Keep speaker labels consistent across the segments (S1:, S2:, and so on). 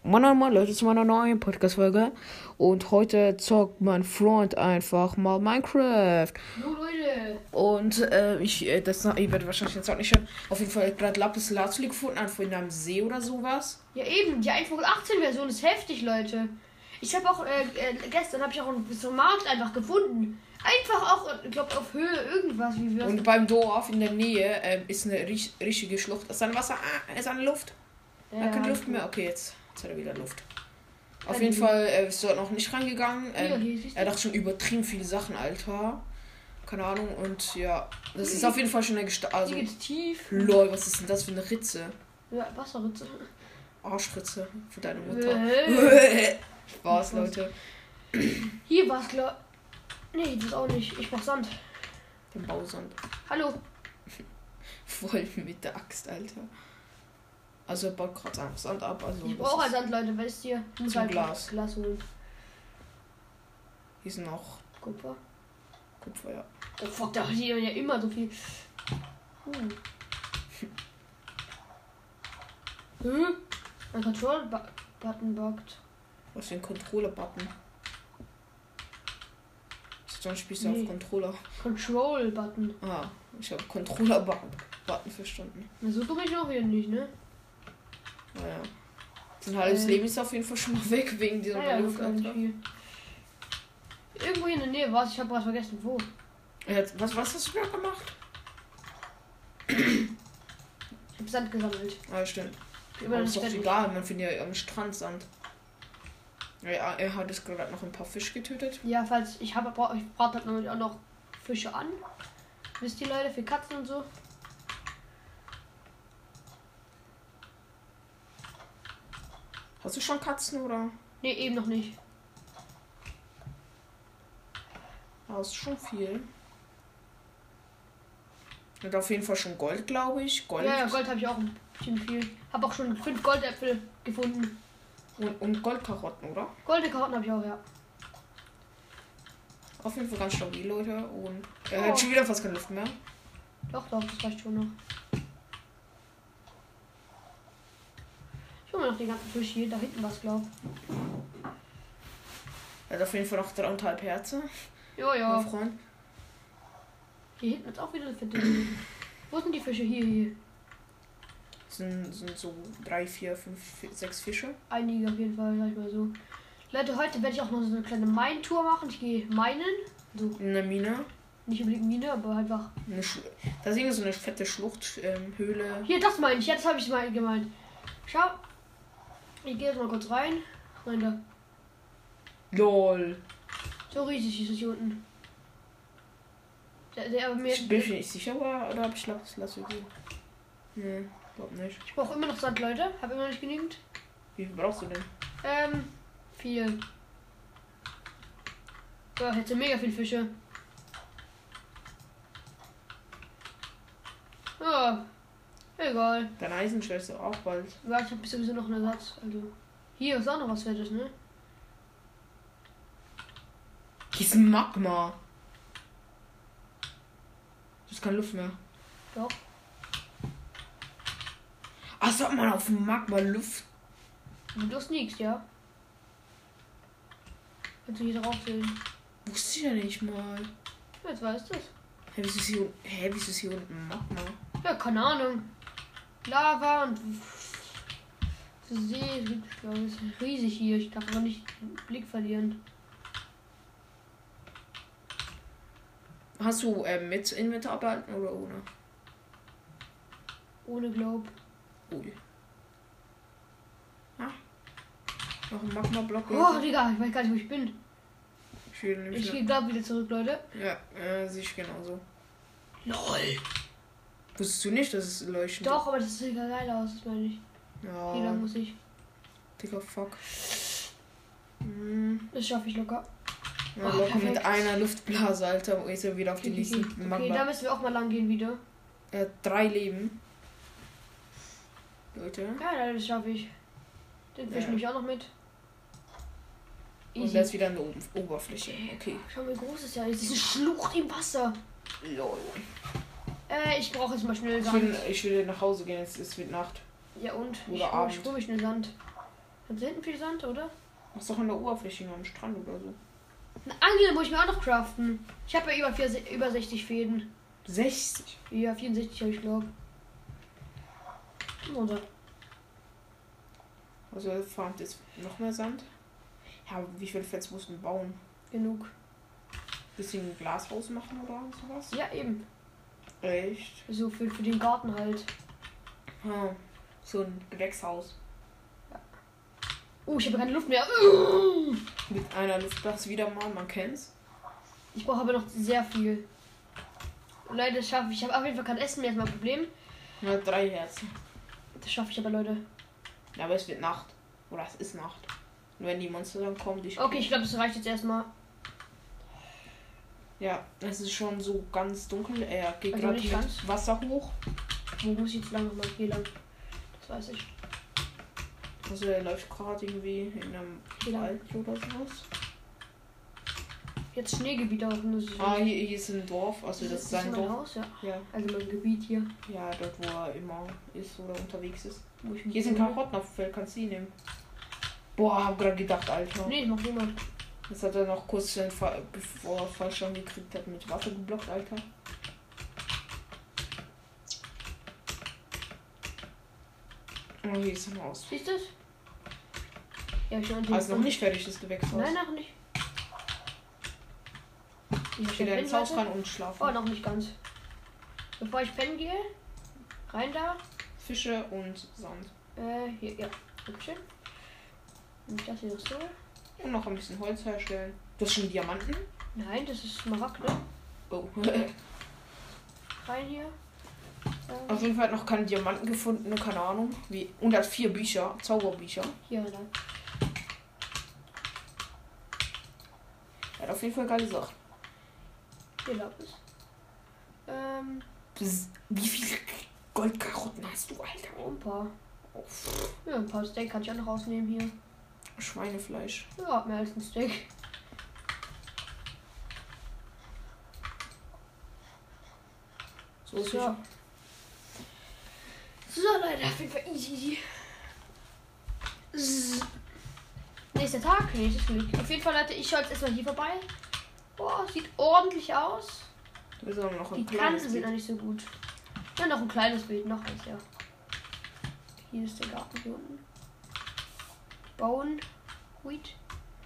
S1: Moin Leute zu meiner neuen Podcast-Folge. Und heute zockt mein Freund einfach mal Minecraft.
S2: Hallo Leute.
S1: Und ihr werdet wahrscheinlich jetzt auch nicht hören. Auf jeden Fall gerade Lapis Lazuli gefunden, einfach in einem See oder sowas.
S2: Ja eben, die 1.18 Version ist heftig, Leute. Ich habe auch, gestern habe ich auch so einen Markt einfach gefunden. Einfach auch, ich glaube auf Höhe irgendwas, wie wir.
S1: Und beim Dorf in der Nähe ist eine richtige Schlucht. Ist da ein Wasser? Ist eine Luft? Ja, keine Luft mehr. Okay, jetzt hat er wieder Luft. Auf jeden Fall ist er noch nicht reingegangen. Er dachte schon übertrieben viele Sachen, Alter. Keine Ahnung. Und ja, das ist auf jeden Fall schon eine Gestalt. Also,
S2: tief.
S1: Lol, was ist denn das für eine Ritze?
S2: Ja, Wasserritze.
S1: Arschritze für deine Mutter. Spaß, Leute.
S2: Hier war es klar. Nee, das auch nicht. Ich brauch Sand.
S1: Den Bausand.
S2: Hallo.
S1: Voll mit der Axt, Alter. Also er baut gerade Sand ab. Also
S2: ich brauche halt Sand, Leute, weißt ihr? Ich muss halt
S1: Glas
S2: holen.
S1: Hier sind noch
S2: Kupfer,
S1: ja.
S2: Oh fuck, da hier ja immer so viel. Mein Control-Button buggt.
S1: Was für ein Controller-Button? Sonst spielst du auf Controller.
S2: Control-Button.
S1: Ah, ich habe Controller-Button verstanden.
S2: Na, so komme ich auch hier nicht, ne?
S1: Naja. Ein halbes Leben ist auf jeden Fall schon mal weg wegen dieser Luft.
S2: Irgendwo hier in der Nähe war es, ich habe was vergessen, wo.
S1: Was hast du da gemacht?
S2: Ich habe Sand gesammelt.
S1: Ah, stimmt. Aber das ist doch egal, man findet ja am Strand Sand. Ja, er hat jetzt gerade noch ein paar Fische getötet.
S2: Ja, falls ich brate halt auch noch Fische an. Wisst ihr, Leute, für Katzen und so.
S1: Hast du schon Katzen oder?
S2: Ne, eben noch nicht.
S1: Ja, ist schon viel. Und auf jeden Fall schon Gold, glaube ich. Gold.
S2: Ja, Gold habe ich auch ziemlich viel. Habe auch schon 5 Goldäpfel gefunden.
S1: Und Goldkarotten, oder?
S2: Goldene Karotten habe ich auch, ja.
S1: Auf jeden Fall ganz stabil, Leute. Und er hat schon wieder fast keine Luft mehr.
S2: Doch, das reicht schon noch. Ich hole mir noch den ganzen Fisch hier. Da hinten was, glaube ich.
S1: Er hat auf jeden Fall noch 3,5 Herzen.
S2: Ja.
S1: Mein Freund.
S2: Hier hinten ist auch wieder eine Fette. Wo sind die Fische? Hier.
S1: Sind so 3, 4, 5, 6 Fische.
S2: Einige auf jeden Fall, sag ich mal so. Leute, heute werde ich auch noch so eine kleine Mine-Tour machen. Ich gehe minen. So.
S1: In der Mine.
S2: Nicht unbedingt Mine, aber einfach.
S1: Da ist irgendwie so eine fette Schluchthöhle.
S2: Hier, das meine ich. Jetzt habe ich es mal gemeint. Schau. Ich gehe jetzt mal kurz rein. Nein, da.
S1: LOL.
S2: So riesig ist es hier unten. Aber mir
S1: Ich bin mir nicht sicher, oder habe ich Lapis Lazuli? Nee, glaub nicht.
S2: Ich brauche immer noch Sand, Leute. Habe immer noch nicht genügend.
S1: Wie viel brauchst du denn?
S2: Viel. So, hätte mega viel Fische. Ja, egal.
S1: Dein Eisenschwert ist auch bald.
S2: Ja, ich habe sowieso noch einen Ersatz. Also, hier ist auch noch was Fettes, ne?
S1: Hier ist ein Magma. Das ist keine Luft mehr.
S2: Doch.
S1: Ach, sagt man auf dem Magma Luft?
S2: Du sneakst, ja? Kannst du hier drauf sehen?
S1: Wusste ich ja nicht mal.
S2: Jetzt weißt du es.
S1: Wieso ist hier unten Magma?
S2: Ja, keine Ahnung. Lava und See. Das ist riesig hier. Ich darf aber nicht den Blick verlieren.
S1: Hast du mit Inventar arbeiten oder ohne?
S2: Ohne Glaub.
S1: Ui. Ah. Noch ein Magma-Block.
S2: Oh, Digga, ich weiß gar nicht, wo ich bin.
S1: Ich
S2: gehe Glaub wieder zurück, Leute.
S1: Ja, sehe ich genauso.
S2: LOL.
S1: Wusstest du nicht, dass es leuchtet?
S2: Doch, aber das sieht ja geil aus, das meine ich.
S1: Ja.
S2: Hier lang muss ich.
S1: Dicker Fuck.
S2: Das schaffe ich locker.
S1: Ja, locker mit einer Luftblase, Alter. Und ist er wieder auf die nächsten Magma.
S2: Okay, da müssen wir auch mal lang gehen wieder.
S1: Er hat 3 Leben. Leute.
S2: Ja, das schaffe ich. Den Fisch nehme ich auch noch mit.
S1: Und der ist wieder an der Oberfläche. Okay.
S2: Schau mal, wie groß ist ja. Diese Schlucht im Wasser.
S1: Lol.
S2: Ich brauche jetzt mal schnell Sand.
S1: Ich will nach Hause gehen, es wird Nacht.
S2: Ja und?
S1: Oder Abend.
S2: Ich hole mich schnell Sand. Hat hinten viel Sand, oder?
S1: Das ist doch an der Oberfläche am Strand oder so.
S2: Eine Angel muss ich mir auch noch craften. Ich habe ja über 60 Fäden.
S1: 60?
S2: Ja, 64 habe ich glaube. Oder?
S1: Also er farmt jetzt noch mehr Sand. Ja, wie viele Fels mussten wir bauen?
S2: Genug.
S1: Bisschen ein Glashaus machen oder sowas?
S2: Ja, eben.
S1: Echt?
S2: So für den Garten halt.
S1: Ah, so ein Gewächshaus.
S2: Ich habe keine Luft mehr.
S1: Mit einer Luftblase wieder mal, man kennt's.
S2: Ich brauche aber noch sehr viel. Leute, das schaffe ich. Ich habe auf jeden Fall kein Essen mehr, ist mein Problem.
S1: Ja, 3 Herzen.
S2: Das schaffe ich aber, Leute.
S1: Ja, aber es wird Nacht. Oder es ist Nacht. Und wenn die Monster dann kommen, die
S2: Okay, ich glaube, das reicht jetzt erstmal.
S1: Ja, es ist schon so ganz dunkel. Er geht
S2: Also
S1: gerade
S2: nicht
S1: mit
S2: ganz.
S1: Wasser hoch.
S2: Wo muss ich jetzt lang nochmal? Hier lang. Das weiß ich.
S1: Also er läuft gerade irgendwie in einem
S2: Hier
S1: Wald oder sowas.
S2: Jetzt Schneegebiet auch.
S1: Ah, hier ist ein Dorf. Also das ist sein
S2: mein
S1: Dorf.
S2: Haus, ja.
S1: Ja.
S2: Also mein Gebiet hier.
S1: Ja, dort wo er immer ist oder unterwegs ist.
S2: Wo ich mich
S1: Hier sind
S2: wohne.
S1: Karotten auf dem Feld, kannst du die nehmen. Boah, hab gerade gedacht, Alter.
S2: Nee, macht niemand.
S1: Das hat er noch kurz, bevor er Fallschirm gekriegt hat, mit Wasser geblockt, Alter. Oh, hier ist ein Haus.
S2: Siehst du es? Ja, ich schon.
S1: Also noch nicht fertig, das Gewächshaus.
S2: Nein, noch nicht.
S1: Ich will ins Haus rein und schlafen.
S2: Oh, noch nicht ganz. Bevor ich pennen gehe, rein da.
S1: Fische und Sand.
S2: Hier, ja. Dankeschön. Und das hier noch so.
S1: Und noch ein bisschen Holz herstellen. Du hast schon Diamanten?
S2: Nein, das ist Smaragd, ne?
S1: Oh.
S2: Rein hier.
S1: Auf jeden Fall hat noch keine Diamanten gefunden, keine Ahnung. Wie. Und er hat 4 Bücher, Zauberbücher.
S2: Hier rein.
S1: Er hat auf jeden Fall geile Sachen.
S2: Hier lag es.
S1: Wie viele Goldkarotten hast du, Alter?
S2: Oh, ein paar.
S1: Oh,
S2: Ja, ein paar Steak kann ich auch noch rausnehmen hier.
S1: Schweinefleisch.
S2: Ja, mehr als ein Steak.
S1: So ist
S2: Ja. So, Leute, auf jeden Fall easy. Nächster Tag, nächstes Glück. Auf jeden Fall, Leute, ich schaue jetzt erstmal hier vorbei. Boah, sieht ordentlich aus.
S1: Wir haben noch
S2: Die
S1: ein
S2: Kanten
S1: kleines
S2: sind
S1: Bild.
S2: noch nicht so gut. Ja, noch ein kleines Bild, noch eins, ja. Hier ist der Garten hier unten. Bauen. Wheat.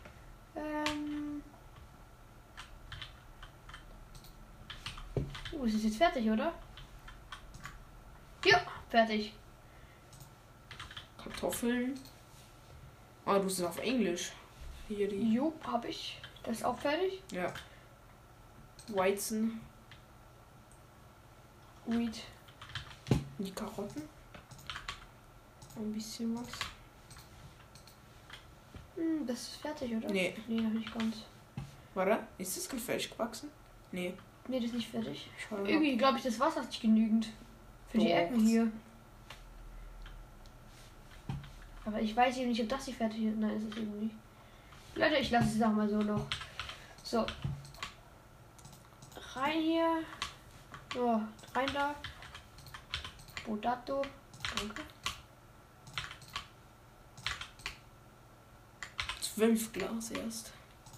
S2: Ist es jetzt fertig, oder? Ja, fertig.
S1: Kartoffeln. Ah, du bist auf Englisch. Hier die.
S2: Jo, hab ich. Das ist auch fertig.
S1: Ja. Weizen.
S2: Wheat.
S1: Die Karotten. Ein bisschen was.
S2: Das ist fertig, oder?
S1: Nee.
S2: Nee, noch nicht ganz.
S1: Warte, ist das gefälscht gewachsen? Nee.
S2: Nee, das ist nicht fertig.
S1: Schau mal.
S2: Irgendwie glaube ich, das Wasser ist nicht genügend. Für die
S1: Doch.
S2: Ecken hier. Aber ich weiß eben nicht, ob das hier fertig ist. Nein, ist es eben nicht. Leute, ich lasse es auch mal so noch. So. Rein hier. So, rein da. Potato. Danke.
S1: 12 Glas erst.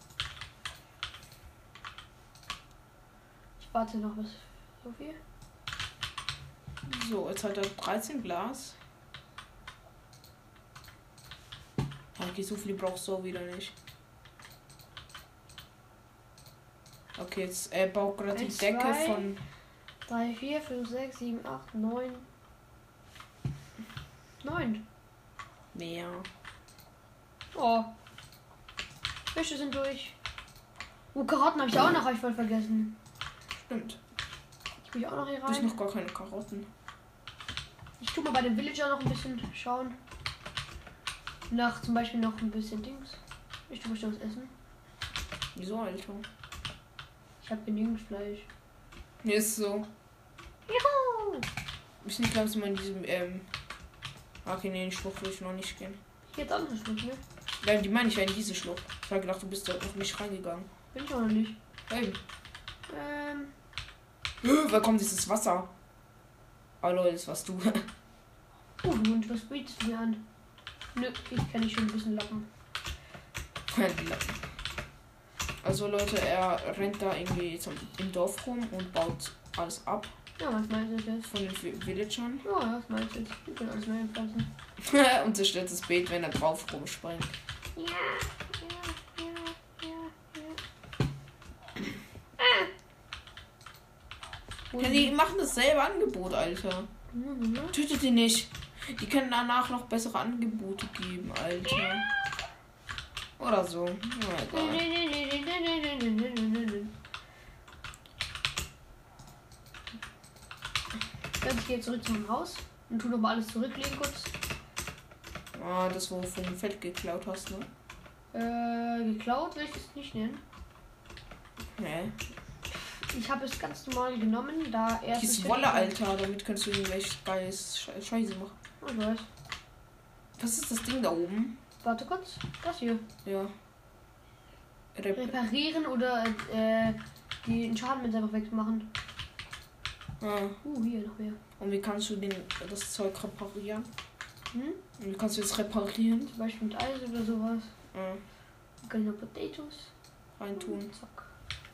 S2: Ich warte noch bis so viel.
S1: So, jetzt hat er 13 Glas. Okay, so viel brauchst du auch wieder nicht. Okay, jetzt er baut gerade die
S2: 1,
S1: Decke
S2: 2.
S1: von
S2: 3, 4, 5, 6, 7, 8, 9. 9.
S1: mehr.
S2: Oh. Fische sind durch. Karotten habe ich auch noch, hab ich voll vergessen.
S1: Stimmt.
S2: Ich will auch noch hier
S1: Du hast
S2: rein.
S1: noch gar keine Karotten.
S2: Ich tue mal bei dem Villager noch ein bisschen schauen. Nach zum Beispiel noch ein bisschen Dings. Ich tue bestimmt was essen.
S1: Wieso, Alter?
S2: Ich habe genügend Fleisch.
S1: Mir ist so.
S2: Juhu!
S1: Ich nicht langsam in diesem, okay, nee, in die Schlucht will ich noch nicht gehen.
S2: Hier jetzt auch noch Schlucht, ne?
S1: Nein, die meine ich ja in diese Schlucht. Ich habe gedacht, du bist dort noch nicht reingegangen.
S2: Bin ich auch noch nicht.
S1: Hey. Wer kommt dieses Wasser? Oh Leute, das warst du.
S2: Oh, du Hund, was bietest du mir an? Nö, ich kenne schon ein bisschen Lappen.
S1: Die Lappen. Also Leute, er rennt da irgendwie im Dorf rum und baut alles ab.
S2: Ja, was meinst du jetzt?
S1: Von den Villagern.
S2: Oh, ja, was meinst du jetzt? Wir können alles neu pflanzen.
S1: Und zerstört das Beet, wenn er drauf rumspringt.
S2: Ja.
S1: Ja, die machen dasselbe Angebot, Alter. Tötet die nicht. Die können danach noch bessere Angebote geben, Alter. Oder so. Ja, egal.
S2: Ich gehe zurück zum Haus und tu noch mal alles zurücklegen kurz.
S1: Ah, das wo du vom Feld geklaut hast, ne?
S2: Geklaut will ich es nicht nennen.
S1: Nee.
S2: Ich habe es ganz normal genommen, da er.
S1: Die ist Wolle, Alter. Damit kannst du irgendwelche Scheiße machen.
S2: Oh, ich weiß.
S1: Was ist das Ding da oben?
S2: Warte kurz. Das hier.
S1: Ja.
S2: Reparieren oder den Schaden mit einfach wegmachen.
S1: Ah.
S2: Hier noch mehr.
S1: Und wie kannst du das Zeug reparieren?
S2: Hm?
S1: Und wie kannst du es reparieren?
S2: Zum Beispiel mit Eis oder sowas.
S1: Ah.
S2: Dann kann ich noch Potatoes
S1: Reintun.
S2: Zack.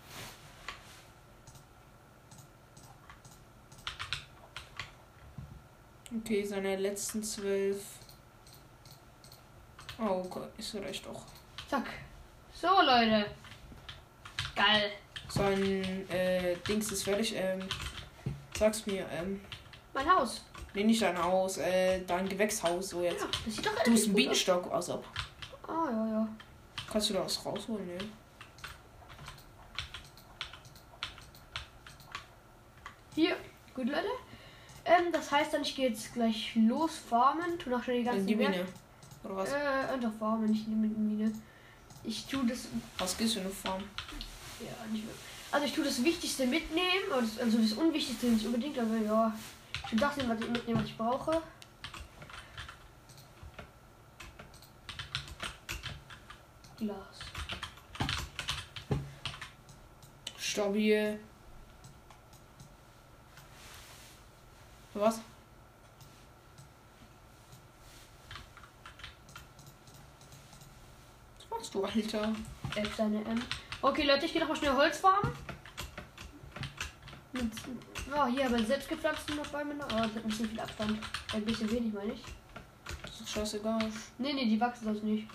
S1: Okay, seine letzten 12. Oh, okay, ist recht auch.
S2: Zack. So, Leute. Geil.
S1: Sein Dings ist fertig. Sag's mir.
S2: Mein Haus.
S1: Nee, nicht dein Haus. Dein Gewächshaus. So jetzt.
S2: Ja, das sieht doch
S1: Du hast einen Bienenstock. Also ab.
S2: Ah, ja, ja.
S1: Kannst du da was rausholen? Nee.
S2: Hier. Gut, Leute. Das heißt dann, ich gehe jetzt gleich los farmen. Tu noch schnell die ganzen
S1: In die Mine. Oder was?
S2: Einfach farmen, nicht in die Mine. Ich tue das.
S1: Was gehst du in eine Farm?
S2: Ja, nicht mehr. Also ich tue das Wichtigste mitnehmen. Also das Unwichtigste nicht unbedingt, aber ja. Ich will das mitnehmen, was ich brauche. Glas.
S1: Stabil. Was? Was machst du, Alter?
S2: Seine M. Okay, Leute, ich gehe noch mal schnell Holz farmen. Hier aber selbst gepflanzten noch Bäume. Oh, das hat ein bisschen viel Abstand. Ein bisschen wenig, meine ich.
S1: Das ist doch scheißegal.
S2: Nee, die wachsen sonst nicht.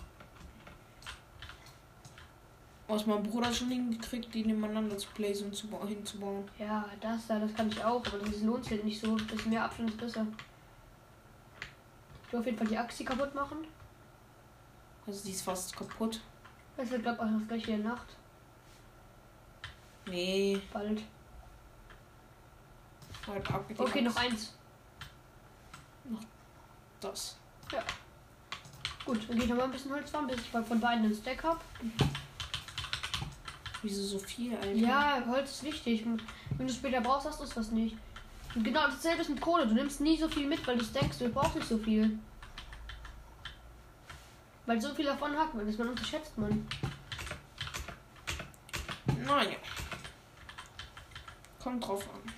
S1: Was mein Bruder schon hingekriegt, die nebeneinander zu placen und hinzubauen.
S2: Ja, das kann ich auch, aber das lohnt sich halt nicht so. Das mehr Abstand ist besser. Ich will auf jeden Fall die Achse kaputt machen.
S1: Also die ist fast kaputt.
S2: Das wird, glaube ich, auch noch gleich in der Nacht.
S1: Nee.
S2: Bald.
S1: Halt ab mit
S2: Okay, noch eins.
S1: Das.
S2: Ja. Gut, dann gehe ich noch mal ein bisschen Holz farmen, bis ich von beiden einen Stack habe.
S1: Wieso so viel, Alter?
S2: Ja, Holz ist wichtig. Wenn du später brauchst, hast du es was nicht. Und genau dasselbe ist mit Kohle. Du nimmst nie so viel mit, weil du denkst, du brauchst nicht so viel. Weil so viel davon hat man, das man unterschätzt man.
S1: Naja. Kommt drauf an.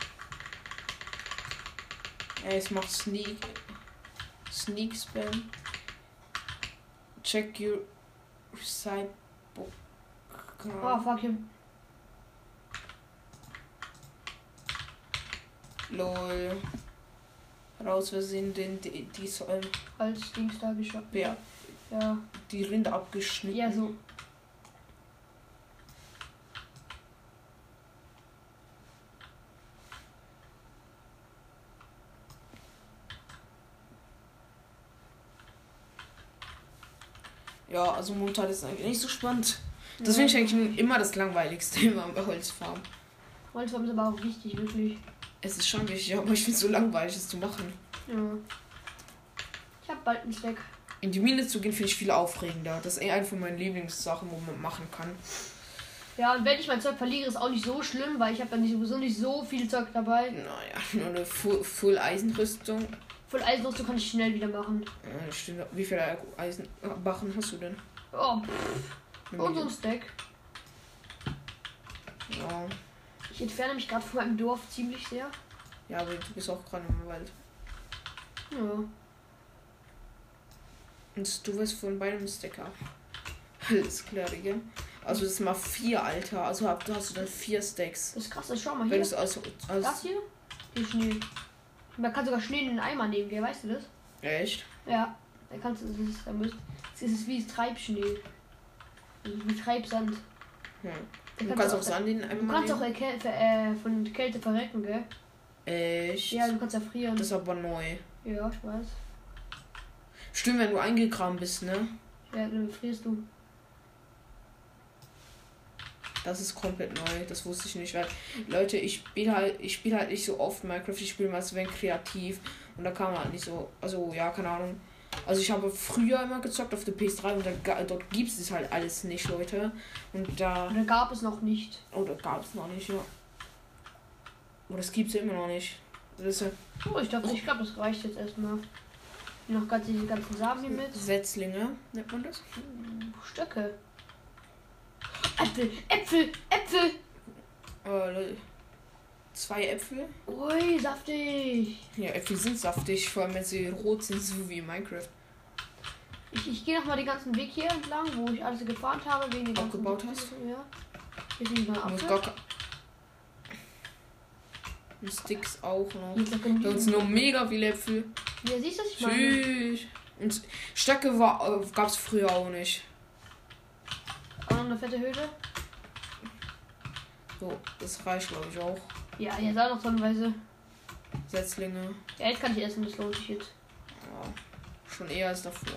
S1: Es macht Sneak Spam. Check your Recipe Book.
S2: Oh, fuck him.
S1: Lol. Raus, wir sind die
S2: Als Dings da geschafft.
S1: Ja.
S2: Ja.
S1: Die Rinde abgeschnitten.
S2: Ja, so.
S1: Ja, also momentan ist es eigentlich nicht so spannend. Das finde ich eigentlich immer das langweiligste immer bei Holzfarm.
S2: Holzfarm ist aber auch wichtig, wirklich.
S1: Es ist schon wichtig, aber ich finde es so langweilig, es zu machen.
S2: Ja. Ich habe bald einen Stack.
S1: In die Mine zu gehen, finde ich viel aufregender. Das ist eine von meinen Lieblingssachen, wo man machen kann.
S2: Ja, und wenn ich mein Zeug verliere, ist auch nicht so schlimm, weil ich habe dann sowieso nicht so viel Zeug dabei.
S1: Naja, nur eine Full-Eisenrüstung.
S2: Voll Eisenrüstung kann ich schnell wieder machen.
S1: Ja, stimmt. Wie viele Eisenbachen hast du denn?
S2: Oh, und so ein Stack.
S1: Ja.
S2: Ich entferne mich gerade von meinem Dorf ziemlich sehr.
S1: Ja, aber du bist auch gerade im Wald.
S2: Ja.
S1: Und du wirst von beidem Sticker. Alles klar, Digga. Also das ist mal 4, Alter. Also hast du dann 4 Stacks.
S2: Das ist krass, das schau mal
S1: Wenn
S2: hier.
S1: also
S2: Das hier? Die Schnee. Man kann sogar Schnee in den Eimer nehmen, gell? Weißt du das?
S1: echt?
S2: Ja. Da kannst du das ist wie Treibschnee. Also wie Treibsand.
S1: Hm. Du kannst auch Sand in
S2: Du
S1: einmal
S2: kannst auch von Kälte verrecken, gell?
S1: echt?
S2: Ja, du kannst erfrieren.
S1: Das ist aber neu.
S2: Ja, ich weiß.
S1: Stimmt, wenn du eingegraben bist, ne?
S2: Ja, dann frierst du.
S1: Das ist komplett neu, das wusste ich nicht, weil Leute, ich spiele halt nicht so oft Minecraft, ich spiele mal so wenig kreativ und da kann man halt nicht so, also ja, keine Ahnung. Also ich habe früher immer gezockt auf der PS3 und dort gibt es halt alles nicht, Leute. Und da...
S2: Oder gab es noch nicht.
S1: Oder gab es noch nicht, ja. Oder es gibt es immer noch nicht. Das ist ja
S2: Oh, ich glaube, das reicht jetzt erstmal. Noch diese ganzen Samen hier mit.
S1: Setzlinge, nennt man das?
S2: Stöcke. Äpfel!
S1: Leute. 2 Äpfel.
S2: Ui, saftig.
S1: Ja, Äpfel sind saftig, vor allem wenn sie rot sind, so wie in Minecraft.
S2: Ich gehe nochmal den ganzen Weg hier entlang, wo ich alles gefarmt habe, wegen den ganzen
S1: Abgebaut hast?
S2: Ja. Hier sind mal
S1: Muss
S2: Apfel.
S1: gar Sticks auch noch.
S2: Jetzt noch
S1: Da uns nur mega viele Äpfel.
S2: Ja, siehst du, was ich meine?
S1: Tschüss. Und Stöcke gab es früher auch nicht.
S2: Auch noch eine fette Höhle.
S1: So, das reicht glaube ich auch.
S2: Ja, jetzt auch noch tonnenweise.
S1: Setzlinge.
S2: Ja, jetzt kann ich essen, das lohnt sich jetzt.
S1: Ja, schon eher als davor.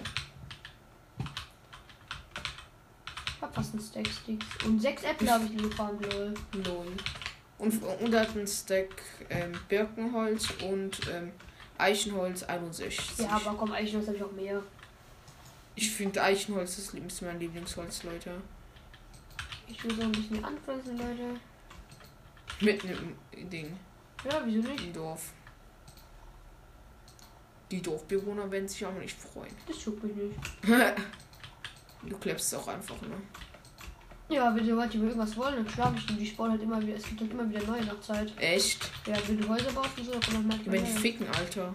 S2: Ich hab fast einen Stack Sticks. Und 6 Äpfel habe ich gefarmt, lol.
S1: Lol. Und hat ein Stack Birkenholz und Eichenholz 61.
S2: Ja, aber komm, eigentlich habe ich auch mehr.
S1: Ich finde Eichenholz ist mein Lieblingsholz, Leute.
S2: Ich will so ein bisschen anpflanzen, Leute.
S1: Mit einem Ding
S2: Ja, wieso nicht?
S1: im Dorf. Die Dorfbewohner werden sich auch nicht freuen.
S2: Das juckt mich nicht.
S1: Du klebst es auch einfach, ne?
S2: Ja, wenn die Leute irgendwas wollen, dann schlafe ich die. Die spawnen halt immer wieder. Es gibt halt immer wieder neue nach Zeit.
S1: Echt?
S2: Ja, wenn du Häuser baust und so, dann kommt man
S1: Wenn die ficken, Alter.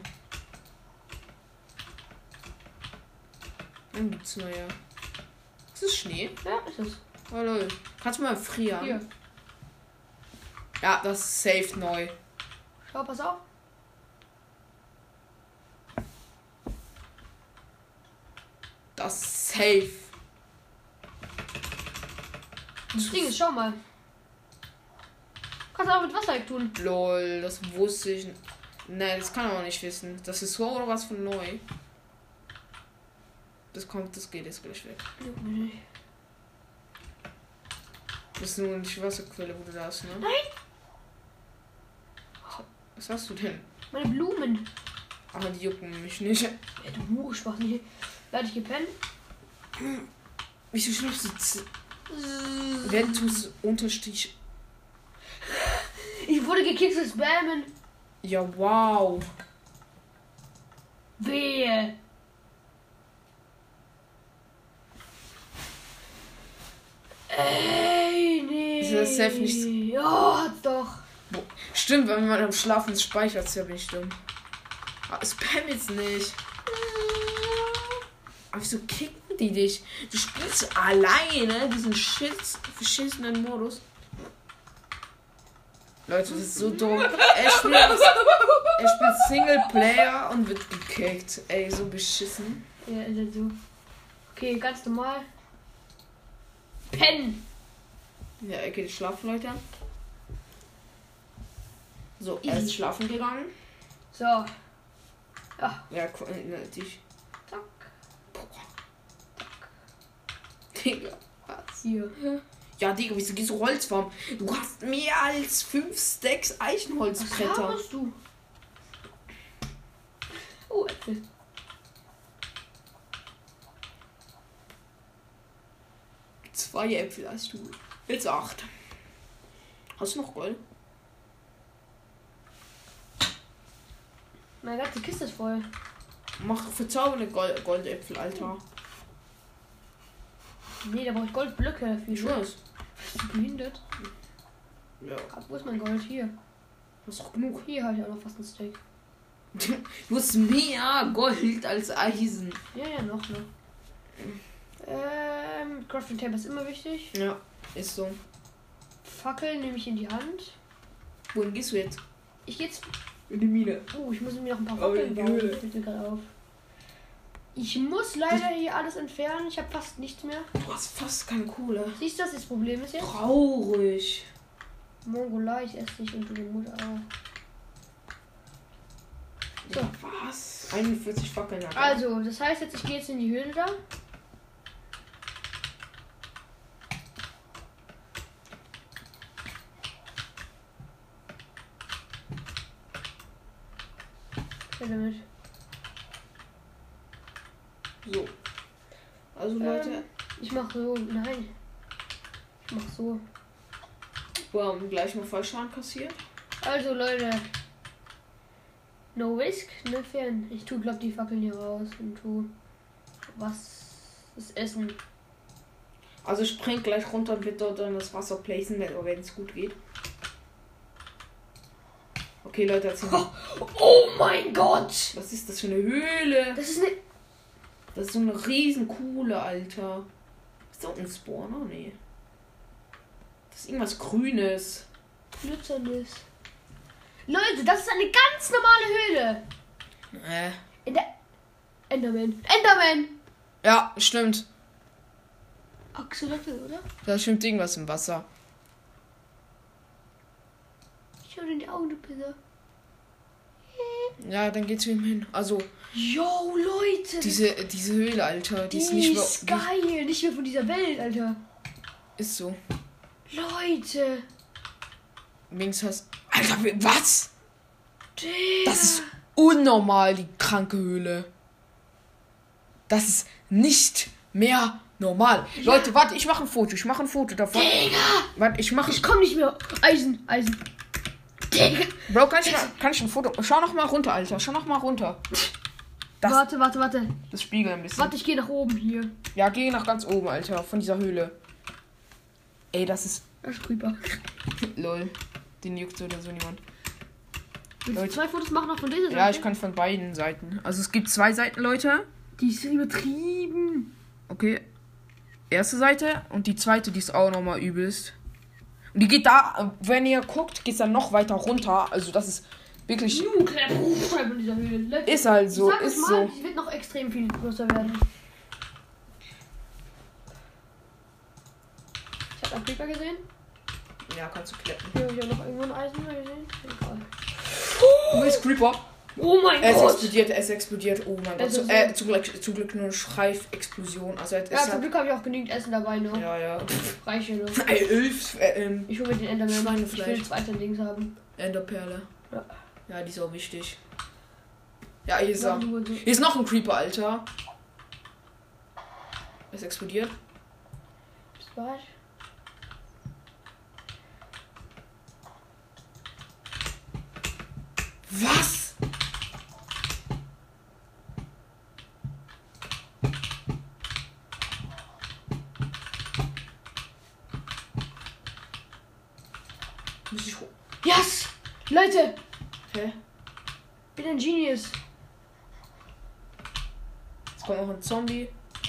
S1: Dann gibt's neue. Ist das Schnee?
S2: Ja, ist es.
S1: Oh lol. Kannst du mal frieren?
S2: Hier.
S1: Ja, das ist safe neu.
S2: Schau, pass auf.
S1: Das ist safe.
S2: Das Ding ist, schau mal. Kannst du auch mit Wasser tun.
S1: Lol, das wusste ich. Nein, das kann man nicht wissen. Das ist so oder was von neu. Das geht jetzt gleich weg.
S2: Juckt mich nicht.
S1: Das ist nur die Wasserquelle, wo du da hast, ne?
S2: Nein!
S1: Was hast du denn?
S2: Meine Blumen.
S1: Aber die jucken mich nicht.
S2: Ja, du Murgespach nicht. Werde ich gepennt?
S1: Wieso schreibst du Ventus Unterstrich?
S2: Ich wurde gekickt für Spammen.
S1: Ja, wow.
S2: Wehe. Ey, nee.
S1: Ist das safe nicht?
S2: Ja, hat's doch.
S1: Stimmt, wenn man am Schlafen speichert, ja bin ich dumm. Aber spam jetzt nicht. Aber wieso kicken die dich? Du spielst alleine diesen verschissenen Modus. Leute, das ist so dumm. Er spielt Singleplayer und wird gekickt. Ey, so beschissen.
S2: Ja, ist halt so. Okay, ganz normal. Pennen.
S1: Ja, er geht schlafen, Leute. So, er ist schlafen gegangen.
S2: So. Ja.
S1: Ja, dich.
S2: Zack.
S1: Digga, was?
S2: Hier.
S1: Ja, Digga, wieso gehst du Holzfarm? Du hast mehr als 5 Stacks
S2: Was
S1: Eichenholzbretter.
S2: hast du? Oh, Äpfel.
S1: Zwei Äpfel hast du. Jetzt 8. Hast du noch Gold?
S2: Meine ganze Kiste ist voll.
S1: Mach verzaubernde Goldäpfel, Alter.
S2: Nee, da brauche ich Goldblöcke dafür.
S1: Ich weiß.
S2: Bist du behindert?
S1: Ja,
S2: Wo ist mein Gold? Hier.
S1: hast doch genug.
S2: Hier habe ich auch noch fast ein Steak.
S1: Du hast mehr Gold als Eisen.
S2: Ja, noch. Crafting Table ist immer wichtig.
S1: Ja, ist so.
S2: Fackel nehme ich in die Hand.
S1: Wohin gehst du jetzt?
S2: Ich gehe jetzt.
S1: In die Mine.
S2: Ich muss mir noch ein paar Fackeln bauen. Fällt mir gerade auf. Ich muss leider hier alles entfernen. Ich habe fast nichts mehr.
S1: Du hast fast keine Kohle.
S2: Siehst du, was das Problem ist jetzt?
S1: Traurig.
S2: Mongolei, ich esse dich und du Mutter auch. So.
S1: Ja, was? 41 Fackeln.
S2: Also, das heißt jetzt, ich gehe jetzt in die Höhle da. Damit.
S1: So. Also Leute.
S2: Ich mach so. Nein. Ich mach so.
S1: Wir haben gleich mal Fallschaden kassiert.
S2: Also Leute. No risk, no fern. Ich tu glaub die Fackeln hier raus und tu was essen.
S1: Also springt gleich runter und wird dort dann das Wasser placen, wenn es gut geht. Okay, Leute, erzählen.
S2: Oh mein Gott!
S1: Was ist das für eine Höhle?
S2: Das ist eine.
S1: Das ist so eine riesen Kuhle, Alter. Ist da unten ein Spawner? Nee. Das ist irgendwas Grünes.
S2: Glitzerndes. Leute, das ist eine ganz normale Höhle. In der. Enderman!
S1: Ja, stimmt.
S2: Axolotl, oder?
S1: Da schwimmt irgendwas im Wasser.
S2: Schau dir in die Augen, du Pisser.
S1: Ja, dann geht's wieder hin. Also.
S2: Yo, Leute!
S1: Diese Höhle, Alter. Die ist
S2: nicht
S1: nicht
S2: mehr. Geil! Nicht mehr von dieser Welt, Alter.
S1: Ist so.
S2: Leute!
S1: Links hast. Alter, was?
S2: Digga.
S1: Das ist unnormal, die kranke Höhle. Das ist nicht mehr normal. Ja. Leute, warte, ich mache ein Foto. Davon.
S2: Digga!
S1: Warte,
S2: ich komm nicht mehr. Eisen. Digga!
S1: Bro, kann ich ein Foto. Schau noch mal runter, Alter.
S2: Warte.
S1: Das spiegelt ein bisschen.
S2: Warte, ich gehe nach oben hier.
S1: Ja, geh nach ganz oben, Alter. Von dieser Höhle. Ey, das ist.
S2: Das ist Creeper.
S1: Lol. Den juckt so oder so niemand.
S2: Willst du 2 Fotos machen noch von dieser Seite?
S1: Ja, ich kann von beiden Seiten. Also es gibt 2 Seiten, Leute.
S2: Die ist übertrieben.
S1: Okay. Erste Seite und die zweite, die ist auch nochmal übelst. Und die geht da, wenn ihr guckt, geht es dann noch weiter runter. Also das ist wirklich.
S2: Von dieser Höhle.
S1: Ist halt so, ist so.
S2: Die wird noch extrem viel größer werden. Ich habe einen Creeper gesehen.
S1: Ja, kannst du kleppen.
S2: Hier habe ich auch noch irgendwo ein Eisen gesehen. Egal.
S1: Du bist Creeper.
S2: Oh mein Gott!
S1: Es explodiert. Oh mein Gott. Zum Glück nur eine Schreifexplosion. Also
S2: ja, zum Glück habe ich auch genügend Essen dabei noch.
S1: Ja.
S2: Reiche noch.
S1: Ich
S2: hole mir den Enderman. Ich will
S1: Schweinefleisch.
S2: 2 Dings haben.
S1: Enderperle.
S2: Ja.
S1: Ja, die ist auch wichtig. Ja, hier ist
S2: Ja,
S1: er.
S2: nur so.
S1: Hier ist noch ein Creeper, Alter. Es explodiert.
S2: Bist du bereit?
S1: Was? Muss ich hoch?
S2: Yes! Leute!
S1: Hä?
S2: Bin ein Genius.
S1: Jetzt kommt noch ein Zombie.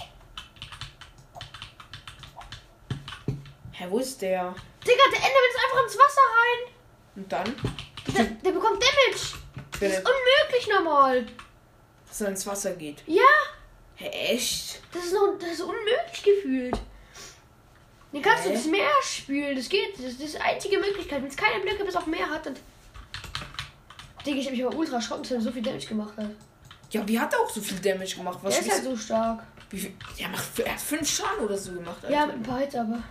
S1: Hä, wo ist der?
S2: Digga, der Enderman ist einfach ins Wasser rein.
S1: Und dann?
S2: Der bekommt Damage. Das ist unmöglich normal.
S1: Dass er ins Wasser geht.
S2: Ja,
S1: Hä, echt?
S2: das ist unmöglich gefühlt. Den kannst du ins Meer spülen. Das geht. Das ist die einzige Möglichkeit. Wenn es keine Blöcke bis auf Meer hat, dann. Digga, ich hab mich aber ultra erschrocken, dass er so viel Damage gemacht hat.
S1: Ja, wie hat er auch so viel Damage gemacht? Was
S2: Der ist halt so stark.
S1: Wie viel? Er hat 5 Schaden oder so gemacht, Alter.
S2: Ja, mit ein paar Hits aber.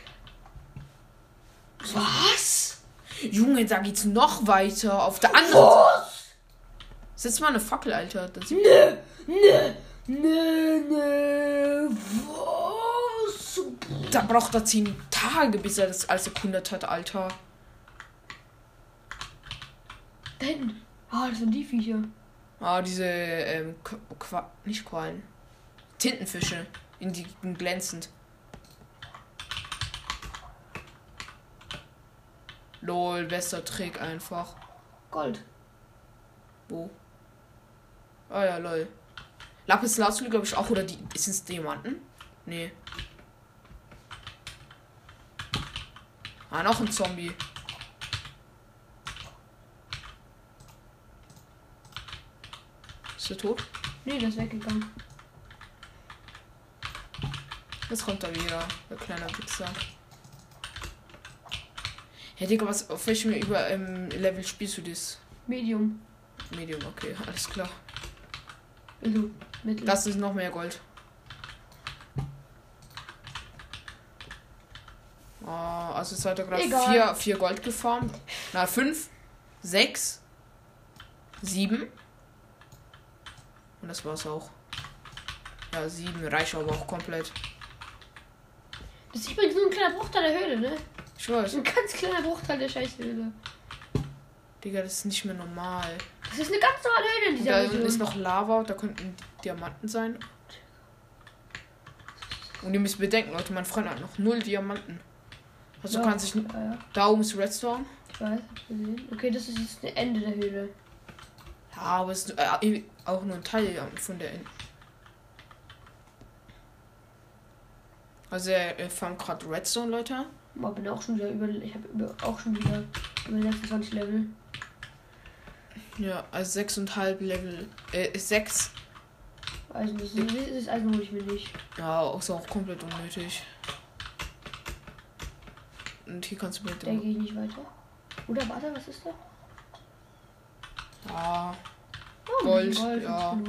S1: Was? Junge, da geht's noch weiter. Auf der anderen Seite. Setz mal eine Fackel, Alter.
S2: Ne. Was?
S1: Da braucht er 10 Tage, bis er das alles erkundet hat, Alter.
S2: Da hinten. Ah, das sind die Viecher.
S1: Ah, diese, nicht Quallen. Tintenfische. In die glänzend. Lol, bester Trick einfach.
S2: Gold.
S1: Wo? Oh ja, lol. Lapis Lazuli, glaube ich, auch. Oder die. Ist es Diamanten? Nee. Ah, noch ein Zombie. Ist der tot?
S2: Nee, der ist weggegangen.
S1: Jetzt kommt er wieder. Der kleine Wichser. Ja, Digga, auf welchem Level spielst du das?
S2: Medium.
S1: Medium, okay, alles klar.
S2: Also, mittel.
S1: Das ist noch mehr Gold. Oh, also jetzt hat er gerade 4 Gold gefarmt. Na, 5, 6, 7. Und das war's auch. Ja, 7 reicht aber auch komplett.
S2: Das ist übrigens nur ein kleiner Bruchteil der Höhle, ne?
S1: Ich weiß.
S2: Ein ganz kleiner Bruchteil der Scheißhöhle.
S1: Digga, das ist nicht mehr normal.
S2: Das ist eine ganz normale Höhle in dieser
S1: Da
S2: Version.
S1: ist noch Lava, da könnten Diamanten sein. Und ihr müsst bedenken, Leute, mein Freund hat noch 0 Diamanten. Also
S2: Ja,
S1: kann sich...
S2: ja.
S1: Da oben ist Redstone.
S2: Ich weiß, hab's gesehen. Okay, das ist jetzt das Ende der Höhle.
S1: Ja, aber es ist auch nur ein Teil von der... Also er farmt gerade Redstone, Leute.
S2: Ich bin auch schon wieder ich habe auch schon wieder über 26 Level.
S1: Ja, also 6,5 Level. 6.
S2: Also das ist Eisen hole ich mir nicht.
S1: Ja, ist auch komplett unnötig. Und hier kannst du mit
S2: Da gehe ich nicht weiter. Oder warte, was ist da?
S1: Ja.
S2: Oh,
S1: Gold, ja.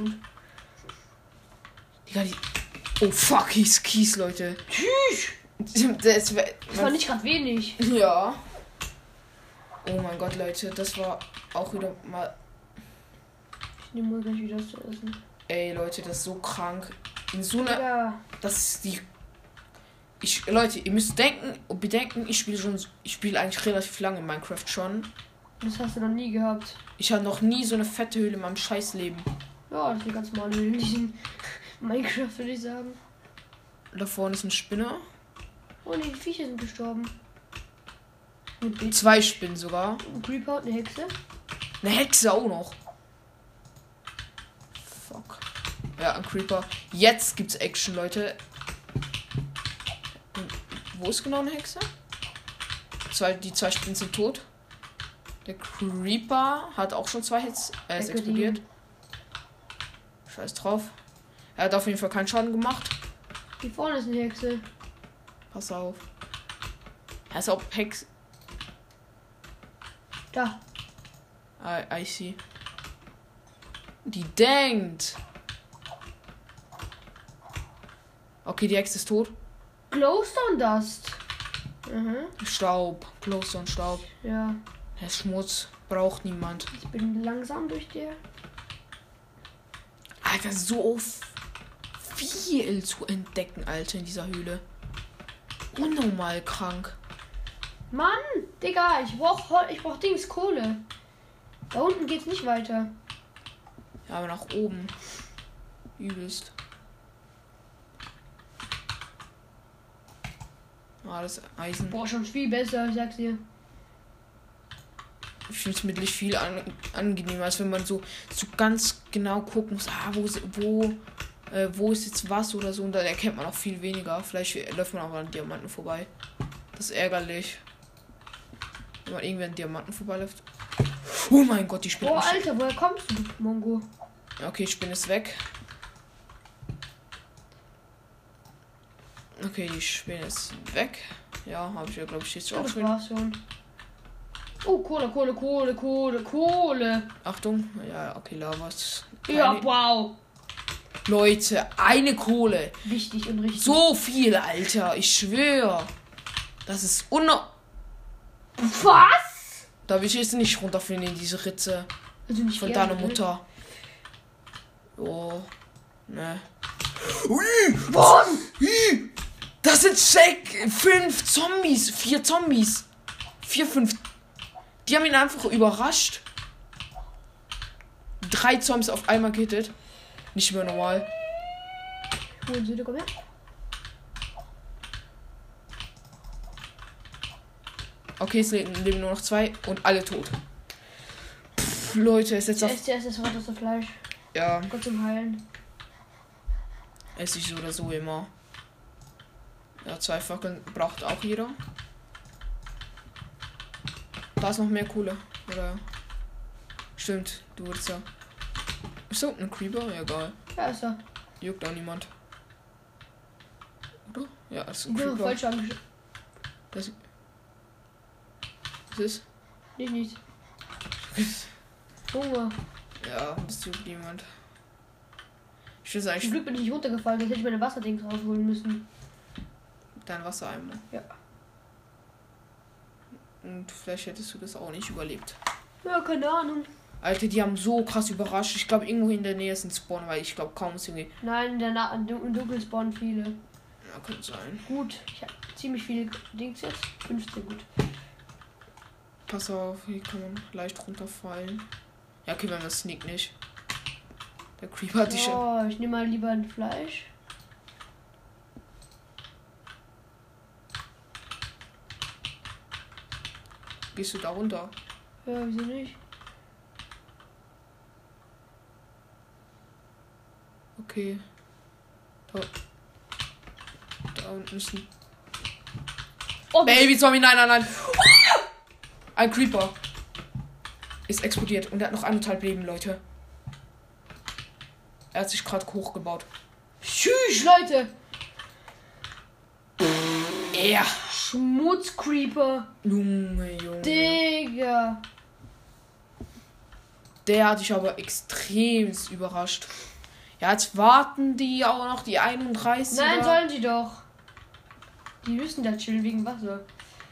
S1: Die... Oh fuck, Kies, Leute.
S2: Tschüss! Das war nicht gerade wenig.
S1: Ja. Oh mein Gott, Leute, das war auch wieder mal...
S2: Ich nehme mal gleich wieder was zu essen.
S1: Ey, Leute, das ist so krank. In so einer...
S2: Ja.
S1: Das ist die... Leute, ihr müsst bedenken, ich spiele eigentlich relativ lange in Minecraft schon.
S2: Das hast du noch nie gehabt.
S1: Ich hatte noch nie so eine fette Höhle in meinem Scheißleben.
S2: Ja, das ist eine ganz normale Höhle in diesem Minecraft, würde ich sagen.
S1: Da vorne ist ein Spinner.
S2: Oh ne, die Viecher sind gestorben.
S1: 2 Spinnen sogar.
S2: Ein Creeper und eine Hexe.
S1: Eine Hexe auch noch. Fuck. Ja, ein Creeper. Jetzt gibt's Action, Leute. Und wo ist genau eine Hexe? Die 2 Spinnen sind tot. Der Creeper hat auch schon 2 Hits. Er ist explodiert. Scheiß drauf. Er hat auf jeden Fall keinen Schaden gemacht.
S2: Hier vorne ist eine Hexe.
S1: Pass auf. Er ist auch Hex.
S2: Da.
S1: I see. Die denkt. Okay, die Hexe ist tot.
S2: Glowstone Dust.
S1: Staub. Glowstone Staub.
S2: Ja.
S1: Der Schmutz braucht niemand.
S2: Ich bin langsam durch der.
S1: Alter, so viel zu entdecken, Alter, in dieser Höhle. Unnormal krank.
S2: Mann, Digga, ich brauch Dings Kohle. Da unten geht's nicht weiter.
S1: Ja, aber nach oben. Übelst. Ah, das Eisen.
S2: Boah, schon viel besser, ich sag's dir.
S1: Ich finde es mittlerweile viel angenehmer, als wenn man so ganz genau gucken muss, wo ist jetzt was oder so, und dann erkennt man auch viel weniger. Vielleicht läuft man auch an Diamanten vorbei. Das ist ärgerlich. Wenn man irgendwie an Diamanten vorbeiläuft. Oh mein Gott, die Spinne.
S2: Oh, Alter, woher kommst du, Mongo?
S1: Okay, die Spinne ist weg. Okay, die Spinne ist weg. Ja, habe ich ja, glaube ich, jetzt auch schon.
S2: Oh, Kohle.
S1: Achtung. Ja, okay, Lavas.
S2: Ja, wow.
S1: Leute, eine Kohle.
S2: Wichtig und richtig.
S1: So viel, Alter. Ich schwöre. Das ist
S2: Was?
S1: Da will ich jetzt nicht runterfinden in diese Ritze.
S2: Also nicht
S1: von
S2: gerne,
S1: deiner Mutter. Oh. Ne.
S2: Was?
S1: Das sind 5 Zombies. 4 Zombies. 4, 5. Die haben ihn einfach überrascht. 3 Zombies auf einmal gehittet. Nicht mehr normal.
S2: Komm her.
S1: Okay, es leben nur noch 2 und alle tot. Leute, ist jetzt
S2: Das Fleisch.
S1: Ja.
S2: Gott zum Heilen.
S1: Esse ich so oder so immer. Ja, 2 Fackeln braucht auch jeder. Da ist noch mehr Kohle. Oder? Stimmt, du wurdest ja. Ist da unten ein Creeper? Ja, egal.
S2: Ja, ist er.
S1: Juckt auch niemand. Oder? Ja, ist ein
S2: Ich bin
S1: Creeper.
S2: falsch angeschaut.
S1: Was ist?
S2: Nicht. Hunger.
S1: Ja, das juckt niemand. Ich will
S2: Zum
S1: eigentlich
S2: Glück bin ich nicht runtergefallen, sonst hätte ich meine Wasserdings rausholen müssen.
S1: dein Wassereimer.
S2: Ja.
S1: Und vielleicht hättest du das auch nicht überlebt.
S2: Ja, keine Ahnung.
S1: Alter, die haben so krass überrascht. Ich glaube, irgendwo in der Nähe ist ein Spawn, weil ich glaube, kaum ist irgendwie.
S2: Nein, im Dunkel spawnen viele.
S1: Ja, könnte sein.
S2: Gut, ich habe ziemlich viele Dings jetzt. 15, gut.
S1: Pass auf, hier kann man leicht runterfallen. Ja, okay, wenn man sneakt nicht. Der Creeper hat dich schon.
S2: Oh, ich nehme mal lieber ein Fleisch.
S1: Gehst du da runter?
S2: Ja, wieso nicht?
S1: Okay. Da unten ist ein
S2: Oh,
S1: Baby Zombie, nein. Ein Creeper. Ist explodiert und er hat noch 1,5 Leben, Leute. Er hat sich gerade hochgebaut.
S2: Tschüss, Leute.
S1: Ja.
S2: Schmutzcreeper.
S1: Junge.
S2: Digga.
S1: Der hat dich aber extremst überrascht. Ja, jetzt warten die auch noch die 31.
S2: Nein, sollen die doch. Die müssen da chillen wegen Wasser.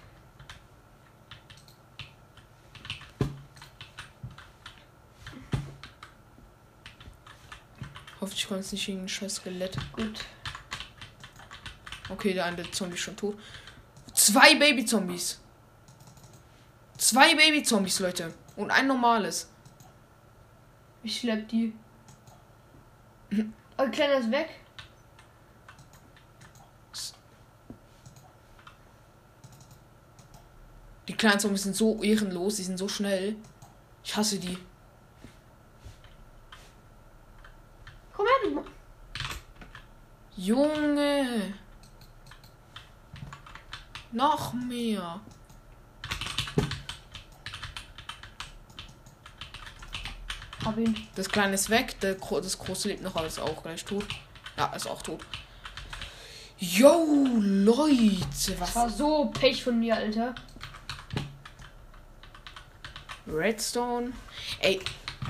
S1: Hoffentlich kommt es nicht gegen ein scheiß Skelett.
S2: Gut.
S1: Okay, der eine Zombie ist schon tot. 2 Baby-Zombies. 2 Baby-Zombies, Leute. Und ein normales.
S2: Ich schlepp die. Oh, Kleiner ist weg.
S1: Die kleinen Zombies sind so ehrenlos, die sind so schnell. Ich hasse die.
S2: Komm her, du.
S1: Junge. Noch mehr.
S2: Hab ihn.
S1: Das Kleine ist weg, das Große lebt noch, aber ist auch gleich tot. Ja, ist auch tot. Yo, Leute,
S2: Das war so Pech von mir, Alter.
S1: Redstone. Ey.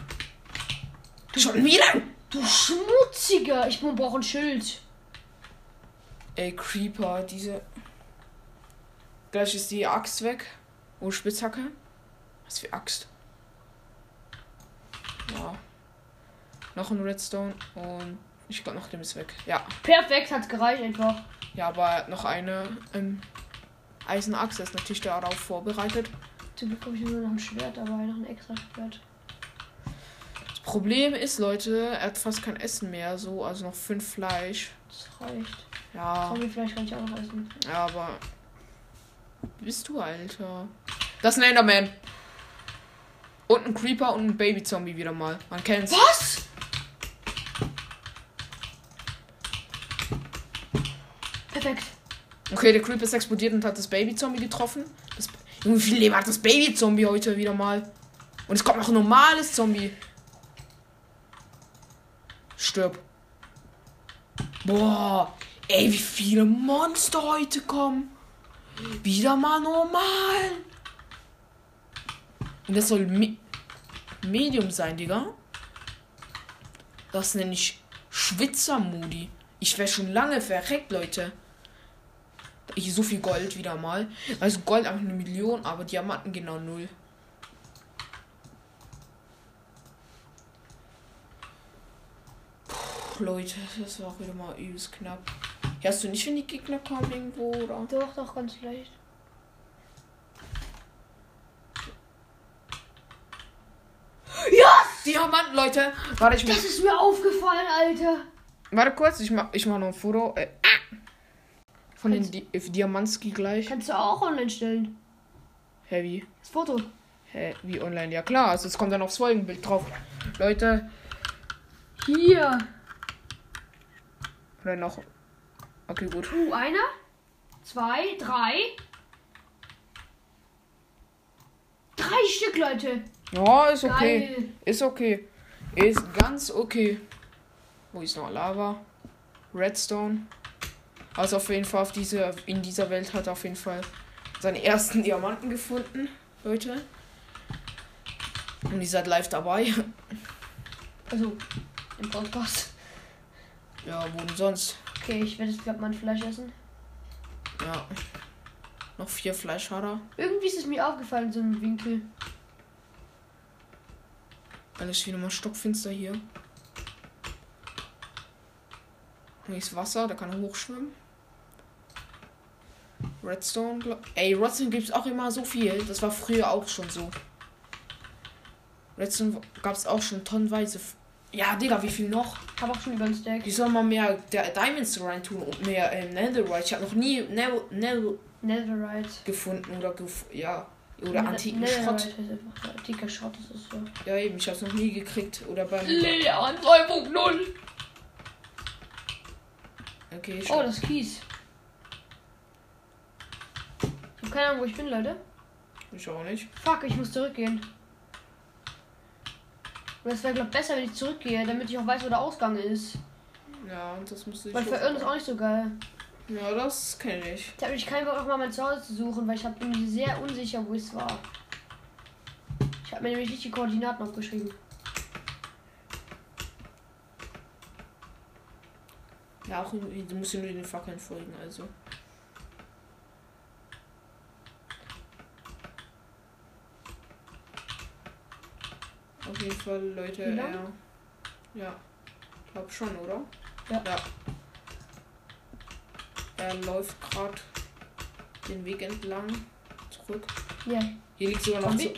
S1: Schon wieder?
S2: Du Schmutziger. Ich brauche ein Schild.
S1: Ey, Creeper, diese. Gleich ist die Axt weg. Oh, Spitzhacke. Was für Axt. Ja. Noch ein Redstone und ich glaube noch dem ist weg. Ja.
S2: Perfekt, hat gereicht einfach.
S1: Ja, aber noch eine Eisenaxt ist natürlich darauf vorbereitet.
S2: Zum Glück habe ich nur noch ein Schwert dabei, noch ein extra Schwert.
S1: Das Problem ist, Leute, er hat fast kein Essen mehr, so, also noch 5 Fleisch.
S2: Das reicht.
S1: Ja.
S2: Zombie-Fleisch kann ich auch noch essen.
S1: Ja, aber. Bist du, Alter? Das ist ein Enderman. Und ein Creeper und ein Baby-Zombie wieder mal. Man kennt's.
S2: Was? Perfekt.
S1: Okay, der Creeper ist explodiert und hat das Baby-Zombie getroffen. Junge, wie viel Leben hat das Baby-Zombie heute wieder mal? Und es kommt noch ein normales Zombie. Stirb. Boah. Ey, wie viele Monster heute kommen. Wieder mal normal. Und das soll Medium sein, Digga. Das nenne ich Schwitzer-Moody. Ich wäre schon lange verreckt, Leute. Hier so viel Gold wieder mal. Also Gold einfach 1 Million, aber Diamanten genau 0. Puh, Leute, das war auch wieder mal übelst knapp. Hörst du nicht, wenn die Gegner kommen irgendwo, oder?
S2: Doch, ganz leicht.
S1: Ja! Diamanten, Leute! Warte,
S2: Das ist mir aufgefallen, Alter.
S1: Warte kurz, ich mach noch ein Foto. Von den Diamanski gleich.
S2: Kannst du auch online stellen.
S1: Hä, wie?
S2: Das Foto.
S1: Hä, wie online? Ja klar, also es kommt dann aufs Folgenbild drauf. Leute,
S2: Hier.
S1: Oder noch. Okay, gut.
S2: Einer. 2, 3. 3 Stück, Leute.
S1: Ja, ist okay.
S2: Geil.
S1: Ist okay. Ist ganz okay. Wo ist noch Lava? Redstone. Also auf jeden Fall in dieser Welt hat er auf jeden Fall seine ersten Diamanten gefunden, Leute. Und ihr seid live dabei.
S2: Also, im Podcast.
S1: Ja, wo denn sonst?
S2: Okay, ich werde jetzt, glaube ich, mein Fleisch essen.
S1: Ja. Noch 4 Fleisch hat er.
S2: Irgendwie ist es mir aufgefallen, so ein Winkel.
S1: Alles wieder mal stockfinster hier. Hier ist Wasser, da kann er hochschwimmen. Redstone. Ey, Redstone gibt es auch immer so viel. Das war früher auch schon so. Redstone gab es auch schon tonnenweise. Ja, Digga, wie viel noch?
S2: Hab auch schon über den Stack.
S1: Ich soll mal mehr Diamonds rein tun und mehr Netherite. Ich habe noch nie
S2: Netherite
S1: gefunden oder oder antiken Schrott.
S2: Heißt einfach antiker Schrott, das ist so.
S1: Ja, eben, ich hab's noch nie gekriegt. Oder beim.
S2: Leon 2.0.
S1: Okay,
S2: Oh, das ist Kies. Ich hab keine Ahnung, wo ich bin, Leute.
S1: Ich auch nicht.
S2: Fuck, ich muss zurückgehen. Aber es wäre, glaube ich, besser, wenn ich zurückgehe, damit ich auch weiß, wo der Ausgang ist.
S1: Ja, und das musste ich.
S2: Weil verirren ist auch nicht so geil.
S1: Ja, das kenne ich.
S2: Ich habe mich keinen Bock, auch mal mein Zuhause zu suchen, weil ich habe irgendwie sehr unsicher, wo es war. Ich habe mir nämlich nicht die Koordinaten aufgeschrieben.
S1: Ja, auch du musst nur den Fackeln folgen, also. Auf jeden Fall, Leute, ja. Glaub schon, oder?
S2: Ja.
S1: Er läuft gerade den Weg entlang. Zurück.
S2: Ja.
S1: Hier liegt sogar noch
S2: Wo?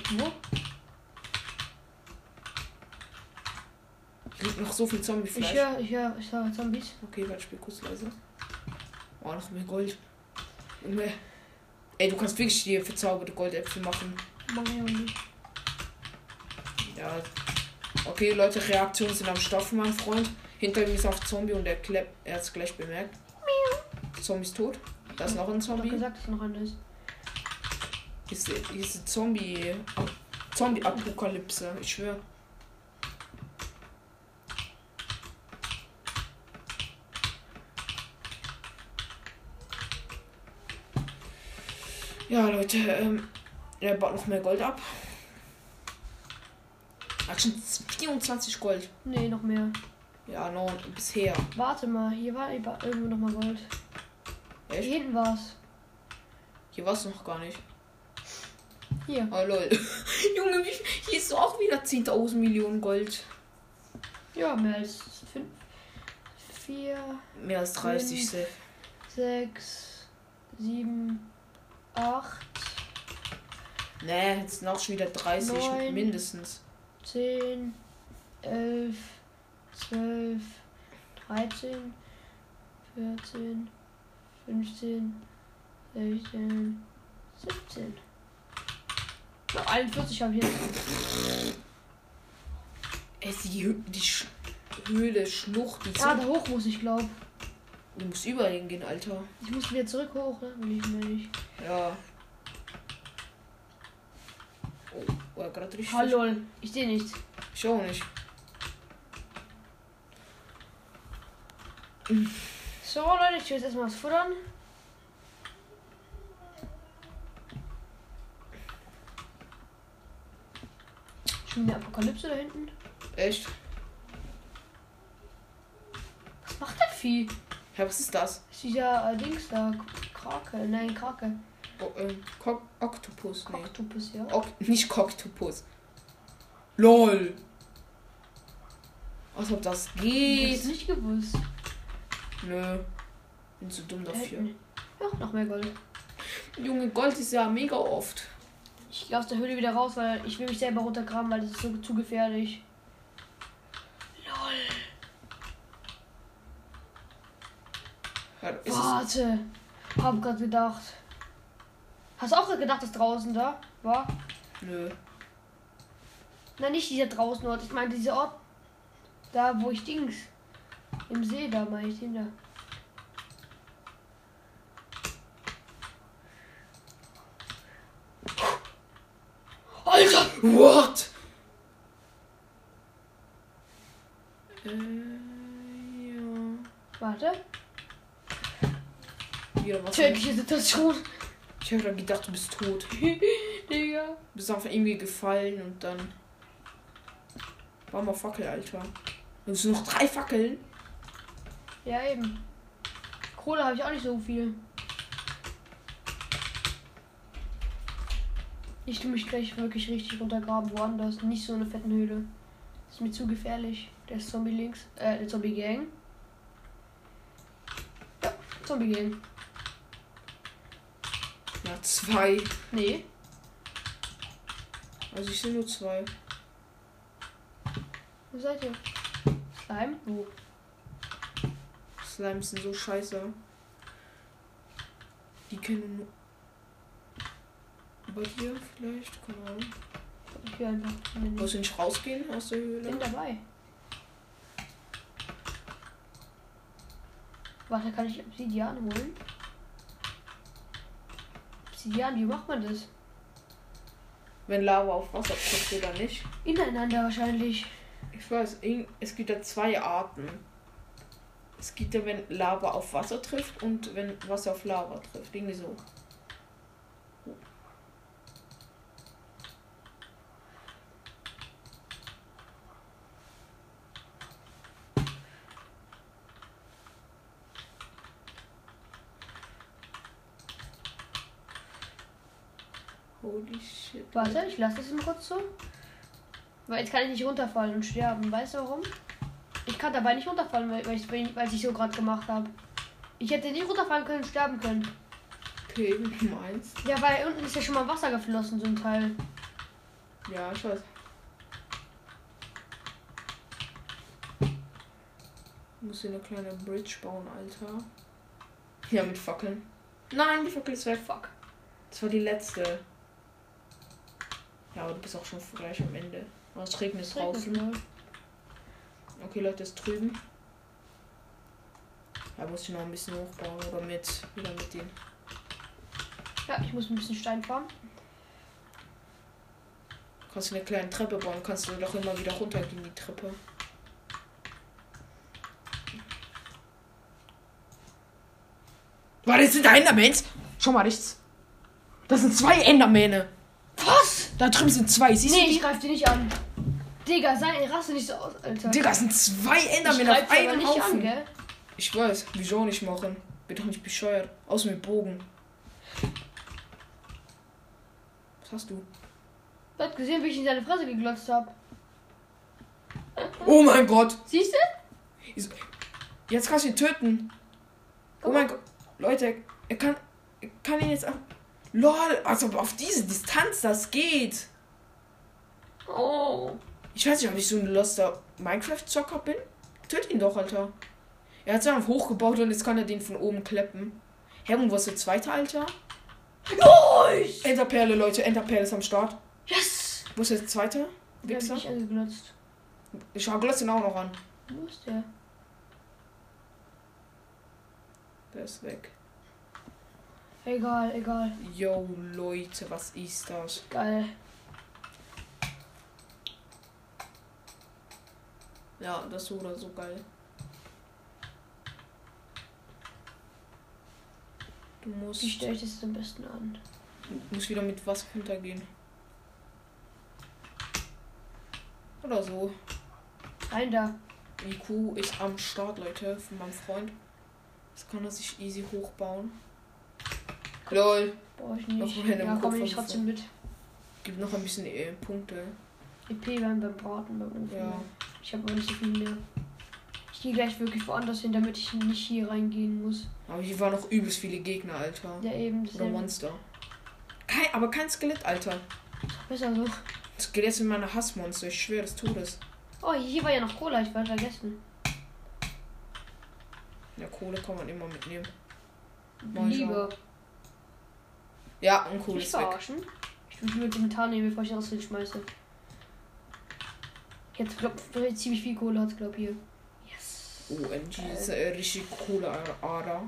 S1: Hier liegt noch so viel Zombiefleisch.
S2: Ich höre Zombies.
S1: Okay, warte, ich spiel kurz leise. Oh, noch mehr Gold. Und mehr. Ey, du kannst wirklich dir verzauberte Goldäpfel machen.
S2: Mach ich aber nicht.
S1: Ja. Okay, Leute, Reaktionen sind am Stoffen, mein Freund. Hinter ihm ist auch Zombie und er hat es gleich bemerkt. Zombie ist tot. Da ist noch ein Zombie.
S2: Ich hab gesagt, dass noch einer ist.
S1: Hier ist Zombie-Apokalypse, ich schwöre. Ja, Leute, er baut noch mehr Gold ab. Hat schon 24 Gold.
S2: Nee, noch mehr.
S1: Ja, noch bisher.
S2: Warte mal, hier war irgendwo noch mal Gold.
S1: Echt?
S2: Hier hinten war's.
S1: Hier war es noch gar nicht.
S2: Hier.
S1: Oh lol. Junge, hier ist auch wieder 10.000 Millionen Gold.
S2: Ja, mehr als 5, 4,
S1: Mehr als 30.
S2: 5, 6, 7, 8,
S1: Nee, jetzt noch schon wieder 30
S2: 9,
S1: mindestens.
S2: 10, 11, 12, 13, 14, 15, 16, 17. Noch 41 habe ich jetzt.
S1: Ey, Höhle, Schlucht, die
S2: Da hoch muss ich, glaube.
S1: Du musst überall hingehen, Alter.
S2: Ich muss wieder zurück hoch, ne? Will ich mehr nicht.
S1: Ja. Oh, gerade richtig.
S2: Hallo, ich sehe nichts.
S1: Ich auch nicht.
S2: So, Leute, ich will jetzt erstmal was futtern. Schon eine Apokalypse da hinten.
S1: Echt?
S2: Was macht das Vieh?
S1: Ja, was ist das?
S2: Ist dieser Dings da? Krake? Nein, Krake.
S1: Oh, Oktopus. Nee.
S2: Oktopus, ja.
S1: Nicht Koktopus. LOL. Als ob das
S2: Ich
S1: geht.
S2: hab's nicht gewusst.
S1: Nö. Bin zu dumm dafür.
S2: Ja, noch mehr Gold.
S1: Junge, Gold ist ja mega oft.
S2: Ich gehe aus der Höhle wieder raus, weil ich will mich selber runtergraben, weil das ist so zu gefährlich. LOL.
S1: Ja,
S2: Warte. Hab grad gedacht. Hast du auch gedacht, dass draußen da war?
S1: Nö.
S2: Nein, nicht dieser draußen Ort. Ich meine, dieser Ort. Da, wo ich Dings. Im See, da meine ich den da.
S1: Alter! What? Ja.
S2: Warte.
S1: Ja, was
S2: Tödliche Situation.
S1: ich habe gedacht, du bist tot.
S2: Digga.
S1: Du bist einfach irgendwie gefallen und dann. War mal Fackel, Alter. Du hast noch 3 Fackeln.
S2: Ja, eben. Kohle habe ich auch nicht so viel. Ich tue mich gleich wirklich richtig runtergraben woanders. Nicht so eine fetten Höhle. Das ist mir zu gefährlich. Der ist Zombie links. Der Zombie Gang. Ja, Zombie Gang.
S1: Ja, 2.
S2: Nee.
S1: Also ich sehe nur 2.
S2: Wo seid ihr? Slime? Wo?
S1: Slimes sind so scheiße. Die können nur. Bei dir vielleicht? Keine Ahnung.
S2: Ich will einfach.
S1: Muss ich nicht rausgehen aus der Höhle?
S2: Bin dabei. Warte, kann ich Obsidian holen? Obsidian, wie macht man das?
S1: Wenn Lava auf Wasser trifft oder nicht?
S2: Ineinander wahrscheinlich.
S1: Ich weiß, es gibt ja 2 Arten. Es gibt ja, wenn Lava auf Wasser trifft und wenn Wasser auf Lava trifft. Irgendwie so. Holy shit.
S2: Warte, ich lasse das mal kurz so. Weil jetzt kann ich nicht runterfallen und sterben. Weißt du warum? Ich kann dabei nicht runterfallen, weil ich so gerade gemacht habe. Ich hätte nicht runterfallen können und sterben können.
S1: Okay, wie du meinst.
S2: Ja, weil unten ist ja schon mal Wasser geflossen, so ein Teil.
S1: Ja, ich weiß. Ich muss hier eine kleine Bridge bauen, Alter. Ja, mit Fackeln. Nein, die Fackel ist weg.
S2: Fuck.
S1: Das war die letzte. Ja, aber du bist auch schon gleich am Ende. Oh, es regnet draußen. Okay, Leute, ist drüben. Da muss ich noch ein bisschen hochbauen oder wieder mit denen.
S2: Ja, ich muss ein bisschen Stein farmen.
S1: Kannst du eine kleine Treppe bauen, kannst du doch immer wieder runtergehen, die Treppe. Warte, das sind da Endermans? Schau mal rechts. Das sind 2 Endermäne.
S2: Was?
S1: Da drüben sind 2. Siehst du
S2: Nee,
S1: die?
S2: ich greif dir nicht an. Digga, raste nicht so aus, Alter.
S1: Digga, das sind 2
S2: Ich
S1: Endermänner
S2: greif
S1: auf
S2: dir aber
S1: einem
S2: nicht
S1: Haufen.
S2: an, gell?
S1: Ich weiß, wieso nicht machen? Bin doch nicht bescheuert. Außer mit Bogen. Was hast du?
S2: Du hast gesehen, wie ich in seine Fresse geglotzt habe.
S1: Oh mein Gott.
S2: Siehst du?
S1: Jetzt kannst du ihn töten. Oh mein Gott. Leute, er kann ihn jetzt... LOL, also auf diese Distanz das geht.
S2: Oh.
S1: Ich weiß nicht, ob ich so ein loster Minecraft-Zocker bin. Töt ihn doch, Alter. Er hat sich einfach hochgebaut und jetzt kann er den von oben kleppen. Hä, und was ist der zweite, Alter?
S2: Nice!
S1: Enderperle, Leute. Enderperle ist am Start.
S2: Yes!
S1: Wo ist der zweite?
S2: Der hat
S1: Wichser?
S2: mich angeglotzt.
S1: Ich glotze ihn auch noch an.
S2: Wo ist der?
S1: Der ist weg.
S2: Egal, egal.
S1: Yo, Leute, was ist das?
S2: Geil.
S1: Ja, das ist oder so geil. Du musst...
S2: Wie stelle ich das am besten an?
S1: Du musst wieder mit Wasser runtergehen. Oder so.
S2: Rein da.
S1: IQ ist am Start, Leute, von meinem Freund. Das kann er sich easy hochbauen. LOL.
S2: Brauche ich
S1: Noch
S2: nicht.
S1: mal in
S2: Ja,
S1: dem
S2: komm
S1: Kopf
S2: ich trotzdem mit.
S1: Gibt noch ein bisschen Punkte.
S2: EP beim Braten, beim Ofen.
S1: Ja.
S2: Ich habe aber nicht so viel mehr. Ich gehe gleich wirklich woanders hin, damit ich nicht hier reingehen muss.
S1: Aber hier waren noch übelst viele Gegner, Alter.
S2: Ja, eben.
S1: Oder Monster. Aber kein Skelett, Alter.
S2: Besser so.
S1: Skelett sind meine Hassmonster. Ich schwöre des Todes.
S2: Oh, hier war ja noch Cola. Ich war vergessen.
S1: Ja, Kohle kann man immer mitnehmen.
S2: Lieber.
S1: Ja, und Kohle
S2: Ich
S1: ist weg.
S2: verarschen. Ich will mit dem Methan nehmen, bevor ich das hinschmeiße. Jetzt ziemlich viel Kohle hat, glaube ich, hier. Yes.
S1: OMG, ist eine richtig coole Ader.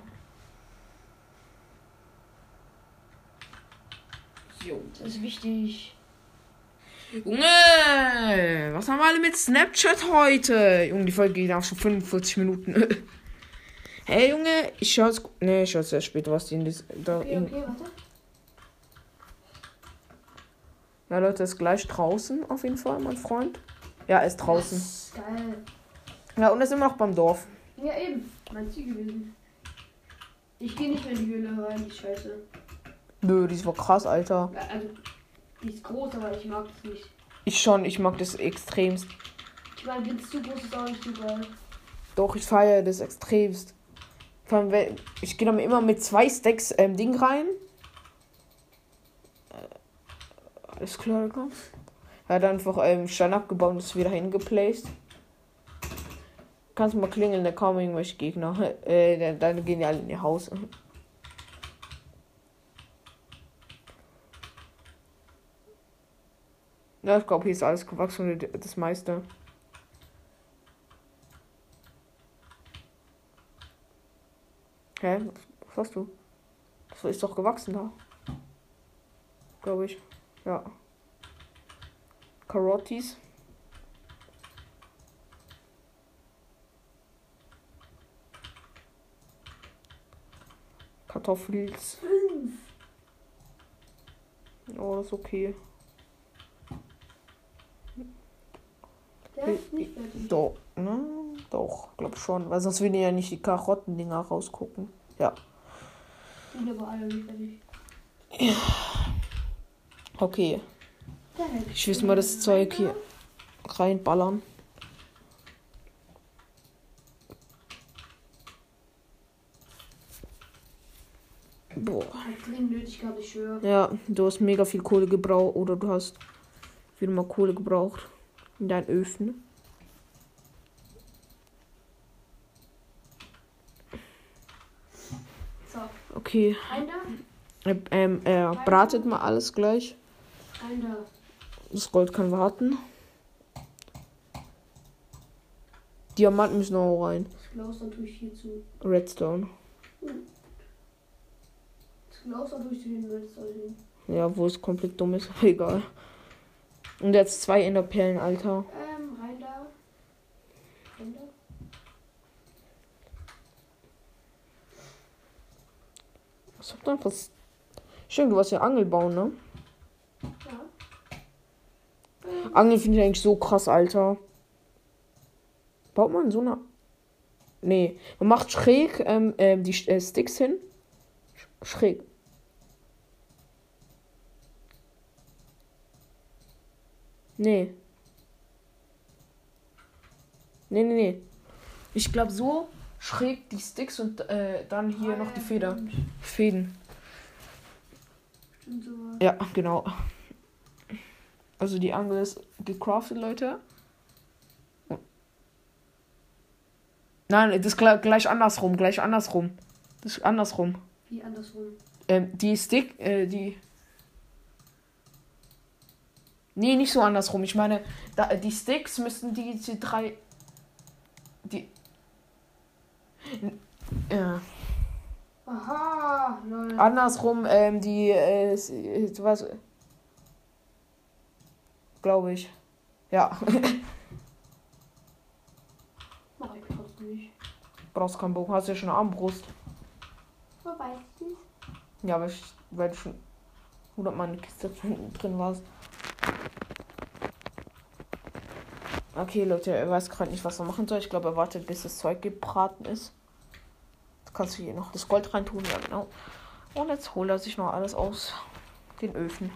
S1: Jo.
S2: Das ist wichtig.
S1: Junge, was haben wir alle mit Snapchat heute? Junge, die Folge geht auch schon 45 Minuten. Hey, Junge, ich schaue jetzt erst später, was die in das...
S2: Okay, warte.
S1: Ja, Leute, ist gleich draußen auf jeden Fall, mein Freund. Ja, ist draußen.
S2: Das ist geil.
S1: Ja, und ist immer noch beim Dorf.
S2: Ja, eben. Mein Ziel gewesen. Ich gehe nicht mehr in die Höhle rein, die Scheiße.
S1: Nö, die war krass, Alter.
S2: Also, die ist groß, aber ich mag es nicht.
S1: Ich mag das extremst.
S2: Ich meine, wenn es zu groß ist, auch nicht so geil.
S1: Doch, ich feiere das extremst. Vor allem, ich gehe dann immer mit 2 Stacks Ding rein. Alles klar, komm. Er hat einfach Stein abgebaut und ist wieder hingeplaced. Kannst mal klingeln, da kommen irgendwelche Gegner. Dann gehen die alle in ihr Haus. Ja, ich glaube, hier ist alles gewachsen, das meiste. Hä? Was hast du? Das ist doch gewachsen da. Glaube ich. Ja. Karottis. Kartoffels.
S2: 5.
S1: Oh, das ist okay.
S2: Der ist nicht fertig.
S1: Doch, ne? Doch, glaub schon. Weil sonst würden ja nicht die Karottendinger rausgucken. Ja.
S2: Sind aber alle nicht fertig.
S1: Okay. Ich will mal das Zeug hier reinballern. Boah.
S2: Dringend nötig gehabt, ich schwöre.
S1: Ja, du hast mega viel Kohle gebraucht. Oder du hast wieder mal Kohle gebraucht. In deinen Öfen.
S2: So.
S1: Okay.
S2: Ein da?
S1: Er bratet mal alles gleich.
S2: Ein da.
S1: Das Gold kann warten. Diamanten müssen auch rein.
S2: Das Klaus dann tue ich hier zu.
S1: Redstone.
S2: Das Klaus dann tue ich zu den Redstone hin.
S1: Ja, wo es komplett dumm ist. Egal. Und jetzt 2 Enderperlen, Alter.
S2: Rein da. Rein da.
S1: Was habt ihr denn was? Schön, du warst ja Angel bauen, ne?
S2: Ja.
S1: Angeln finde ich eigentlich so krass, Alter. Baut man so eine... Nee, man macht schräg die Sticks hin. Schräg. Nee. Nee. Ich glaube so schräg die Sticks und dann hier noch die Fäden.
S2: Stimmt so.
S1: Ja, genau. Also die Angel ist gecraftet, Leute. Nein, das ist gleich andersrum. Das ist andersrum.
S2: Wie andersrum?
S1: Die Stick, die... Nee, nicht so andersrum. Ich meine, die Sticks müssten die 3... Die...
S2: Aha, lol.
S1: Andersrum, was... Glaube ich. Ja.
S2: Mach ich trotzdem nicht.
S1: Brauchst keinen Bogen. Hast ja schon eine Armbrust.
S2: Wobei,
S1: Ja, weil du schon 100 Mal in der Kiste drin warst. Okay, Leute, er weiß gerade nicht, was er machen soll. Ich glaube, er wartet, bis das Zeug gebraten ist. Jetzt kannst du hier noch das Gold reintun. Ja, genau. Und jetzt holt er sich noch alles aus den Öfen.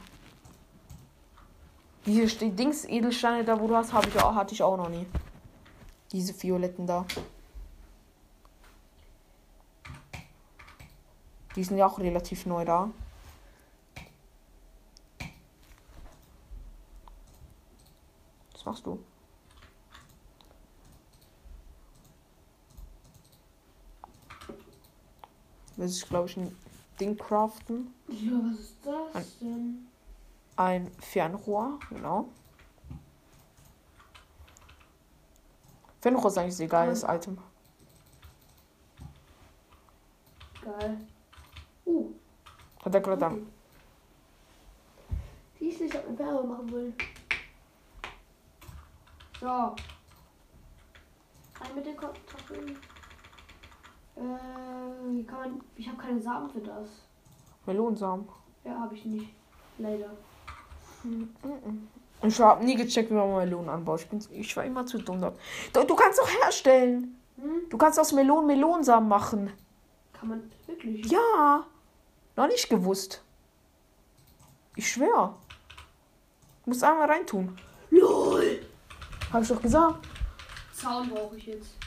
S1: Diese Edelsteine da, wo du hast, hatte ich auch noch nie. Diese violetten da. Die sind ja auch relativ neu da. Was machst du? Will ich, glaube ich, ein Ding craften.
S2: Ja, was ist das denn?
S1: Ein Fernrohr, genau. Fenrohr ist eigentlich egal, das Item.
S2: Geil.
S1: Hat er gerade dann.
S2: Siehst du, ich hab eine Fenrohr machen wollen. So. Rein mit den Kartoffeln. Wie kann man. Ich habe keine Samen für das.
S1: Melonensamen.
S2: Ja, habe ich nicht. Leider.
S1: Ich habe nie gecheckt, wie man Melonen anbaut. Ich war immer zu dumm da. Du kannst doch herstellen. Du kannst aus Melonen Melonensamen machen.
S2: Kann man wirklich?
S1: Ja. Noch nicht gewusst. Ich schwör. Du musst einmal reintun.
S2: LOL!
S1: Hab ich doch gesagt.
S2: Zaun brauche ich jetzt.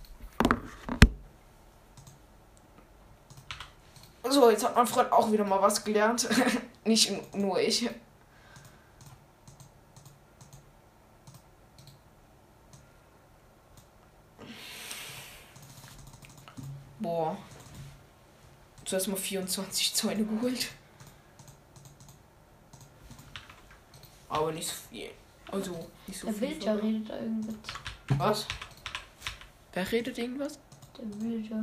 S1: So, jetzt hat mein Freund auch wieder mal was gelernt. Nicht nur ich. Boah. Zuerst mal 24 Zäune geholt. Aber nicht so viel. Also, nicht so
S2: Der
S1: viel.
S2: Villager redet da irgendwas.
S1: Was? Wer redet irgendwas?
S2: Der Villager.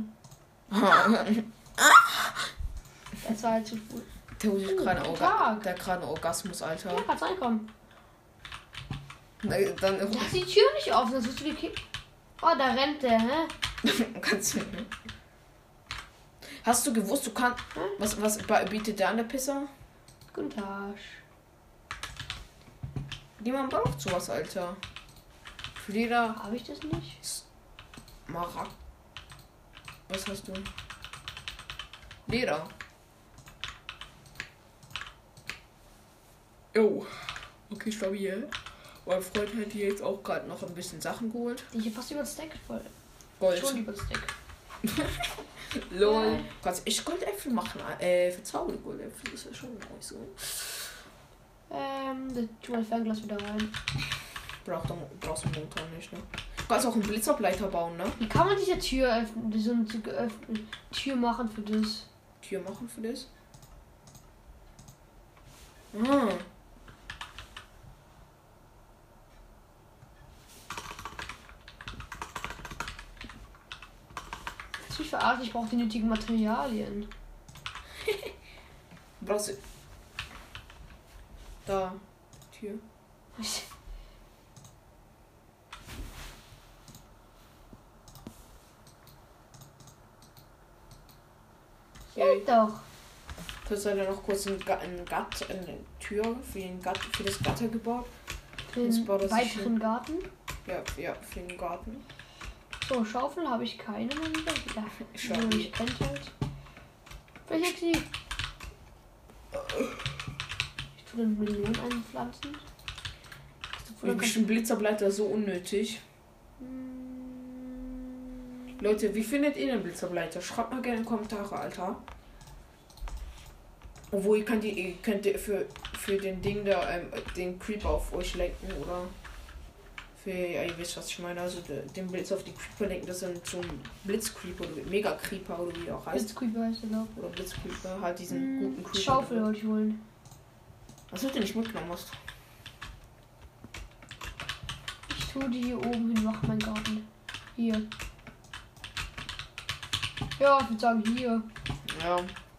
S2: Das war halt zu cool.
S1: Der hat
S2: Tag.
S1: gerade einen Orgasmus, Alter.
S2: Ja, kannst reinkommen.
S1: Dann
S2: Lass die Tür nicht offen, sonst wirst du gekickt. Oh, da rennt der, hä?
S1: kannst du. Hast du gewusst, du kannst. Was bietet der an der Pisser?
S2: Guten Tag.
S1: Niemand braucht sowas, Alter. Flieder.
S2: Habe ich das nicht?
S1: Marak. Was hast du? Leder. Jo. Okay, stabil. Mein Freund hat hier jetzt auch gerade noch ein bisschen Sachen geholt.
S2: Ich hab fast über das Stack voll.
S1: Gold.
S2: Schon über das Stack.
S1: Lol.
S2: Ja.
S1: Kannst echt Goldäpfel machen. Verzauberte Goldäpfel ist ja schon nicht so.
S2: Das tu mal Fernglas wieder rein.
S1: Brauchst du einen Motor nicht, ne? Du kannst auch einen Blitzableiter bauen, ne?
S2: Wie kann man diese Tür öffnen? So eine geöffnete Tür machen für das?
S1: Tür machen für das? Ah.
S2: Ich mich verarscht, ich brauche die nötigen Materialien.
S1: Brauchst du. Da. Tür.
S2: Geht doch.
S1: Du hast ja noch kurz eine Tür für das Gatter gebaut.
S2: Für
S1: Das
S2: den
S1: war das
S2: weiteren
S1: schon.
S2: Garten.
S1: Ja, für den Garten.
S2: So, Schaufel habe ich keine mehr wieder. Ja,
S1: Schaufel.
S2: ich kennt halt. Vielleicht sie. Ich tue den Melonen einpflanzen.
S1: Wirklich ein Blitzableiter so unnötig. Leute, wie findet ihr den Blitzableiter? Schreibt mal gerne in die Kommentare, Alter. Obwohl ihr könnt für den Ding da den Creeper auf euch lenken, oder? Ja, ihr wisst, was ich meine. Also den Blitz auf die Creeper lenken, das sind so ein Blitzcreeper oder Mega-Creeper oder wie der auch heißt.
S2: Blitzcreeper heißt der, glaube ich.
S1: Oder Blitzcreeper, halt diesen guten Creeper.
S2: Schaufel wollte ich holen.
S1: Was du nicht mitgenommen hast?
S2: Ich tue die hier oben hin, mach meinen Garten. Hier. Ja, ich würde sagen hier.
S1: Ja.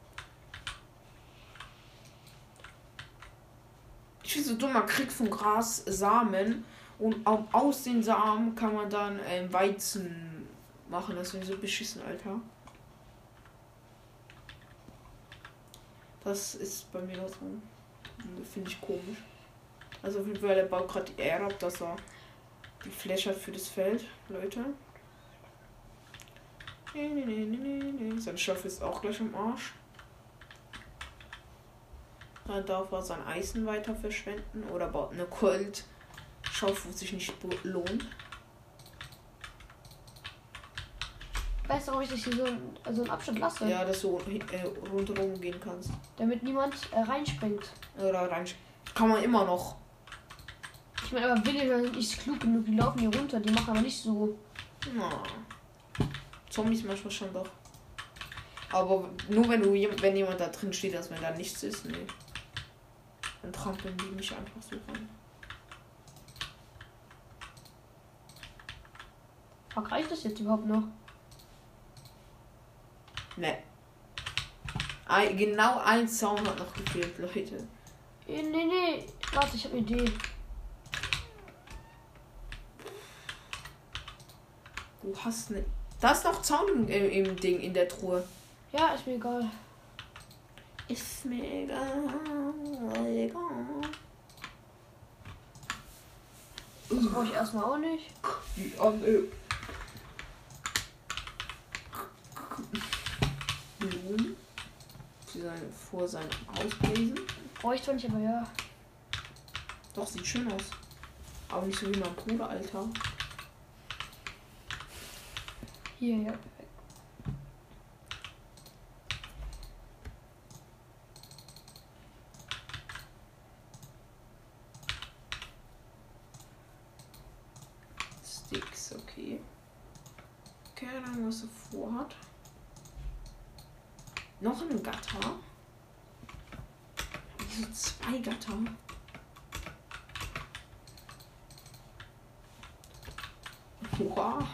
S1: Ich finde so dumm, man kriegt vom Gras Samen und aus den Samen kann man dann Weizen machen. Das ist so beschissen, Alter. Das ist bei mir noch so. Finde ich komisch. Also auf jeden Fall, der baut gerade die Erde ab, dass er die Fläche hat für das Feld, Leute. Nee. Sein Schaff ist auch gleich am Arsch. Dann darf er sein Eisen weiter verschwenden oder baut eine Goldschaufel, wo sich nicht lohnt.
S2: Weißt du, warum ich das hier so einen Abstand lasse?
S1: Ja, dass du rundherum gehen kannst.
S2: Damit niemand reinspringt.
S1: Oder rein. Kann man immer noch.
S2: Ich meine, aber Villager sind nicht klug genug, die laufen hier runter, die machen aber nicht so.
S1: Na. Zombies manchmal schon doch. Aber nur wenn jemand da drin steht, dass wenn da nichts ist, nee. Dann trampeln die mich einfach so rein.
S2: Fuck, reicht das jetzt überhaupt noch?
S1: Ne. Genau ein Zaun hat noch gefehlt, Leute.
S2: Nee. Warte, ich habe eine Idee.
S1: Du hast ne. Da ist noch Zaun im Ding in der Truhe.
S2: Ja, ist mir egal.
S1: Ist mir egal.
S2: Das brauche ich erstmal auch nicht.
S1: Die Angel. Blumen. Sie sollen vor seinem Haus lesen.
S2: Brauche ich zwar nicht, aber ja.
S1: Doch, sieht schön aus. Aber nicht so wie mein Bruder, Alter.
S2: Hier, ja.
S1: Sticks, okay. Keine Ahnung, was er vorhat. Noch ein Gatter. Wieso 2 Gatter? Wow.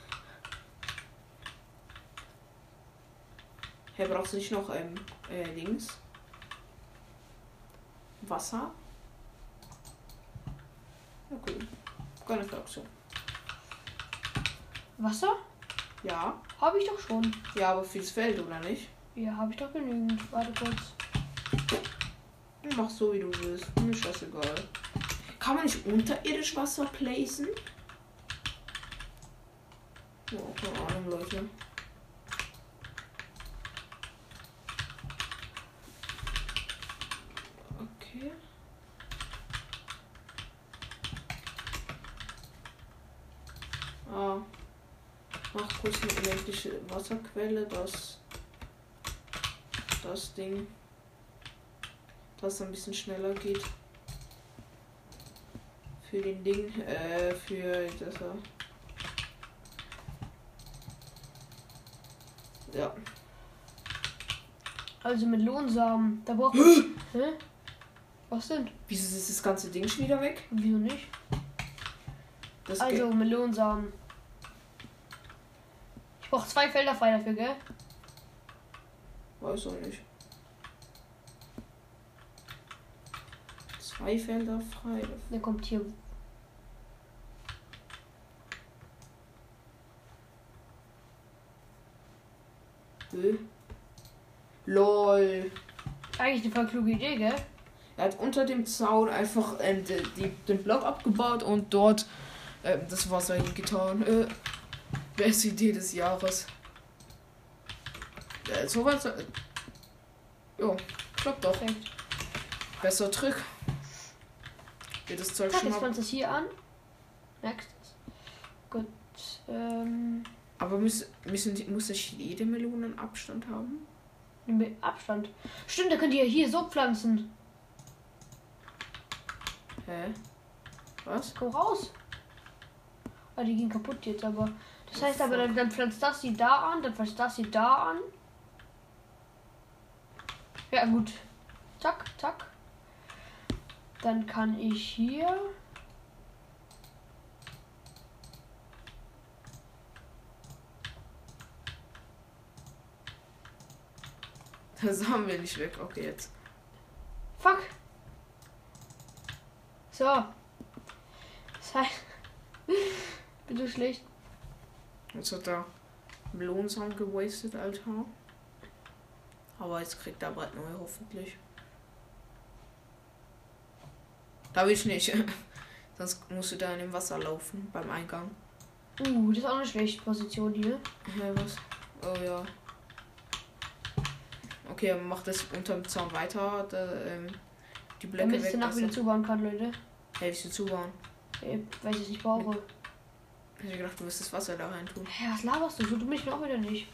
S1: Hey, brauchst du nicht noch links? Wasser? Okay. Keine Fraktion.
S2: Wasser?
S1: Ja.
S2: Habe ich doch schon.
S1: Ja, aber fürs Feld, oder nicht?
S2: Ja, habe ich doch genügend. Warte kurz.
S1: Mach so, wie du willst. Mir ist das egal. Kann man nicht unterirdisch Wasser placen? Oh, keine Ahnung, Leute. Okay. Mach kurz eine unendliche Wasserquelle, das Ding, das ein bisschen schneller geht. Für den Ding, für das. Ja.
S2: Also mit Lohnsamen. Da braucht man. Hä? Was denn?
S1: Wieso ist das ganze Ding schon wieder weg?
S2: Wieso nicht?
S1: Das
S2: Also Melonsamen. Ich brauche 2 Felder frei dafür, gell?
S1: Weiß auch nicht. 2 Felder frei.
S2: Der kommt hier.
S1: LOL.
S2: Eigentlich eine voll kluge Idee, gell?
S1: Er hat unter dem Zaun einfach den Block abgebaut und dort das Wasser hingetan. Beste Idee des Jahres. So was. Jo, klappt doch.
S2: Perfekt.
S1: Besser Trick. Geht das Zeug
S2: Zack,
S1: schon
S2: jetzt
S1: ab.
S2: pflanzt das hier an. Next. Gut.
S1: Aber muss ich jede Melone einen Abstand haben?
S2: Mit Abstand. Stimmt, da könnt ihr hier so pflanzen.
S1: Hä? Was?
S2: Komm raus. Ah, die gehen kaputt jetzt, aber. Das heißt aber, dann pflanzt das sie da an, dann pflanzt das sie da an. Ja, gut. Zack, zack. Dann kann ich hier.
S1: Das haben wir nicht weg. Okay, jetzt.
S2: Fuck. So. Das heißt. Bin so schlecht.
S1: Jetzt hat er Melonensamen gewastet, Alter. Aber jetzt kriegt er bald neue, hoffentlich. Darf ich nicht. Sonst musst du da in dem Wasser laufen beim Eingang.
S2: Das ist auch eine schlechte Position hier.
S1: Ja, was? Oh ja. Okay, er macht das unterm Zaun weiter. Die Blöcke
S2: Damit ich
S1: weg.
S2: danach wieder zubauen kann, Leute.
S1: Helfst du zubauen?
S2: Weil ich es nicht brauche.
S1: Ich hätte gedacht, du wirst das Wasser da rein tun.
S2: Hä, was laberst du? So dumm bin ich auch wieder nicht.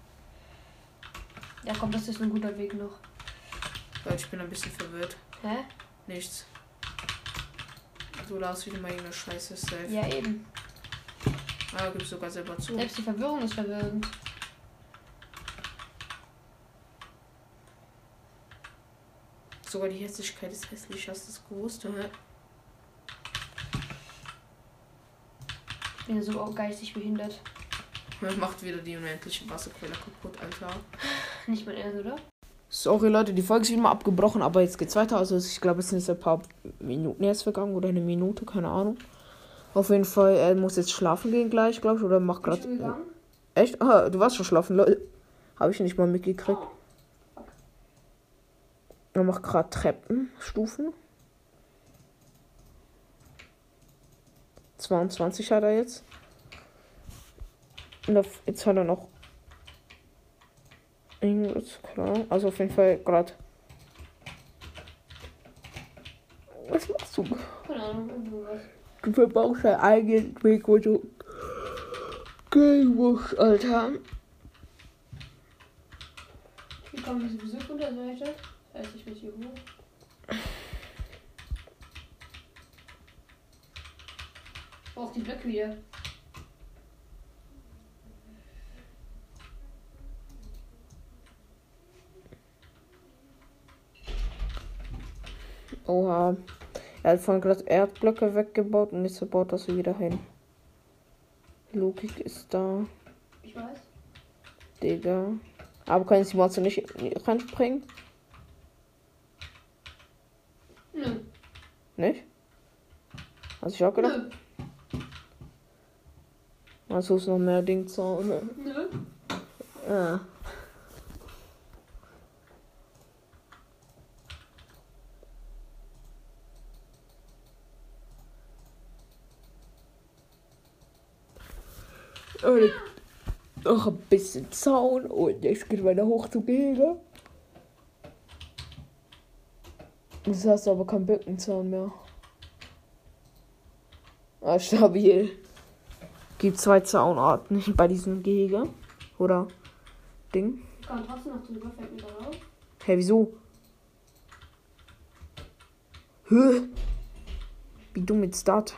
S2: Ja, komm, das ist ein guter Weg noch.
S1: Leute, ich bin ein bisschen verwirrt.
S2: Hä?
S1: Nichts. Du darfst wieder mal irgendeine Scheiße safe.
S2: Ja, eben.
S1: Ah, gibst sogar selber zu.
S2: Selbst die Verwirrung ist verwirrend.
S1: Sogar die Hässlichkeit ist hässlich, hast du das gewusst? Hä?
S2: bin ja so geistig behindert.
S1: Macht wieder die unendliche Wasserquelle kaputt, Alter.
S2: Nicht mal ernst, oder?
S1: Sorry Leute, die Folge ist wieder mal abgebrochen, aber jetzt geht's weiter. Also ich glaube, es sind jetzt ein paar Minuten erst vergangen oder eine Minute, keine Ahnung. Auf jeden Fall, er muss jetzt schlafen gehen gleich, glaube ich, oder macht gerade... Echt? Ah, du warst schon schlafen, Leute. Habe ich nicht mal mitgekriegt. Er macht gerade Treppenstufen. 22 hat er jetzt. Und jetzt hat er noch irgendwas, klar. Also auf jeden Fall gerade. Was machst du?
S2: Keine Ahnung, irgendwas.
S1: Du verbaust deinen eigenen Weg, wo du gehen musst, Alter.
S2: Ich bekomme diese Besuch von der Seite. Das heißt, ich bin hier hoch. Ich brauche die Blöcke wieder.
S1: Oha. Er hat vorhin gerade Erdblöcke weggebaut und jetzt baut das wieder hin. Logik ist da.
S2: Ich weiß.
S1: Digga. Aber können sie Monster nicht reinspringen?
S2: Nö.
S1: Nicht? Also ich auch gedacht.
S2: Nö.
S1: Also ist noch mehr Dingzaun.
S2: Nö.
S1: Ah. Und noch ein bisschen Zaun und jetzt geht weiter hoch zu Gehege. Das hast aber keinen Böckenzaun mehr. Ah, stabil. Gibt 2 Zaunarten bei diesem Gehege. Oder Ding.
S2: Ich kann trotzdem noch drüber, fällt mir da auf.
S1: Hä, wieso? Hä? Wie dumm ist das?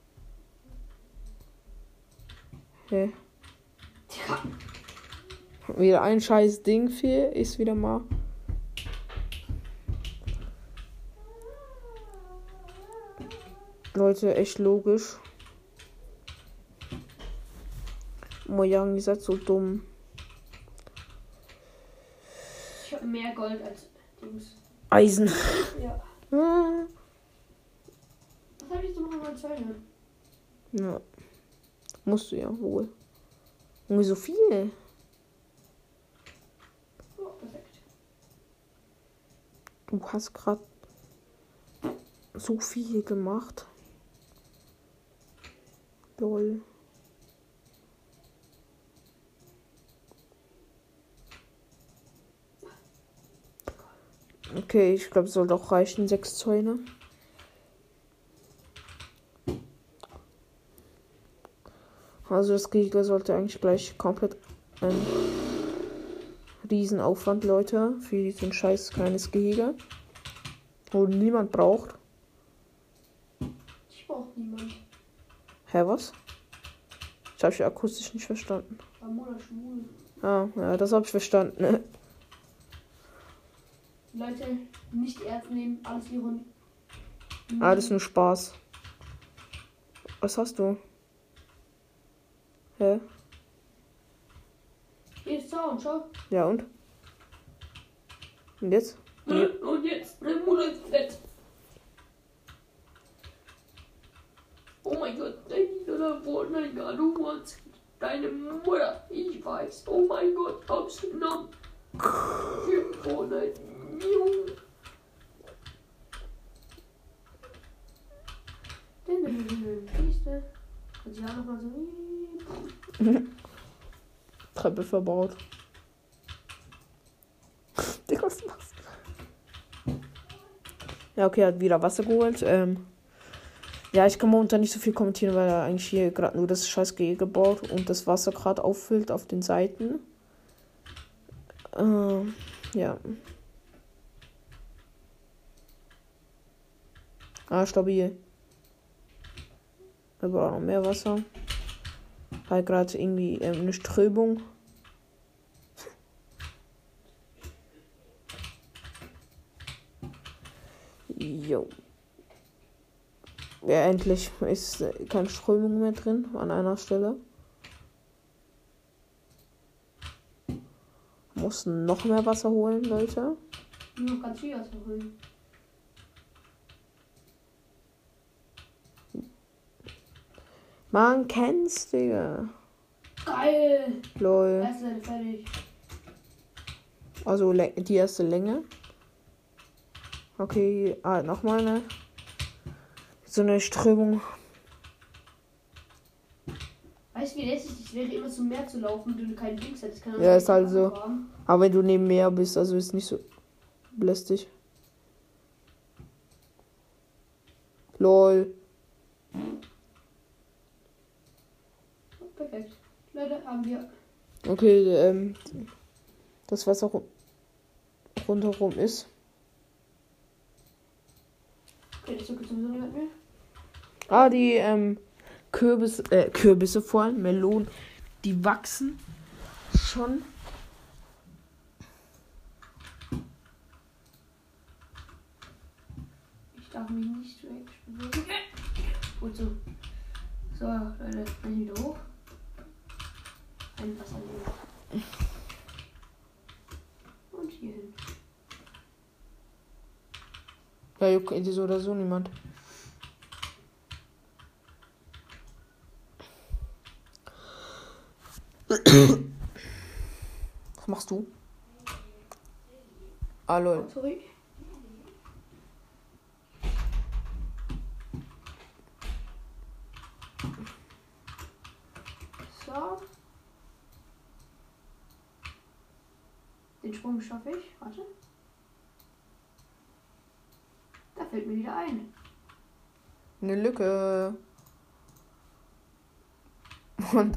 S1: Hä?
S2: Tja.
S1: Wieder ein scheiß Ding fehlt, ist wieder mal. Leute, echt logisch. Mojang, ihr seid so dumm.
S2: Ich habe mehr Gold als Dings.
S1: Eisen.
S2: Ja.
S1: Ah.
S2: Was habe ich jetzt noch mal Zäune?
S1: Ja. Musst du ja wohl. Irgendwie so viel.
S2: Oh, perfekt.
S1: Du hast gerade so viel gemacht. Lol. Okay, ich glaube, es sollte auch reichen. 6 Zäune. Also das Gehege sollte eigentlich gleich komplett ein Riesenaufwand, Leute, für diesen scheiß kleines Gehege, wo niemand braucht.
S2: Ich brauche niemand.
S1: Hä, was? Ich habe dich akustisch nicht verstanden.
S2: War Monat schwul.
S1: Ah, ja, das habe ich verstanden. Ne?
S2: Leute, nicht ernst nehmen, alles Ironie.
S1: Alles nur Spaß. Was hast du? Hä?
S2: Hier ist Zaun, schau.
S1: Ja, und? Und jetzt?
S2: Und jetzt, eine Mutter ist fett. Oh mein Gott, dein oder Fortnite, du wolltest deine Mutter, ich weiß. Oh mein Gott, hab's genommen. Für Fortnite. Junge. Kiste. Und sie haben nochmal so.
S1: Treppe verbaut. Digga, was machst du? Ja, okay, er hat wieder Wasser geholt. Ja, ich kann momentan nicht so viel kommentieren, weil er eigentlich hier gerade nur das scheiß Gehege gebaut und das Wasser gerade auffüllt auf den Seiten. Ja. Ah, stabil. Wir brauchen noch mehr Wasser. Halt gerade irgendwie eine Strömung. Jo. Ja, endlich ist keine Strömung mehr drin an einer Stelle. Mussten noch mehr Wasser holen, Leute.
S2: Noch ganz viel Wasser holen.
S1: Man kennt's, Digga.
S2: Geil!
S1: Lol.
S2: Erste fertig.
S1: Also die erste Länge. Okay, nochmal eine. So eine Strömung.
S2: Weißt du, wie lässig es wäre, immer zum Meer zu laufen, wenn du keinen Dings hättest?
S1: Ja, ist halt so. Aber wenn du neben Meer bist, also ist nicht so lästig. Lol.
S2: Perfekt. Leute, haben wir.
S1: Okay, das Wasser rundherum ist.
S2: Okay, das juckt sowieso niemand mehr.
S1: Die Kürbisse vor allem, Melonen, die wachsen schon.
S2: Ich darf mich nicht so bewegen. Gut so. So, Leute, dann wieder hoch. Ein Wasser nehmen. Und hier hin.
S1: Ja, juckt so oder so niemand. Was machst du? Lol.
S2: Sorry. So. Den Sprung schaffe ich. Warte. Da fällt mir wieder ein.
S1: Eine Lücke. Und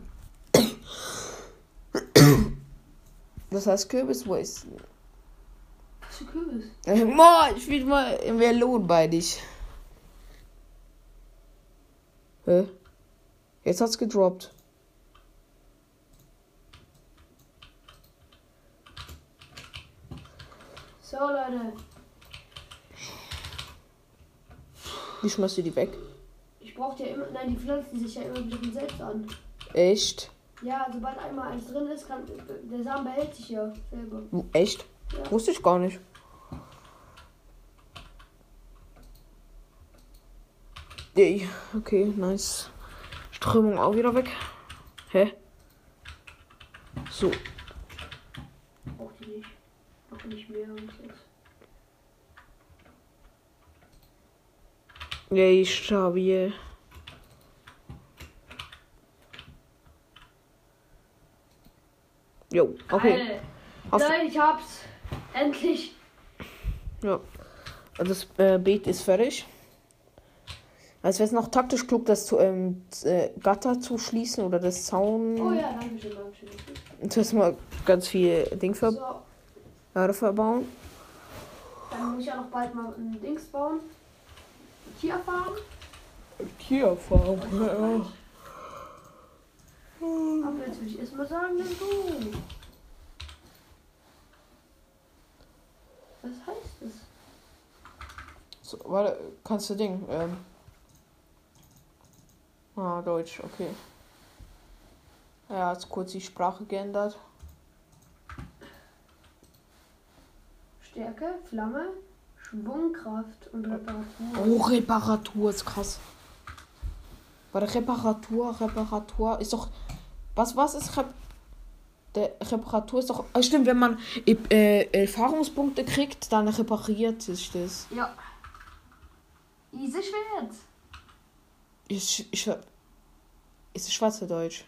S1: das heißt Kürbis, wo ist?
S2: Was für Kürbis?
S1: Ich will mal Melonen bei dich. Hä? Jetzt hat's gedroppt.
S2: So, Leute.
S1: Wie schmeißt du die weg?
S2: Ich brauche ja immer. Nein, die pflanzen sich ja immer wieder von selbst an.
S1: Echt?
S2: Ja, sobald einmal eins drin ist, kann. Der Samen behält sich ja selber.
S1: Echt?
S2: Ja.
S1: Wusste ich gar nicht. Yay. Okay, nice. Strömung auch wieder weg. Hä? So.
S2: Braucht die nicht. Noch nicht mehr und jetzt.
S1: Yay, stabil. Jo, okay.
S2: Leute, ich hab's. Endlich.
S1: Ja. Also das Beet ist fertig. Also wäre es noch taktisch klug, das Gatter zu schließen oder das Zaun.
S2: Oh ja, danke schön, danke schön.
S1: Jetzt müssen wir ganz viel
S2: So,
S1: Erde verbauen.
S2: dann muss ich ja noch bald mal ein Dings bauen. Tierfarm.
S1: Tierfarm,
S2: Ja. Aber jetzt will ich erstmal sagen, dann du. Was heißt das?
S1: So, warte, kannst du Ding? Deutsch, okay. Ja, hat kurz die Sprache geändert.
S2: Stärke, Flamme, Schwungkraft und Reparatur.
S1: Oh, Reparatur ist krass. Warte, Reparatur ist doch. Was ist der Reparatur ist doch. Stimmt, wenn man Erfahrungspunkte kriegt, dann repariert sich das.
S2: Ja. Easy Schwert.
S1: Ist es Schweizerdeutsch?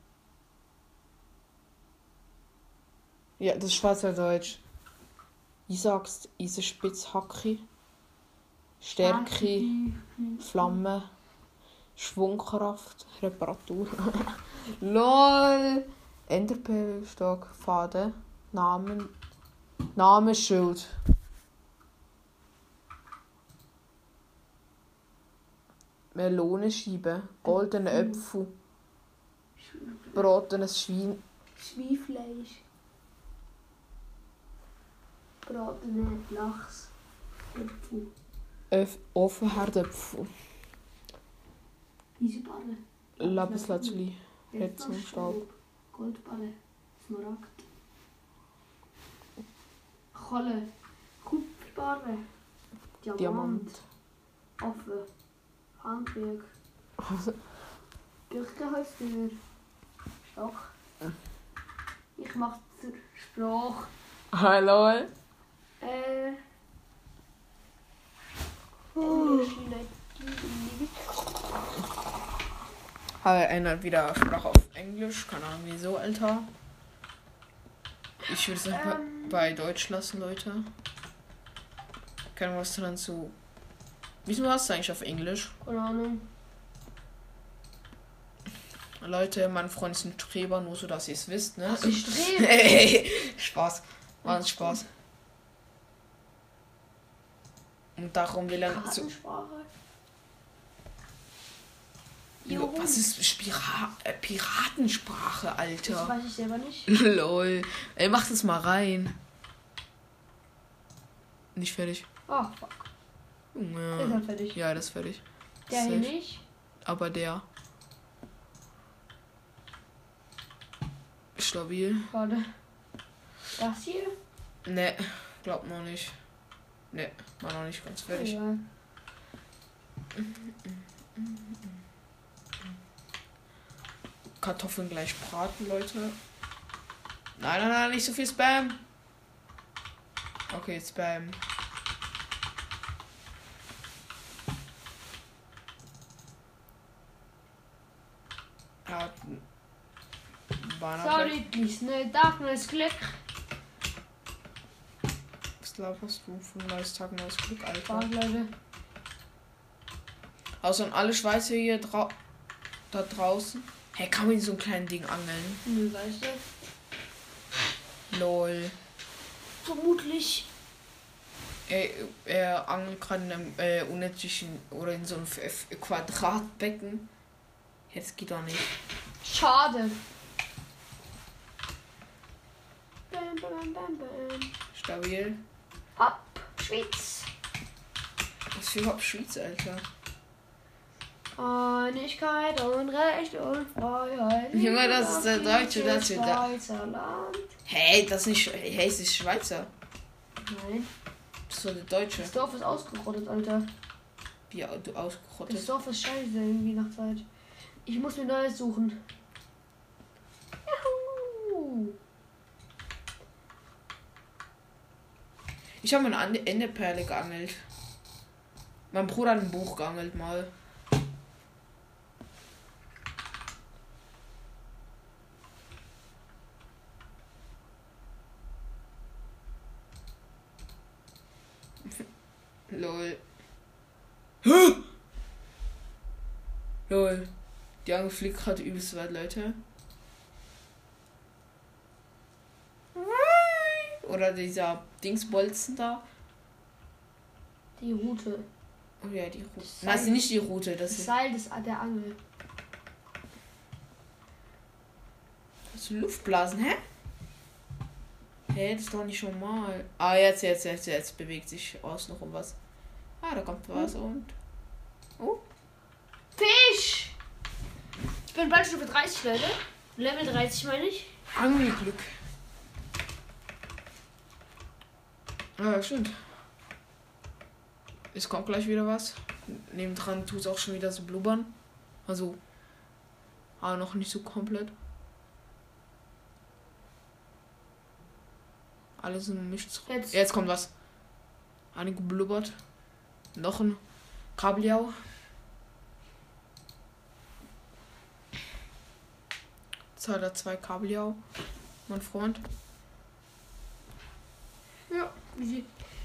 S1: Ja, das ist Schweizerdeutsch. Ich sag's, ist Spitzhacke, Stärke, Flamme, Schwungkraft, Reparatur. LOL! Enderpeilstock, Faden, Namensschild. Melonenscheibe, goldene Äpfel, bratenes Schwein.
S2: Schweinfleisch. Bratene Lachs. Äpfel.
S1: Offenherdäpfel.
S2: Easy Balle.
S1: Lapislazuli. Staub.
S2: Goldballe. Smaragd. Kohle. Kupferbarre. Diamant. Affe. Handwerk. Birkenholztür. Stock. Ich mach zur Sprache.
S1: Hallo. Habe einer wieder Sprache auf Englisch. Keine Ahnung wieso, Alter. Ich würde es einfach bei Deutsch lassen, Leute. Keine Ahnung, was du dann so. Wieso hast du eigentlich auf Englisch?
S2: Keine Ahnung.
S1: Leute, mein Freund ist ein Streber, nur so, dass ihr es wisst, ne?
S2: Was ist Streber?
S1: Hey, Spaß. War ein Spaß. Und darum will er so. Was ist Piratensprache, Alter?
S2: Das weiß ich selber nicht.
S1: Lol. Ey, mach das mal rein. Nicht fertig.
S2: Oh, fuck.
S1: Ja.
S2: Ist er fertig?
S1: Ja, das ist fertig.
S2: Der hier nicht?
S1: Aber der. Stabil.
S2: Warte. Das hier?
S1: Ne, glaub noch nicht. Ne, war noch nicht ganz fertig.
S2: Ja.
S1: Kartoffeln gleich braten, Leute. Nein, nicht so viel Spam. Okay, Spam. Ja.
S2: Sorry, please. Ne, Darkness Glück.
S1: Was glaubst du von neues Tag, neues Glück, Alter?
S2: Warte, Leute.
S1: Außer an alle Schweizer hier da draußen. Hey, kann man in so einem kleinen Ding angeln?
S2: Nö, weißt du?
S1: Lol.
S2: Vermutlich.
S1: Er angelt gerade in einem unendlichen oder in so einem Quadratbecken. Ja, das geht doch nicht.
S2: Schade. Bam, bam, bam, bam.
S1: Stabil.
S2: Ab, Schweiz.
S1: Was für überhaupt Schweiz, Alter?
S2: Einigkeit und Recht und Freiheit.
S1: Junge, das ist der Deutsche, das ist der
S2: Schweizer Land.
S1: Hey, das ist nicht. Hey, es ist Schweizer.
S2: Nein.
S1: Das ist doch der Deutsche.
S2: Das Dorf ist ausgerottet, Alter.
S1: Wie du ausgerottet?
S2: Das Dorf ist scheiße irgendwie nach Zeit. Ich muss mir Neues suchen. Juhu.
S1: Ich habe eine Enderperle geangelt. Mein Bruder hat ein Buch geangelt mal. Lol. Lol. Die Angel fliegt gerade übelst weit, Leute. Oder dieser Dingsbolzen da.
S2: Die Route.
S1: Oh ja, die Route. Nein, das ist nicht die Route. Das
S2: Seil der Angel.
S1: Das ist Luftblasen, hä? Hä, das ist doch nicht schon mal. Ah, jetzt bewegt sich außen noch um was. Ah, da kommt was und. Oh.
S2: Fisch! Ich bin bald Stufe 30, Leute. Level 30 meine ich.
S1: Angelglück. Ja, stimmt. Es kommt gleich wieder was. Nebendran tut es auch schon wieder so blubbern. Also. Aber noch nicht so komplett. Alles im Misch. Jetzt kommt was. Einige blubbert. Noch ein Kabeljau. Jetzt hat er 2 Kabeljau. Mein Freund.
S2: Ja, easy.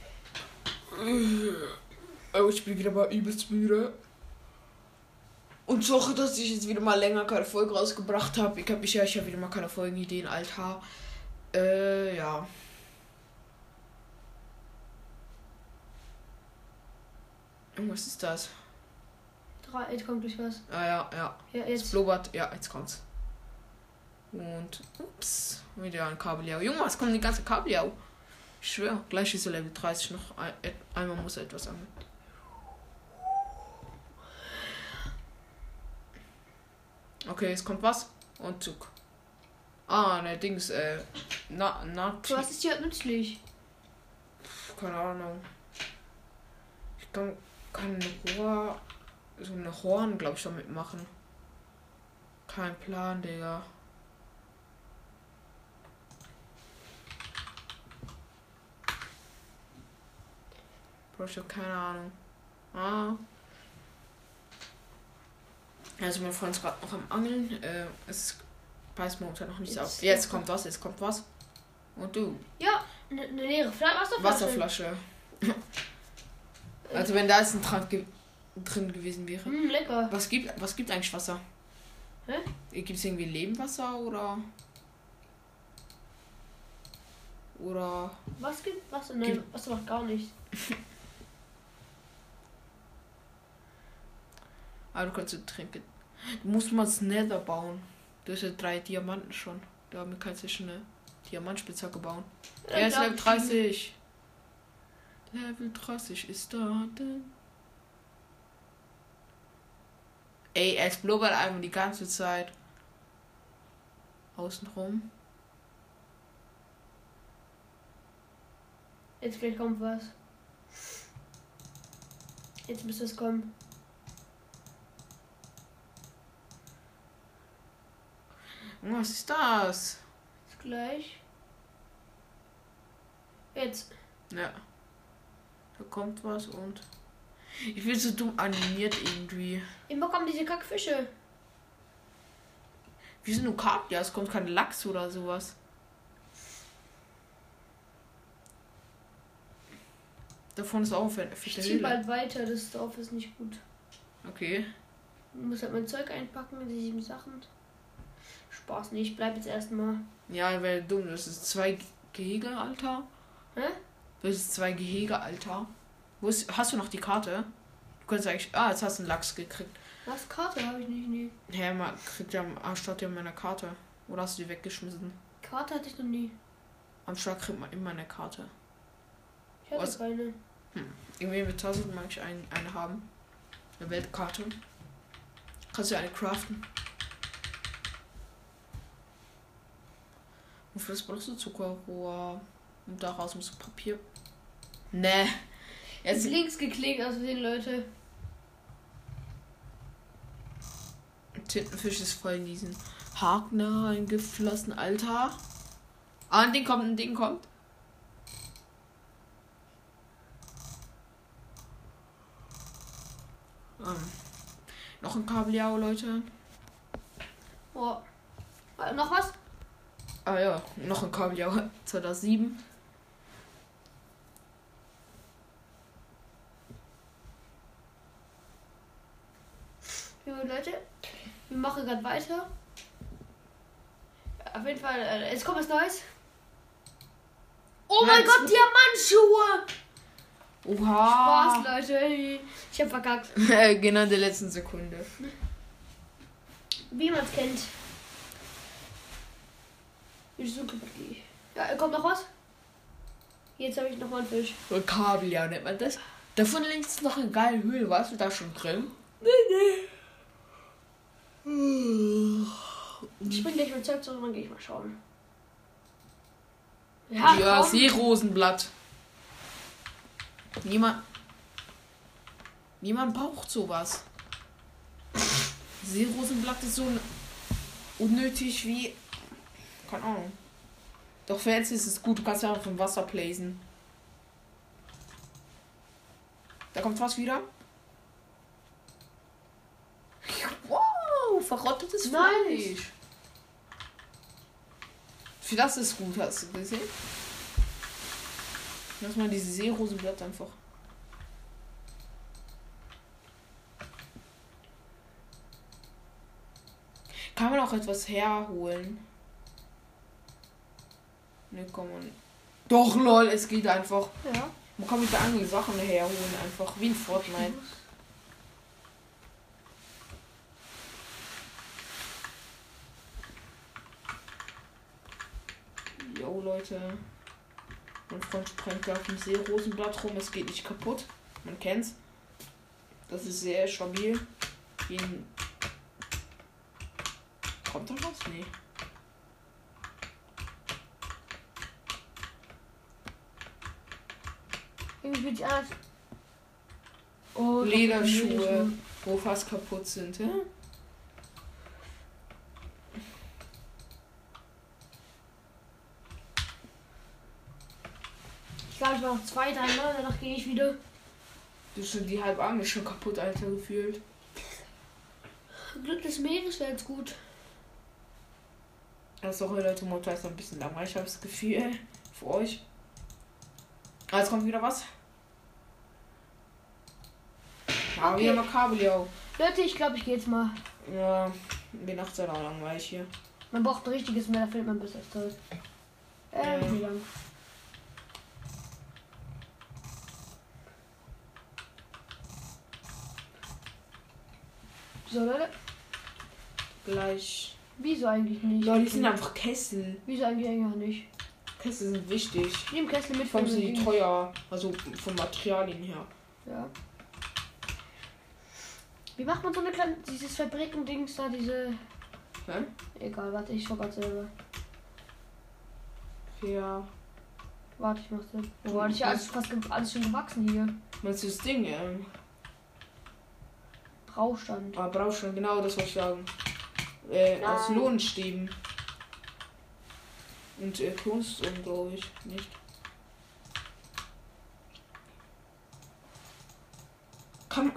S1: Oh, ich bin wieder mal übelst müde. Und sorry, dass ich jetzt wieder mal länger keine Folge rausgebracht habe. Ich habe wieder mal keine Folgenideen, Alter. Ja. Was ist das?
S2: Jetzt kommt gleich was.
S1: Ah, ja.
S2: Ja,
S1: jetzt. Es blubbert. Ja, jetzt kommt's. Und, ups. Wieder ein Kabeljau. Junge, was kommt die ganze Kabeljau? Ich schwör, gleich ist er Level 30 noch. Einmal muss er etwas angeln. Okay, es kommt was. Und Zug. Ah, ne, Dings,
S2: Was ist hier nützlich?
S1: Keine Ahnung. Ich kann so eine Horn, glaube ich, damit machen. Kein Plan, Digga. Bro, ich hab keine Ahnung. Also mein Freund ist gerade noch am Angeln. Es weiß momentan noch nichts auf. Jetzt kommt was. Und du?
S2: Ja, eine leere
S1: Wasserflasche. Also wenn da jetzt ein Trank drin gewesen wäre.
S2: Lecker.
S1: Was gibt eigentlich Wasser?
S2: Hä?
S1: Gibt es irgendwie Lebenwasser oder?
S2: Was gibt Wasser? Nein, Wasser macht gar nichts.
S1: Aber du kannst trinken. Du musst mal das Nether bauen. Du hast ja 3 Diamanten schon. Damit kannst du schon eine Diamantspitzhacke bauen. Er ist Level 30. Level 30 ist da. Ey, es blubbert einfach die ganze Zeit. Außenrum.
S2: Jetzt vielleicht kommt was. Jetzt müsste es kommen.
S1: Was ist das?
S2: Jetzt gleich. Jetzt.
S1: Ja. Da kommt was und... Ich bin so dumm animiert irgendwie.
S2: Immer kommen diese Kackfische.
S1: Wie sind nur Karten? Ja, es kommt kein Lachs oder sowas. Davon ist auch ein
S2: Ich zieh bald weiter, das Dorf ist nicht gut.
S1: Okay.
S2: Ich muss halt mein Zeug einpacken in die 7 Sachen. Spaß nicht, ich bleib jetzt erstmal.
S1: Ja, wäre dumm. Das ist 2 Gehege, Alter.
S2: Hä?
S1: Das ist 2 Gehege, Alter. Hast du noch die Karte? Du kannst eigentlich... jetzt hast du einen Lachs gekriegt.
S2: Was? Karte habe ich nicht, nie.
S1: Hä, man kriegt ja am Start ja meine Karte. Oder hast du die weggeschmissen?
S2: Karte hatte ich noch nie.
S1: Am Start kriegt man immer eine Karte.
S2: Ich hatte keine.
S1: Irgendwie mit 1000 mag ich eine haben. Eine Weltkarte. Kannst du eine craften. Und für das brauchst du Zuckerrohr. Und daraus musst du Papier. Ne.
S2: Jetzt links geklickt aus den Leute.
S1: Tintenfisch ist voll in diesen Haken reingeflossen, Alter. Ein Ding kommt. Noch ein Kabeljau, Leute.
S2: Oh. Noch was?
S1: Ja, noch ein Kabeljau. 2007.
S2: Ja, Leute, wir machen gerade weiter. Auf jeden Fall, jetzt kommt was Neues. Oh mein Gott, Diamantschuhe!
S1: Oha.
S2: Spaß, Leute. Ich hab verkackt.
S1: Genau in der letzten Sekunde.
S2: Wie man es kennt. Ich suche die. Ja, kommt noch was? Jetzt habe ich noch mal einen Fisch.
S1: Kabeljau nennt man das. Davon links ist noch eine geile Höhle. Warst du da schon drin? Nee.
S2: Ich bring gleich mein Zeug zurück, dann gehe ich mal schauen.
S1: Ja, Seerosenblatt. Niemand braucht sowas. Seerosenblatt ist so unnötig wie... Keine Ahnung. Doch für jetzt ist es gut. Du kannst ja auch vom Wasser blazen. Da kommt was wieder. Wow, verrottetes Fleisch. Für das ist gut, hast du gesehen? Lass mal diese Seerosenblatt einfach. Kann man auch etwas herholen? Ne, komm man. Doch, lol, es geht einfach.
S2: Ja.
S1: Man kann mit der anderen Sachen herholen, einfach wie in Fortnite. Jo, Leute. Mein Freund sprengt auf dem Seerosenblatt rum, es geht nicht kaputt. Man kennt's. Das ist sehr stabil. Kommt da was? Nee.
S2: Irgendwie wird die anders. Oh,
S1: Lederschuhe, wo fast kaputt sind, hä?
S2: Ich glaube, ich mache noch 2, 3 Mal, danach gehe ich wieder.
S1: Du hast schon die halbe Arme ist schon kaputt, Alter, gefühlt.
S2: Glück des Meeres wäre jetzt gut.
S1: Das ist auch heute Motor ist ein bisschen langweilig, ich habe das Gefühl, für euch. Ah, jetzt kommt wieder was. Ja,
S2: Okay.
S1: wieder mal Kabeljau.
S2: Leute, ich glaube, ich gehe jetzt mal.
S1: Ja, die Nacht ist ja auch langweilig hier.
S2: Man braucht ein richtiges Meer, da findet man besser Zeug. Wie lang? So, Leute.
S1: Gleich.
S2: Wieso eigentlich nicht?
S1: Ja, die sind einfach Kessel.
S2: Wieso eigentlich auch nicht?
S1: Kessel sind wichtig.
S2: Ich nehme Kessel mit
S1: Vor allem
S2: für
S1: sind die
S2: Ding.
S1: teuer. Also von Materialien her.
S2: Ja. Wie macht man so eine kleine, dieses Fabriken-Dings da, diese...
S1: Hä?
S2: Egal, warte, ich vergesse selber.
S1: Ja.
S2: Warte, ich mach's jetzt. Oh, warte, ich alles fast alles schon gewachsen hier.
S1: Meinst du das Ding?
S2: Braustand.
S1: Ah, brauchst du genau das, was ich sagen. Aus
S2: Nein.
S1: Lohnstäben. Und Kunst, glaube ich. Nicht. Kann.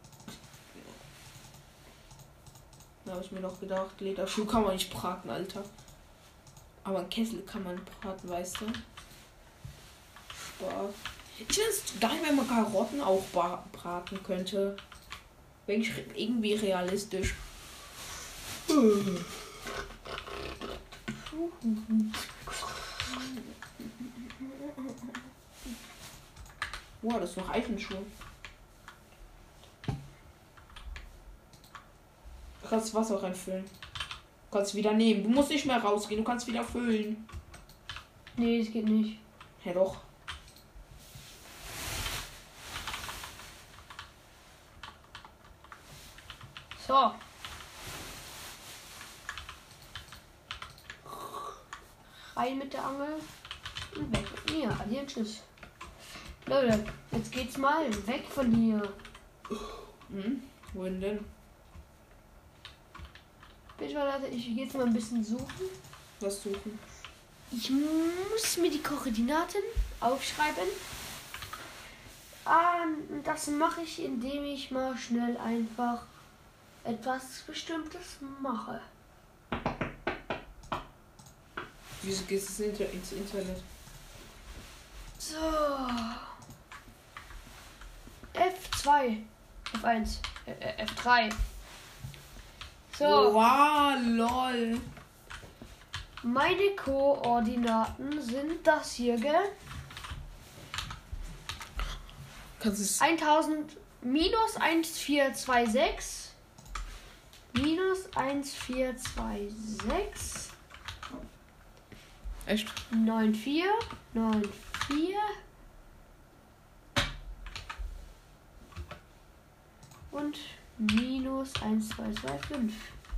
S1: Da habe ich mir doch gedacht, Lederschuh kann man nicht braten, Alter. Aber ein Kessel kann man braten, weißt du? Spaß. Ich finde es geil, wenn man Karotten auch braten könnte. Irgendwie realistisch. Wow, das ist noch Eifenschuh. Du kannst Wasser reinfüllen. Du kannst wieder nehmen. Du musst nicht mehr rausgehen, du kannst wieder füllen.
S2: Nee, das geht nicht.
S1: Ja doch.
S2: So. Rein mit der Angel und weg mit mir. Adieu, tschüss. Leute, jetzt geht's mal weg von hier.
S1: Hm? Wohin denn?
S2: Bitte mal, Leute, ich gehe jetzt mal ein bisschen suchen.
S1: Was suchen?
S2: Ich muss mir die Koordinaten aufschreiben. Das mache ich, indem ich mal schnell einfach etwas Bestimmtes mache.
S1: Wieso gehst du ins Internet?
S2: So. F2. F1. F3. So.
S1: Wow, lol.
S2: Meine Koordinaten sind das hier, gell?
S1: Kannst du es.
S2: 1000 minus 1426 minus 1426
S1: Echt?
S2: 94 94 und minus 1225.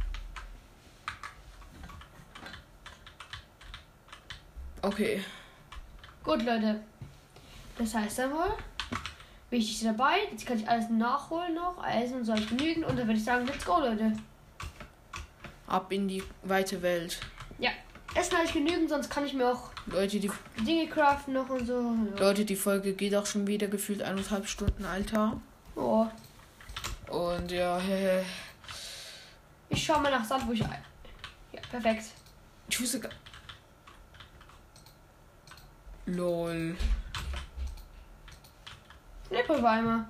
S1: Okay.
S2: Gut, Leute. Das heißt dann wohl, wichtig dabei. Jetzt kann ich alles nachholen noch. Eisen soll ich genügen. Und dann würde ich sagen, let's go, Leute.
S1: Ab in die weite Welt.
S2: Ja, Essen habe ich genügend, sonst kann ich mir auch
S1: Leute, die
S2: Dinge craften noch und so. Ja.
S1: Leute, die Folge geht auch schon wieder gefühlt 1,5 Stunden, Alter.
S2: Oh.
S1: Und ja,
S2: Ich schaue mal nach Sand, wo ich... Ja, perfekt.
S1: ich wusste gar. Lol.
S2: Nippelweimer.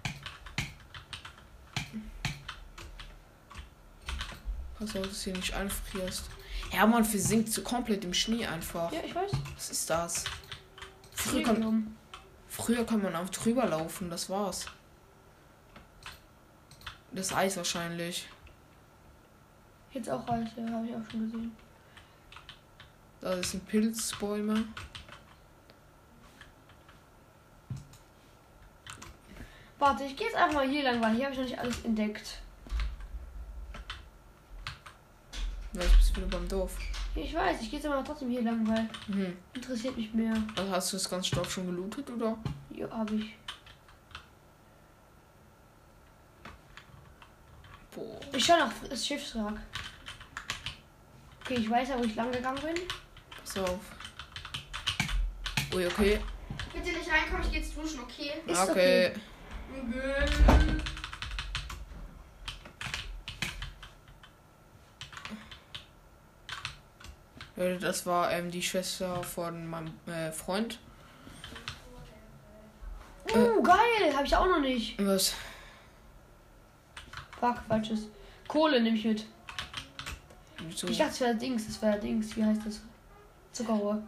S1: Pass auf, dass du hier nicht einfrierst. Ja, man versinkt so komplett im Schnee einfach.
S2: Ja, ich weiß.
S1: Was ist das?
S2: Premium.
S1: Früher kann man auch drüber laufen, das war's. Das Eis wahrscheinlich.
S2: Jetzt auch Eis, ja, habe ich auch schon gesehen.
S1: Da sind Pilzbäume.
S2: Warte, ich gehe jetzt einfach mal hier lang, weil hier habe ich noch nicht alles entdeckt.
S1: wieder beim Dorf.
S2: Ich weiß, ich gehe jetzt aber trotzdem hier lang, weil interessiert mich mehr.
S1: Also hast du das ganze Dorf schon gelootet, oder?
S2: Ja, habe ich.
S1: Boah.
S2: Ich schau nach das Schiffswrack. Okay, ich weiß ja, wo ich lang gegangen bin.
S1: Pass auf. Ui, okay.
S3: Bitte nicht reinkommen, ich geh jetzt duschen, okay?
S2: Ist
S1: Okay. Leute, das war die Schwester von meinem Freund.
S2: Geil! Habe ich auch noch nicht.
S1: Was?
S2: Fuck, falsches. Kohle nehme ich mit.
S1: So.
S2: Ich dachte, es wäre Dings. Das wäre Dings. Wie heißt das? Zuckerrohr.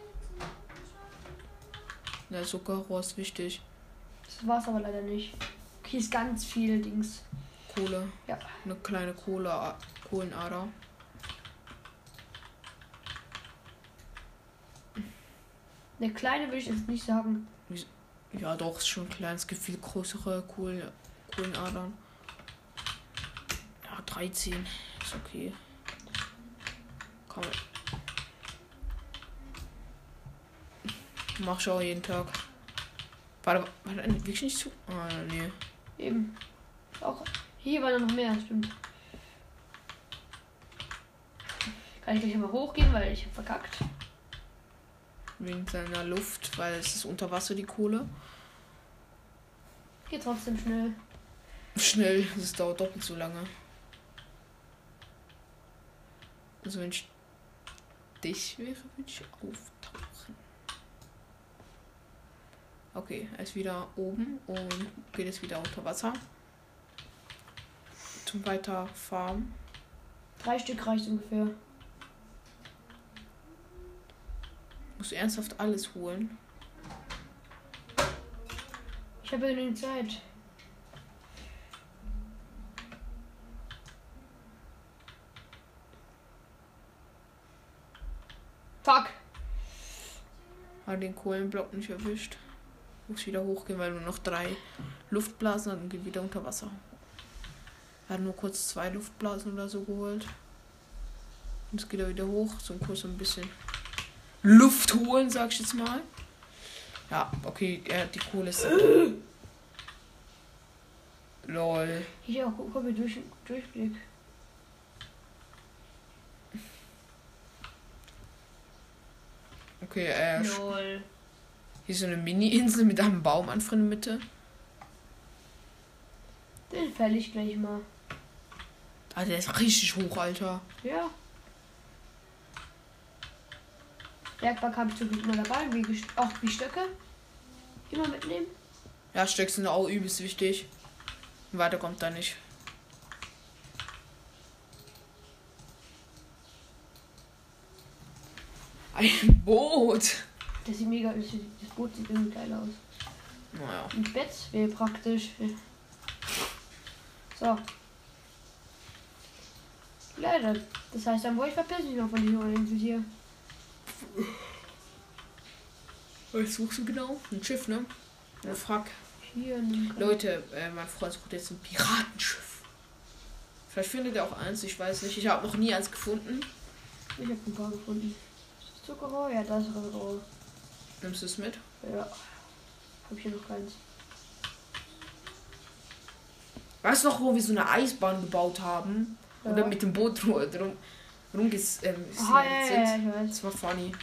S1: Ja, Zuckerrohr ist wichtig.
S2: Das war's aber leider nicht. Okay, ist ganz viel Dings.
S1: Kohle.
S2: Ja.
S1: Eine kleine Kohlenader.
S2: Eine kleine würde ich jetzt nicht sagen.
S1: Ja, doch, ist schon klein. Es gibt viel größere Kohlenadern. Ja, 13. Ist okay. Komm. Mach schon jeden Tag. War wirklich nicht zu? Ah, nee.
S2: Eben. Auch hier war noch mehr, stimmt. Kann ich gleich mal hochgehen, weil ich habe verkackt.
S1: Wegen seiner Luft, weil es ist unter Wasser, die Kohle.
S2: Geht trotzdem schnell.
S1: Schnell, das dauert doppelt so lange. Also wenn ich dich wäre, würde ich auftauchen. Okay, er ist wieder oben und geht jetzt wieder unter Wasser. Zum Weiterfahren.
S2: 3 Stück reicht ungefähr.
S1: Musst du ernsthaft alles holen?
S2: Ich habe ja genügend Zeit. Fuck.
S1: Hat den Kohlenblock nicht erwischt. Muss wieder hochgehen, weil nur noch 3 Luftblasen hat und geht wieder unter Wasser. Er hat nur kurz 2 Luftblasen oder so geholt. Und jetzt geht er wieder hoch, zum Kurs ein bisschen Luft holen, sag ich jetzt mal. Ja, okay, die Kohle ist. Lol.
S2: Hier auch, komm mir Durchblick.
S1: Okay,
S2: Lol.
S1: hier ist so eine Mini-Insel mit einem Baum an der Mitte.
S2: Den fäll ich gleich mal.
S1: Ah, der ist richtig hoch, Alter.
S2: Ja. Werkbank habe ich zum Glück immer dabei. Auch wie Stöcke. Immer mitnehmen.
S1: Ja, Stöcke sind auch übelst wichtig. Weiter kommt da nicht. Ein Boot.
S2: Das sieht mega, das Boot sieht irgendwie geil aus.
S1: Naja.
S2: Ein Bett wäre praktisch. So. Leider. Das heißt, dann wollte ich verpissen mich noch von dieser Insel hier.
S1: Was suchst du genau? Ein Schiff, ne? Ein Frack.
S2: Hier.
S1: Leute, mein Freund sucht jetzt ein Piratenschiff. Vielleicht findet er auch eins, ich weiß nicht. Ich habe noch nie eins gefunden.
S2: Ich habe ein paar gefunden. Ist das Zuckerrohr? Ja, das ist Zuckerrohr.
S1: Nimmst du es mit?
S2: Ja. Hab ich hier noch keins.
S1: Weißt du noch, wo wir so eine Eisbahn gebaut haben?
S2: Ja.
S1: Oder mit dem Boot rumgesetzt
S2: Ja, ich weiß.
S1: Das war funny.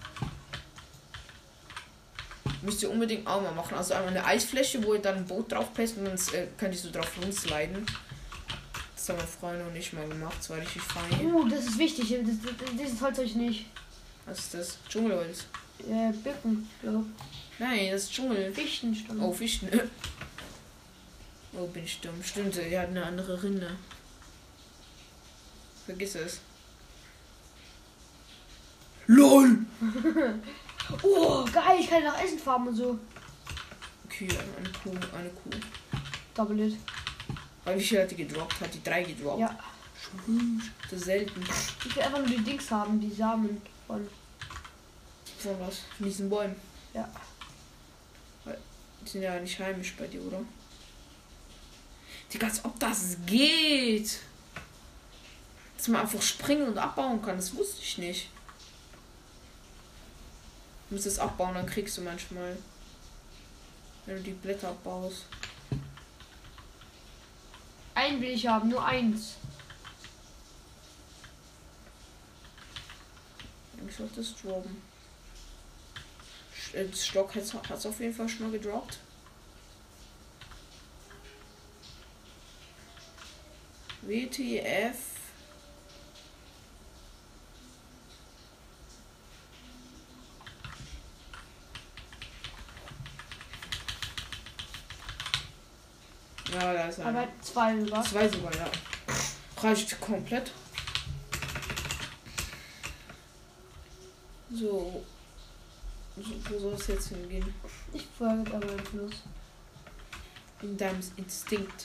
S1: Müsst ihr unbedingt auch mal machen. Also einmal eine Eisfläche, wo ihr dann ein Boot drauf presst und dann könnt ihr so drauf rumsliden. Das haben mein Freund und ich mal gemacht. Das war richtig fein.
S2: Das ist wichtig. Dieses Holz habe ich nicht.
S1: Was ist das? Dschungelholz.
S2: Birken, glaube
S1: Nein, das ist Dschungel.
S2: Fichtenstamm.
S1: Oh, Fichten. Oh, bin ich dumm. Stimmt, er hat eine andere Rinde. Vergiss es. LOL!
S2: Oh, geil, ich kann nach Essen farmen und so.
S1: Okay, eine Kuh.
S2: Double it.
S1: Aber wie viel hat die gedroppt? Hat die 3 gedroppt?
S2: Ja.
S1: Das ist selten.
S2: Ich will einfach nur die Dings haben, die Samen von.
S1: Von was? Von diesen Bäumen?
S2: Ja.
S1: Die sind ja nicht heimisch bei dir, oder? Digga, als ob das geht. Dass man einfach springen und abbauen kann, das wusste ich nicht. Du musst es abbauen, dann kriegst du manchmal. Wenn du die Blätter abbaust.
S2: Einen will ich haben, nur eins.
S1: Ich sollte das droppen. Das Stock hat es auf jeden Fall schon mal gedroppt. WTF. Ja, da ist er.
S2: Aber 2 sogar.
S1: 2 sogar, ja. Reicht komplett. So. Wo soll es jetzt hingehen?
S2: Ich folge aber im Fluss.
S1: In deinem Instinkt.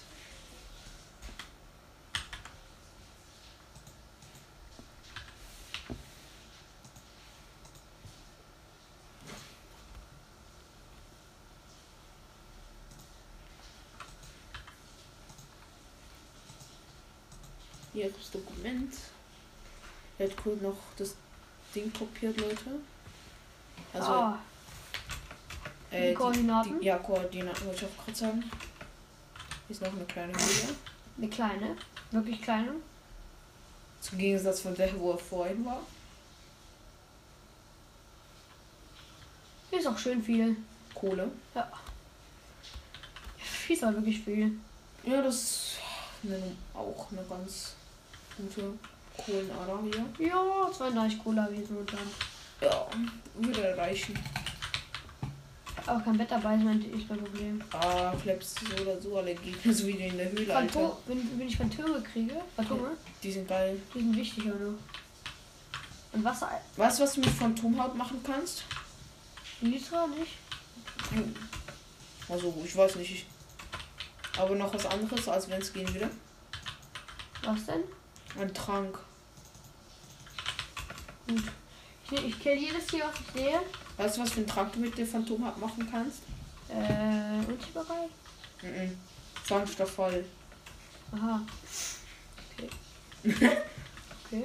S1: Hier ist das Dokument. Er hat kurz noch das Ding kopiert, Leute. Also
S2: die Koordinaten?
S1: Ja, Koordinaten wollte ich auch gerade sagen. Hier ist noch eine kleine Höhle.
S2: Eine kleine? Wirklich kleine?
S1: Zum Gegensatz von der, wo er vorhin war.
S2: Hier ist auch schön viel.
S1: Kohle.
S2: Ja. Hier ist aber wirklich viel.
S1: Ja, das ist auch eine ganz gute Kohlenader hier.
S2: Ja, 32 Kohle habe ich jetzt momentan.
S1: Ja, würde reichen.
S2: Aber kein Bett dabei ist mein Problem.
S1: Ah, flappst so oder so alle Gegner, so wie die in der Höhle, Alter.
S2: Wenn ich Phantome kriege, Phantome,
S1: Die sind geil.
S2: die sind wichtig, oder? Und Wasser.
S1: Weißt du, was du mit Phantomhaut machen kannst?
S2: Litra nicht?
S1: Also, ich weiß nicht. Aber noch was anderes, als wenn es gehen würde.
S2: Was denn?
S1: Ein Trank.
S2: Gut. Ich kill jedes Tier, was ich sehe.
S1: Weißt du, was für einen Trank du mit der Phantomhaut machen kannst?
S2: Unsichtbarkeit?
S1: Sauerstoff voll.
S2: Aha. Okay. Okay.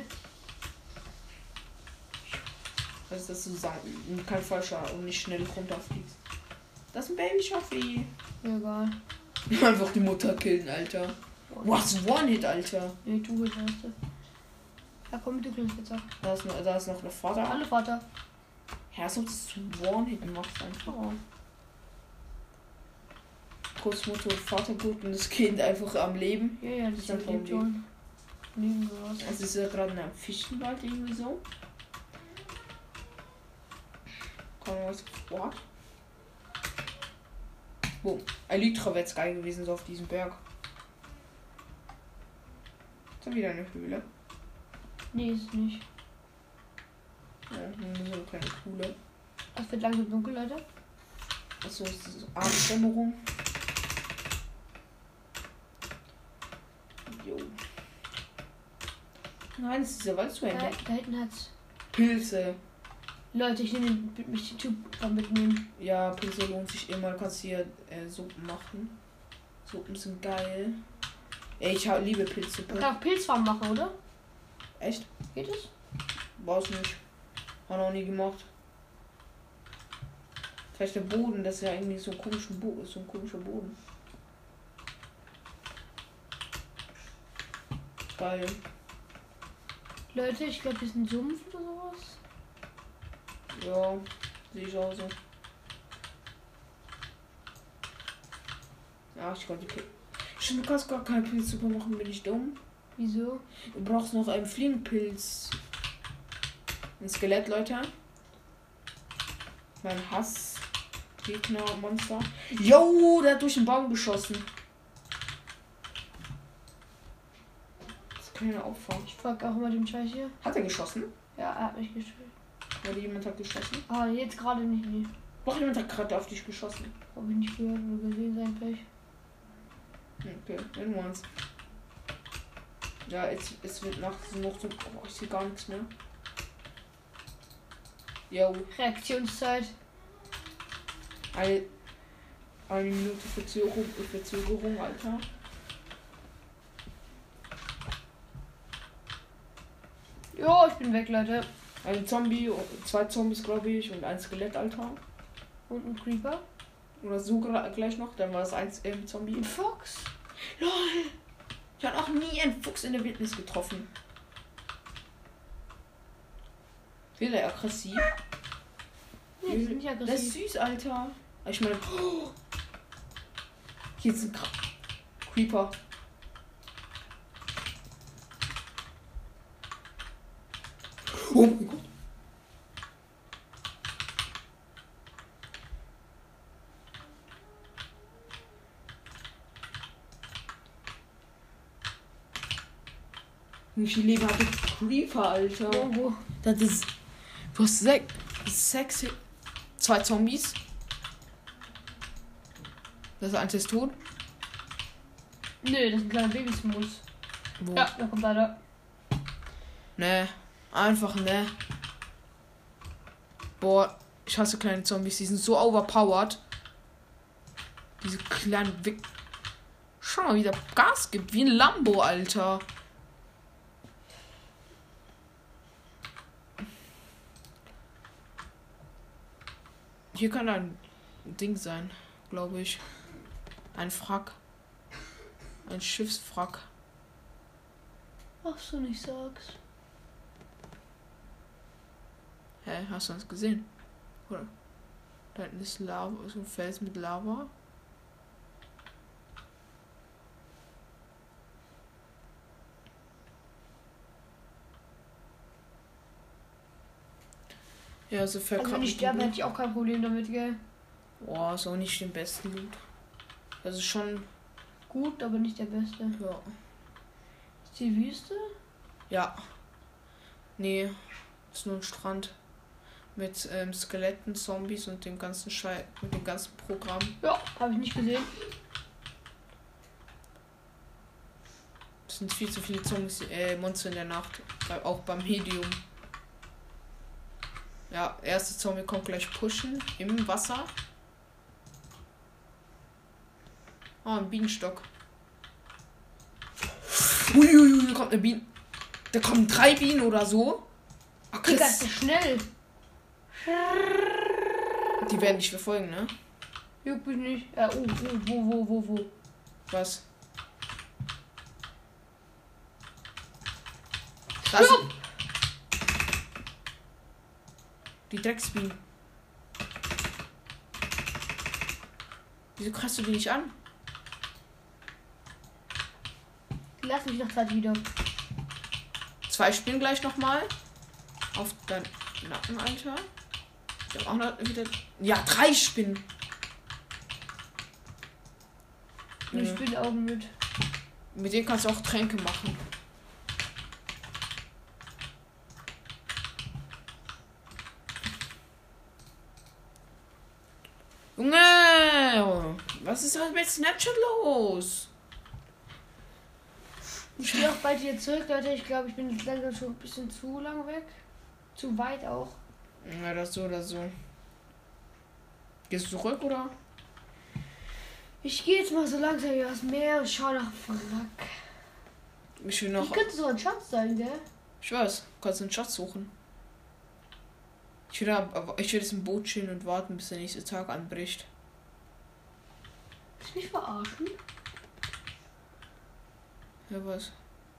S1: Also, dass du kein Falscher und nicht schnell runterfliegst. Das ist ein Baby-Schaffi.
S2: Egal.
S1: Einfach die Mutter killen, Alter. Was One-Hit, Alter.
S2: Nee, du hast du. Ja, komm, du kriegst jetzt auch.
S1: Da ist noch der Vater.
S2: Hallo, Vater.
S1: Ja, als ob das zu One-Hit macht einfach.
S2: Oh.
S1: Kurz Mutter und Vater gut und das Kind einfach am Leben.
S2: Ja, das ist
S1: dann
S2: lebt schon. Lieben sowas.
S1: Also ist ja gerade in einem Fichtenwald irgendwie so. Kann man was Sport? Boom. Elytra wäre jetzt geil gewesen, so auf diesem Berg. Ist da wieder eine Höhle?
S2: Nee, ist es nicht.
S1: Ja, nur so eine kleine Kuhle.
S2: Es wird langsam dunkel, Leute.
S1: Achso, ist das so Abenddämmerung. Jo. Nein, ist dieser Wald zu Ende.
S2: Da hinten hat's
S1: Pilze.
S2: Leute, ich nehme mich die Typ mitnehmen.
S1: Ja, Pilze lohnt sich immer. Du kannst hier Suppen machen. Suppen sind geil. Ey, ich liebe Pilzsuppe.
S2: Man kann auch Pilzfarm machen, oder?
S1: Echt?
S2: Geht es?
S1: Weiß nicht. Hat noch nie gemacht. Vielleicht der Boden, das ist ja irgendwie so ein komischer Boden. Geil.
S2: Leute, ich glaube, hier ist ein Sumpf oder sowas.
S1: Ja, sehe ich auch so. Ja, ich glaube, du kannst gar keine Pilzsuppe machen, bin ich dumm.
S2: Wieso?
S1: Du brauchst noch einen Fliegenpilz. Ein Skelett, Leute. Mein Hass. Gegner, Monster. Jo, der hat durch den Baum geschossen. Das kann ja auffallen.
S2: Ich frag auch immer den Scheiß hier.
S1: Hat er geschossen?
S2: Ja, er hat mich gespielt.
S1: Oder jemand hat geschossen?
S2: Ah, jetzt gerade nicht. Nee.
S1: Doch, jemand hat gerade auf dich geschossen.
S2: Hab ich nicht gehört oder gesehen, sein Pech.
S1: Okay, irgendwanns. Ja, es wird nachts noch so. Oh, ich sehe gar nichts mehr. Jo.
S2: Reaktionszeit.
S1: Eine Minute Verzögerung, Alter.
S2: Jo, ich bin weg, Leute.
S1: Ein Zombie, 2 Zombies, glaube ich, und ein Skelett, Alter.
S2: Und ein Creeper.
S1: Oder so gleich noch, dann war es ein Zombie.
S2: Ein Fox.
S1: LOL! Ich habe auch nie einen Fuchs in der Wildnis getroffen. Wird er aggressiv?
S2: Nee, die sind nicht
S1: Das ist
S2: aggressiv.
S1: süß, Alter. Ich meine, hier ist ein Creeper. Oh mein Gott. Wie viel Leben hat der Creeper, Alter?
S2: Wo?
S1: Das ist. Du hast 6. 2 Zombies. Das eine ist tot.
S2: Nö, das sind kleine Babysmus.
S1: Wo?
S2: Ja, da kommt einer.
S1: Ne. Einfach ne. Boah, ich hasse kleine Zombies. Die sind so overpowered. Diese kleinen Wick. Schau mal, wie der Gas gibt. Wie ein Lambo, Alter. Hier kann ein Ding sein, glaube ich. Ein Wrack. Ein Schiffswrack.
S2: Ach so, nicht sag's.
S1: Hä, hast du das gesehen? Oder? Da hinten ist Lava, so ein Fels mit Lava. Ja, so
S2: Also wenn ich sterbe, hätte ich auch kein Problem damit, gell?
S1: Boah, ist auch nicht den besten Loot. Das ist schon
S2: Gut, aber nicht der beste.
S1: ja.
S2: Ist die Wüste?
S1: Ja. Nee, ist nur ein Strand. Mit Skeletten, Zombies und dem ganzen mit dem ganzen Programm.
S2: Ja, habe ich nicht gesehen.
S1: Es sind viel zu viele Zombies, Monster in der Nacht. Auch beim Medium. Ja, erste Zombie kommt gleich pushen im Wasser. Oh, ein Bienenstock. Uiuiui, da kommt eine Biene. Da kommen 3 Bienen oder so. Ach,
S2: Digga, ist so schnell.
S1: die werden dich verfolgen, ne?
S2: Juckt mich nicht. Wo?
S1: Was? Das sind die Drecksbienen. Wieso kriegst du die nicht an?
S2: Die lassen mich noch Zeit wieder.
S1: 2 spielen gleich nochmal. Auf dein Nacken, Alter. Ich hab auch noch wieder. Ja, 3 Spinnen.
S2: Ich spiele Augen mit.
S1: Mit denen kannst du auch Tränke machen. Junge! Was ist denn mit Snapchat los?
S2: Ich gehe auch bald wieder zurück, Leute. Ich glaube, ich bin jetzt langsam schon ein bisschen zu lang weg. Zu weit auch.
S1: Ja, das so oder so. Gehst du zurück, oder?
S2: Ich gehe jetzt mal so langsam übers Meer und schau nach Wrack.
S1: Ich will noch.
S2: Hier könnte so ein Schatz sein, gell?
S1: Ich weiß, du kannst einen Schatz suchen. Ich will jetzt im Boot chillen und warten, bis der nächste Tag anbricht.
S2: Willst du mich verarschen?
S1: Ja, was?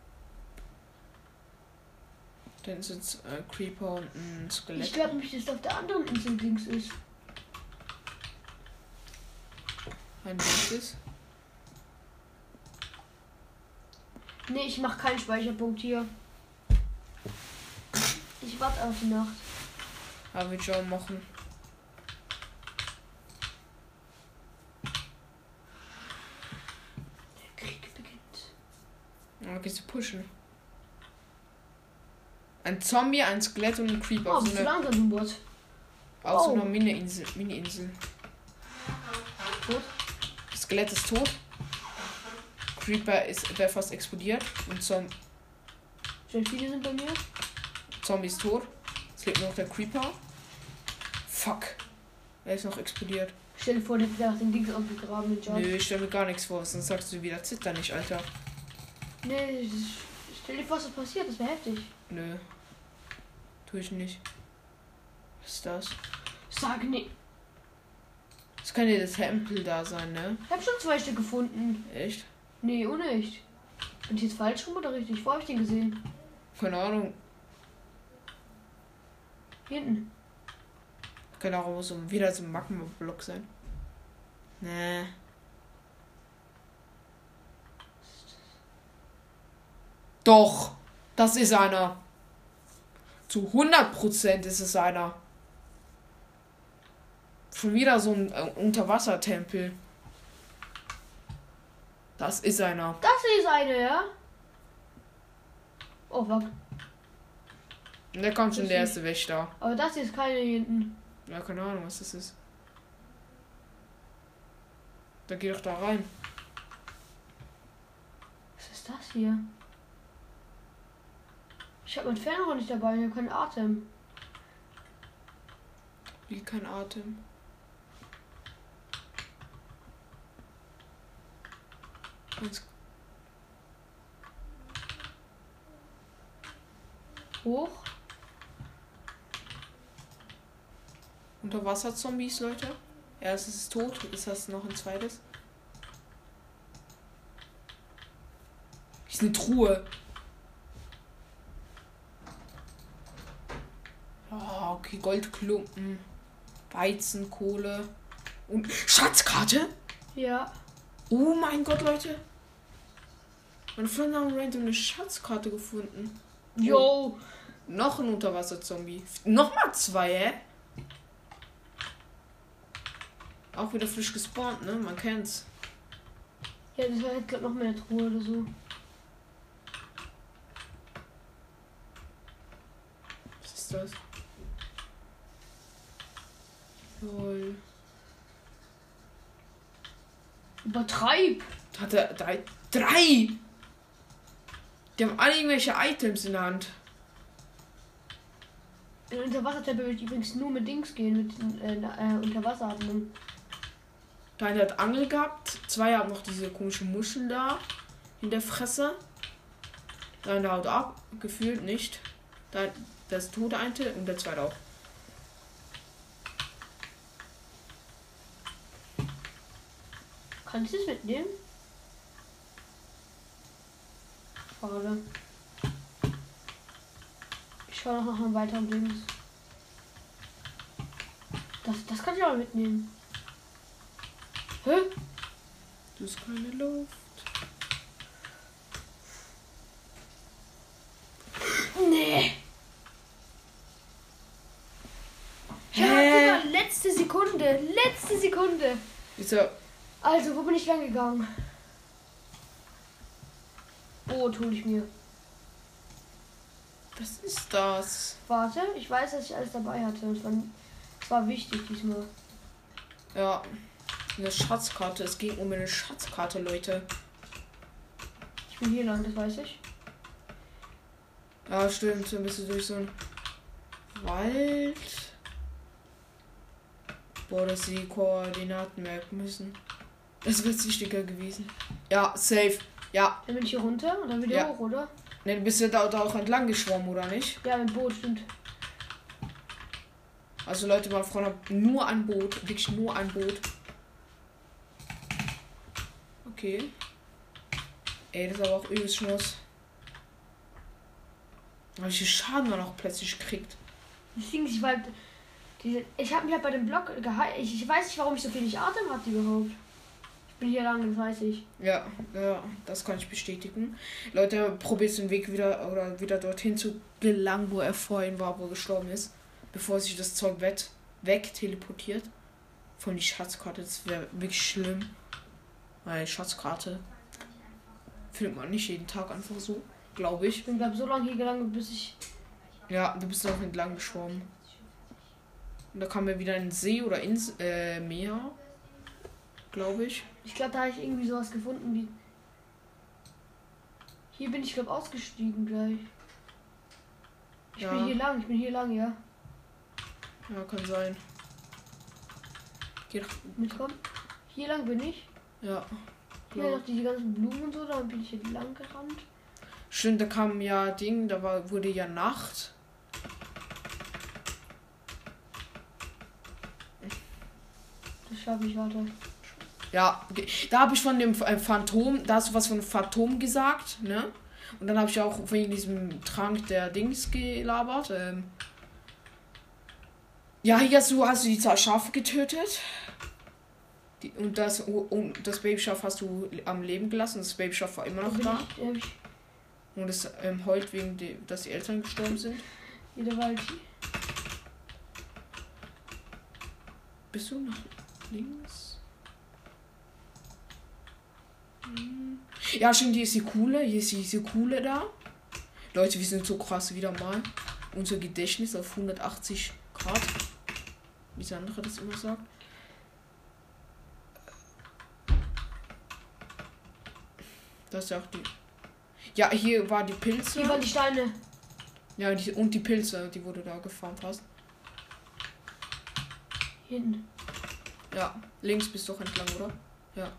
S1: Dann ist jetzt Creeper und ein Skelett.
S2: Ich glaube nicht, dass das auf der anderen Insel Dings ist.
S1: Ein nächstes.
S2: Nee, ich mach keinen Speicherpunkt hier. Ich warte auf die Nacht.
S1: Aber wir schon machen.
S2: Der Krieg beginnt.
S1: Ja, gehst du pushen. Ein Zombie, ein Skelett und ein Creeper.
S2: Oh, bist du langsam im Boot?
S1: Auf so
S2: Oh.
S1: einer Mini-Insel.
S2: Tot?
S1: Das Skelett ist tot. Creeper wäre fast explodiert. Und
S2: Wie viele sind bei mir?
S1: Zombie ist tot. Es lebt nur noch der Creeper. Fuck. Er ist noch explodiert.
S2: Stell dir vor, der hat den Dings aufgegraben, den Job.
S1: Nö, ich stell mir gar nichts vor. Sonst sagst du wieder zitter nicht, Alter.
S2: Nee, stell dir vor, was passiert, das wäre heftig.
S1: Nö. Tue ich nicht. Was ist das?
S2: Sag nicht.
S1: Das kann ja das Tempel da sein, ne?
S2: Ich hab schon 2 Stück gefunden.
S1: Echt?
S2: Nee, unecht. Bin ich jetzt falsch rum oder richtig? Wo hab ich den gesehen?
S1: Keine Ahnung.
S2: Hier hinten.
S1: Keine Ahnung, muss wieder so ein Magma-Block sein. Nee. Doch, das ist einer. Zu 100% ist es einer. Schon wieder so ein Unterwassertempel. Das ist einer.
S2: Das ist eine, ja? Oh, fuck.
S1: Und da kommt schon
S2: Das
S1: der
S2: ist-
S1: erste Wächter.
S2: Aber das ist keine hier hinten.
S1: Ja, keine Ahnung, was das ist. Da geh doch da rein.
S2: Was ist das hier? Ich habe mein Fernrohr nicht dabei, ich habe keinen Atem.
S1: Wie kein Atem. Ganz
S2: Hoch.
S1: Unterwasser-Zombies, Leute. Erstes ist tot, ist das noch ein zweites? Ist eine Truhe. Ah, okay, Goldklumpen, Weizen, Kohle und Schatzkarte.
S2: Ja.
S1: Oh mein Gott, Leute. Meine Freunde haben random eine Schatzkarte gefunden.
S2: Yo.
S1: Noch ein Unterwasser-Zombie. Nochmal 2, hä? Auch wieder frisch gespawnt, ne? Man kennt's.
S2: Ja, das war jetzt glaub noch mehr eine Truhe oder so.
S1: Was ist das? Lol.
S2: Übertreib.
S1: Hat er 3? Die haben alle irgendwelche Items in der Hand.
S2: In Unterwassertempel will ich übrigens nur mit Dings gehen, mit Unterwasseratmung.
S1: Der eine hat Angel gehabt. 2 haben noch diese komischen Muscheln da in der Fresse. Der eine haut ab. Gefühlt nicht. Das tote eine und der zweite auch.
S2: Kann ich das mitnehmen? Schade. Ich schaue noch nach einem weiteren Dings. Das kann ich auch mitnehmen. Hä?
S1: Du hast keine Luft.
S2: Nee. Ja,
S1: Hä?
S2: Digga, letzte Sekunde. Letzte Sekunde.
S1: Dieser.
S2: Also, wo bin ich lang gegangen? Boot hole ich mir.
S1: Was ist das?
S2: Warte, ich weiß, dass ich alles dabei hatte. Es war wichtig diesmal.
S1: Ja. Eine Schatzkarte. Es ging um eine Schatzkarte, Leute.
S2: Ich bin hier lang, das weiß ich.
S1: Ja, stimmt. Dann bist du durch so einen Wald. Boah, dass sie die Koordinaten merken müssen. Das wäre wichtiger gewesen. Ja, safe. Ja.
S2: Dann bin ich hier runter und dann wieder
S1: Ja.
S2: hoch, oder?
S1: Ne, du bist ja da auch entlang geschwommen, oder nicht?
S2: Ja, mit Boot, stimmt.
S1: Also Leute, meine Freunde haben nur ein Boot. Wirklich nur ein Boot. Okay. Ey, das ist aber auch übelst Schluss. Wie viel Schaden man auch plötzlich kriegt.
S2: Deswegen, ich habe mich halt bei dem Block gehalten. Ich weiß nicht, warum ich so wenig Atem hatte überhaupt. Ich bin hier lang, das weiß ich.
S1: Ja, das kann ich bestätigen. Leute, probiert den Weg wieder dorthin zu gelangen, wo er vorhin war, wo er gestorben ist. Bevor sich das Zeug weg teleportiert. Von die Schatzkarte, das wäre wirklich schlimm. Weil Schatzkarte findet man nicht jeden Tag einfach so, glaube ich.
S2: Ich bin, glaube so lange hier gelangt, bis ich...
S1: Ja, du bist auch entlang geschwommen. Und da kam er wieder in den See oder ins Meer. Glaube ich.
S2: Ich glaube, da habe ich irgendwie sowas gefunden wie... Hier bin ich, glaube ausgestiegen gleich. Ich bin hier lang, ja.
S1: Ja, kann sein. Geh doch.
S2: Mitkommen. Hier lang bin ich.
S1: Ja.
S2: Hier noch diese ganzen Blumen und so, dann bin ich hier lang gerannt.
S1: Stimmt, da kam ja Ding, wurde ja Nacht.
S2: Das schaffe ich, warte.
S1: Ja, okay. Da habe ich von dem Phantom, da hast du was von Phantom gesagt, ne? Und dann habe ich auch wegen diesem Trank der Dings gelabert. Ja, hier hast du die Schafe getötet. Und das Babyschaf hast du am Leben gelassen. Das Babyschaf war immer noch da. Und es heult wegen dem, dass die Eltern gestorben sind.
S2: Jeder Wald.
S1: Bist du nach links? Ja, stimmt, hier ist die Kuhle. Hier ist diese Kuhle da. Leute, wir sind so krass wieder mal. Unser Gedächtnis auf 180 Grad. Wie Sandra das immer sagt. Das ist ja auch die. Ja, hier war die Pilze.
S2: Hier waren die Steine.
S1: Ja, und die Pilze, die wurde da gefarmt hast.
S2: Hinten.
S1: Ja, links bist du doch entlang, oder? Ja.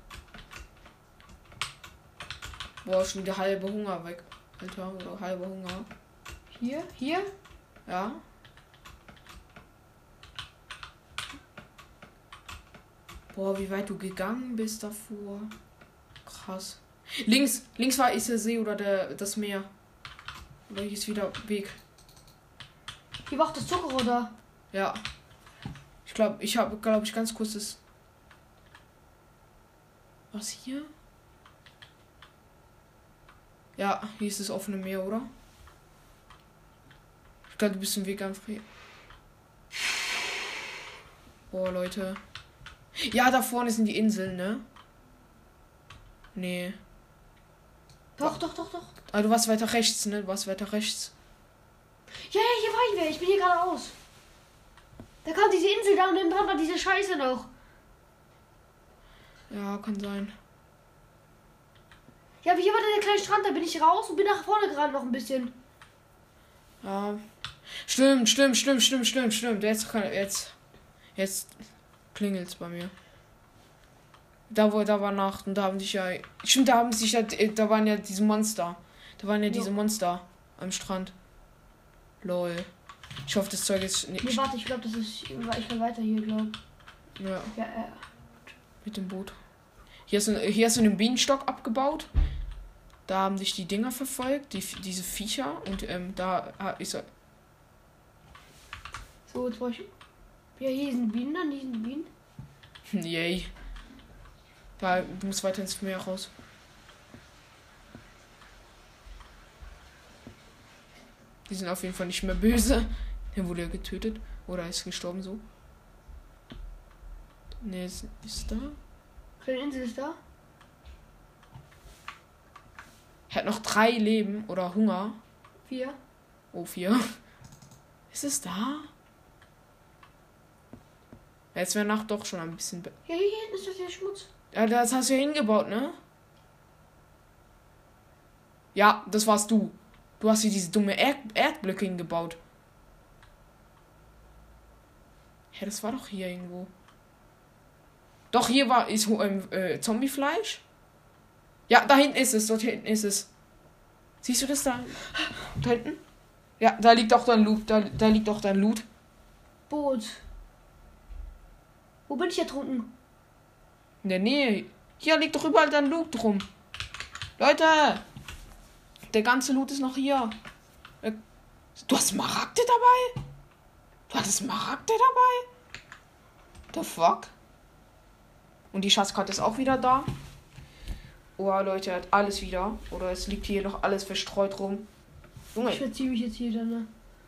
S1: Boah, schon der halbe Hunger weg. Alter, oder halber Hunger.
S2: Hier?
S1: Ja. Boah, wie weit du gegangen bist davor. Krass. Links ist der See oder das Meer. Oder hier ist wieder Weg.
S2: Hier war auch das Zuckerrohr da.
S1: Ja. Ich habe ganz kurz das. Was hier? Ja, hier ist das offene Meer, oder? Ich glaube, du bist im Weg einfach hier. Boah, Leute. Ja, da vorne sind die Inseln, ne? Nee.
S2: Doch.
S1: Ah, du warst weiter rechts, ne? Du warst weiter rechts.
S2: Ja, hier war ich wieder. Ich bin hier geradeaus. Da kam diese Insel da und neben dran war diese Scheiße noch.
S1: Ja, kann sein.
S2: Ja, aber hier war der kleine Strand, da bin ich raus und bin nach vorne gerannt noch ein bisschen.
S1: Ja. Stimmt. Jetzt klingelt's bei mir. Da war Nacht und da haben sich ja. Stimmt, da waren ja diese Monster. Da waren ja diese Monster am Strand. Lol. Ich hoffe, das Zeug ist nicht.
S2: Nee, warte, ich glaube, das ist. Ich kann weiter hier, glaube ich.
S1: Ja.
S2: Ja,
S1: Mit dem Boot. Hier hast du einen Bienenstock abgebaut. Da haben dich die Dinger verfolgt, diese Viecher. Und da ist er.
S2: So, jetzt brauche ich. Ja, hier sind Bienen, dann hier sind Bienen.
S1: Yay. Ja, du musst weiter ins Meer raus. Die sind auf jeden Fall nicht mehr böse. Der wurde ja getötet. Oder ist gestorben so. Ne, ist da.
S2: Kleine Insel ist da.
S1: Er hat noch 3 Leben oder Hunger.
S2: 4.
S1: Oh, 4. Ist es da? Jetzt wäre Nacht doch schon ein bisschen.
S2: Ja, hier hinten ist das der Schmutz.
S1: Ja, das hast du ja hingebaut, ne? Ja, das warst du. Du hast hier diese dumme Erdblöcke hingebaut. Ja, das war doch hier irgendwo. Doch, hier ist Zombiefleisch. Ja, da hinten ist es. Dort hinten ist es. Siehst du das da? Da hinten? Ja, da liegt auch dein Loot. Da liegt auch dein Loot.
S2: Boot. Wo bin ich ertrunken?
S1: In der Nähe. Hier liegt doch überall dein Loot drum. Leute! Der ganze Loot ist noch hier. Du hast Smaragde dabei? Du hattest Smaragde dabei? The fuck? Und die Schatzkarte ist auch wieder da. Oh, Leute, er hat alles wieder. Oder es liegt hier noch alles verstreut rum. Junge.
S2: Ich verziehe mich jetzt hier dann. Ne?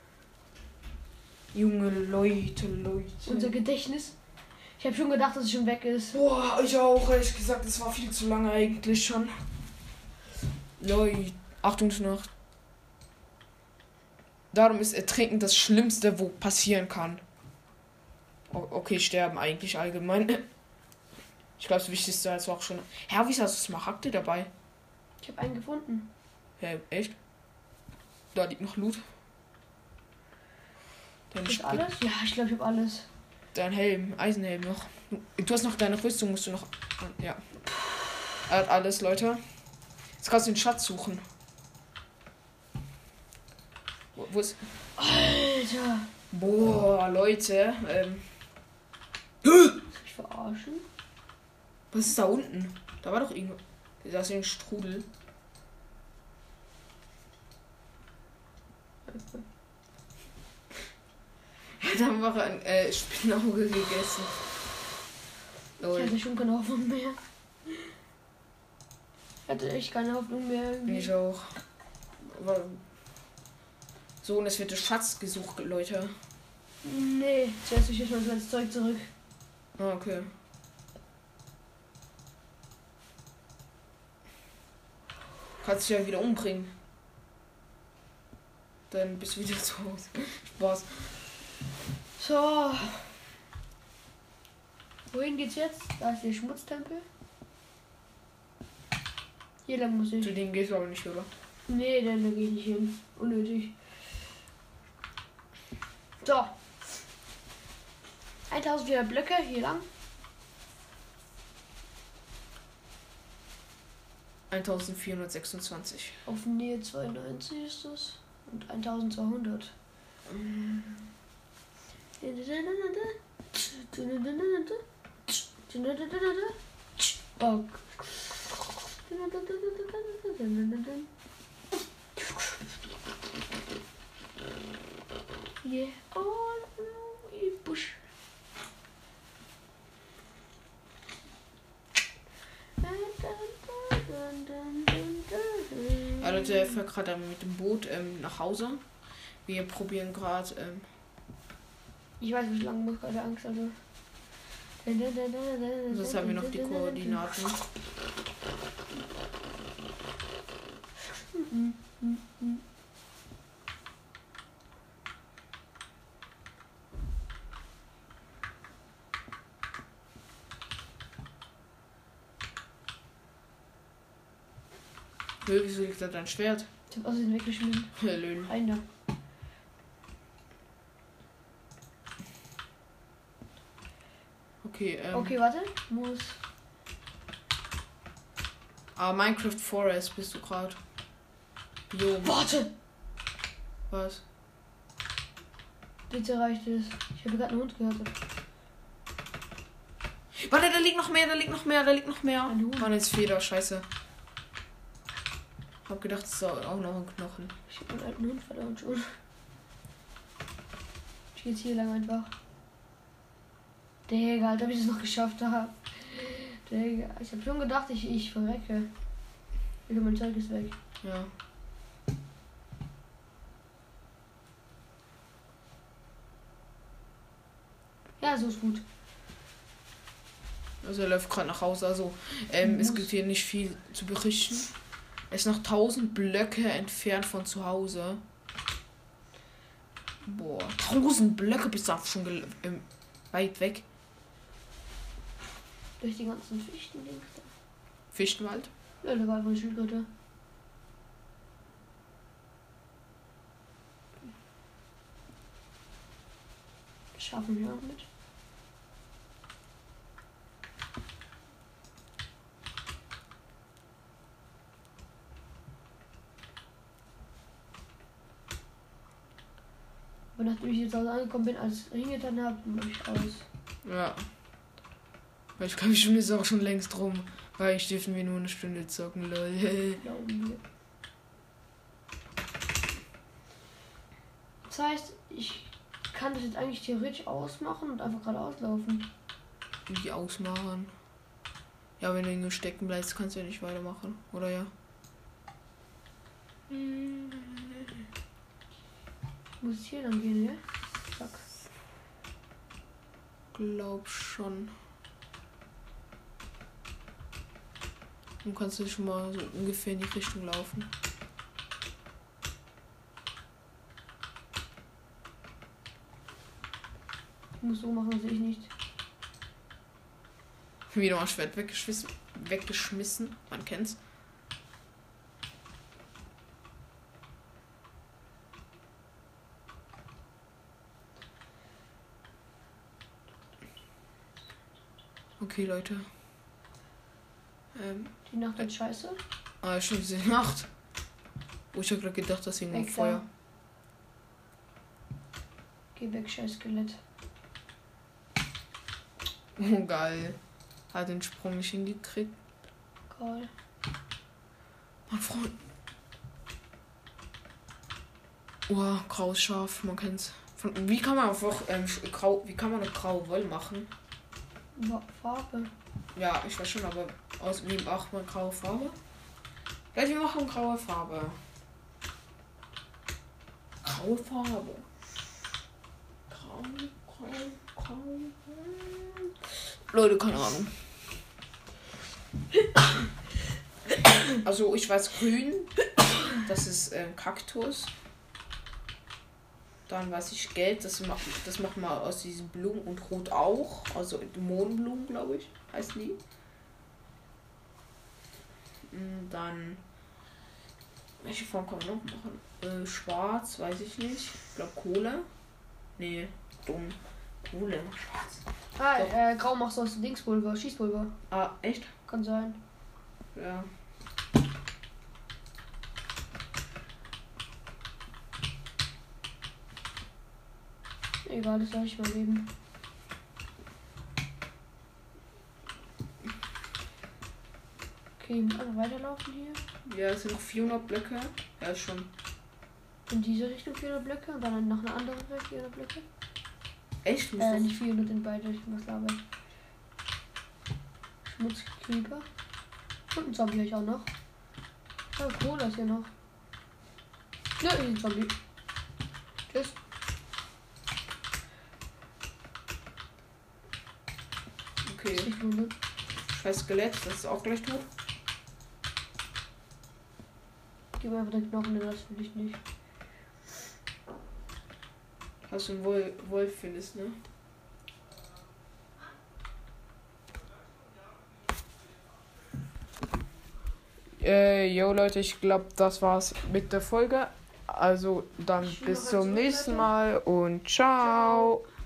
S1: Junge Leute.
S2: Unser Gedächtnis. Ich habe schon gedacht, dass es schon weg ist.
S1: Boah, ich auch, ehrlich gesagt. Das war viel zu lange eigentlich schon. Leute, Achtungsnacht. Darum ist Ertrinken das Schlimmste, wo passieren kann. Okay, sterben eigentlich allgemein. Ich glaube, das Wichtigste ist auch schon. Herr, wieso hast du Smaragde dabei?
S2: Ich habe einen gefunden.
S1: Hä, echt? Da liegt noch Loot.
S2: Ist alles? Ja, ich glaube, ich habe alles.
S1: Dein Helm, Eisenhelm noch. Du hast noch deine Rüstung, musst du noch. Ja. Er hat alles, Leute. Jetzt kannst du den Schatz suchen. Wo ist.
S2: Alter.
S1: Boah, Leute.
S2: verarschen?
S1: Was ist da unten? Da war doch irgendwo. Da ist ein Strudel. Da haben wir ein Spinnauge gegessen.
S2: Ich hatte schon keine Hoffnung mehr. Ich hatte echt keine Hoffnung mehr. Irgendwie.
S1: Ich auch. Aber so, und es wird der Schatz gesucht, Leute.
S2: Nee, zuerst ich jetzt mal das Zeug zurück.
S1: Ah, okay. Kannst dich ja wieder umbringen. Dann bist du wieder zu Hause. Spaß.
S2: So. Wohin geht's jetzt? Da ist der Schmutztempel. Hier lang muss ich.
S1: Zu dem gehst du aber nicht, oder?
S2: Nee, da gehe ich nicht hin. Unnötig. So. 1400 Blöcke hier lang.
S1: 1426.
S2: Auf Nähe 92 ist das. Und 1200. Oh. Yeah, all in bush.
S1: Ja, Leute, ich fahre gerade mit dem Boot nach Hause. Wir probieren gerade.
S2: Ich weiß, wie lange muss gerade Angst also.
S1: Sonst haben wir noch die Koordinaten. Wieso liegt da dein Schwert?
S2: Ich hab außerdem weggeschmissen.
S1: Löhn.
S2: Einer.
S1: Okay,
S2: Okay, warte. Muss.
S1: Minecraft Forest bist du gerade. Biom.
S2: Warte!
S1: Was?
S2: Bitte reicht es. Ich habe gerade einen Hund gehört.
S1: Warte, da liegt noch mehr, da liegt noch mehr, da liegt noch mehr.
S2: Ein Huhn.
S1: Mann, jetzt Feder, scheiße. Hab gedacht, es ist auch noch ein Knochen.
S2: Ich habe einen alten Hund verdammt schon. Ich gehe jetzt hier lang einfach. Digga, Alter, ob ich es noch geschafft habe. Digga, ich habe schon gedacht, ich verrecke. Digga, mein Zeug ist weg.
S1: Ja.
S2: Ja, so ist gut.
S1: Also er läuft gerade nach Hause. Also es gibt hier nicht viel zu berichten. Er ist noch 1000 Blöcke entfernt von zu Hause. Boah, 1000 Blöcke bist du auch schon weit weg.
S2: Durch die ganzen Fichten-Dings da.
S1: Fichtenwald?
S2: Ja, da war einfach eine Schildkröte. Das schaffen wir auch mit. Aber nachdem ich jetzt Hause angekommen bin, als hingetan habe, mache ich aus.
S1: Ja. Weil ich glaube, die Stunde ist auch schon längst rum. Weil ich dürfen wir nur eine Stunde zocken, lol.
S2: Glauben wir. Das heißt, ich kann das jetzt eigentlich theoretisch ausmachen und einfach geradeaus laufen.
S1: Wie ausmachen. Ja, wenn du irgendwo stecken bleibst, kannst du ja nicht weitermachen, oder ja?
S2: Muss ich hier dann gehen, ja? Zack.
S1: Glaub schon. Dann kannst du schon mal so ungefähr in die Richtung laufen.
S2: Ich muss so machen, sehe ich nicht.
S1: Wieder mal Schwert weggeschmissen. Man kennt's. Okay, Leute.
S2: Die Nacht wird scheiße.
S1: Schon diese Nacht. Oh, ich hab gerade gedacht, dass irgendwo
S2: Weg
S1: Feuer.
S2: da. Geh weg, scheiß Skelett.
S1: Oh, geil. Hat den Sprung nicht hingekriegt.
S2: Geil.
S1: Mein Freund. Oh, graues Schaf, man kennt's. Wie kann man einfach wie kann man eine graue Wolle machen?
S2: Farbe.
S1: Ja, ich weiß schon, aber wie macht man graue Farbe? Ja, wir machen graue Farbe. Graue Farbe. Grau. Leute, keine Ahnung. Also ich weiß grün. Das ist Kaktus. Dann weiß ich gelb. Das macht man aus diesen Blumen und rot auch. Also Mohnblumen, glaube ich, heißen die. Dann welche Form kann man noch machen? Schwarz, weiß ich nicht. Ich glaube Kohle. Nee, dumm. Kohle, schwarz.
S2: Grau machst du aus Dingspulver, Schießpulver.
S1: Ah, echt?
S2: Kann sein.
S1: Ja.
S2: Egal, das soll ich mal leben. Okay, also weiterlaufen hier.
S1: Ja, es sind noch 400 Blöcke. Ja, ist schon.
S2: In diese Richtung 400 Blöcke und dann noch eine andere Richtung 400 Blöcke.
S1: Echt?
S2: Nicht 400 in beide Richtungen, was laber ich. Schmutzcreeper. Und ein Zombie habe ich auch noch. Oh, Cola ist hier noch. Ja, hier ist ein Zombie. Tschüss.
S1: Okay. Scheiß Skelett, das ist auch gleich tot.
S2: Gib mir einfach den Knochen, das will ich nicht.
S1: Hast du einen Wolf findest, ne? Jo Leute, ich glaube, das war's mit der Folge. Also dann bis zum nächsten Mal und ciao.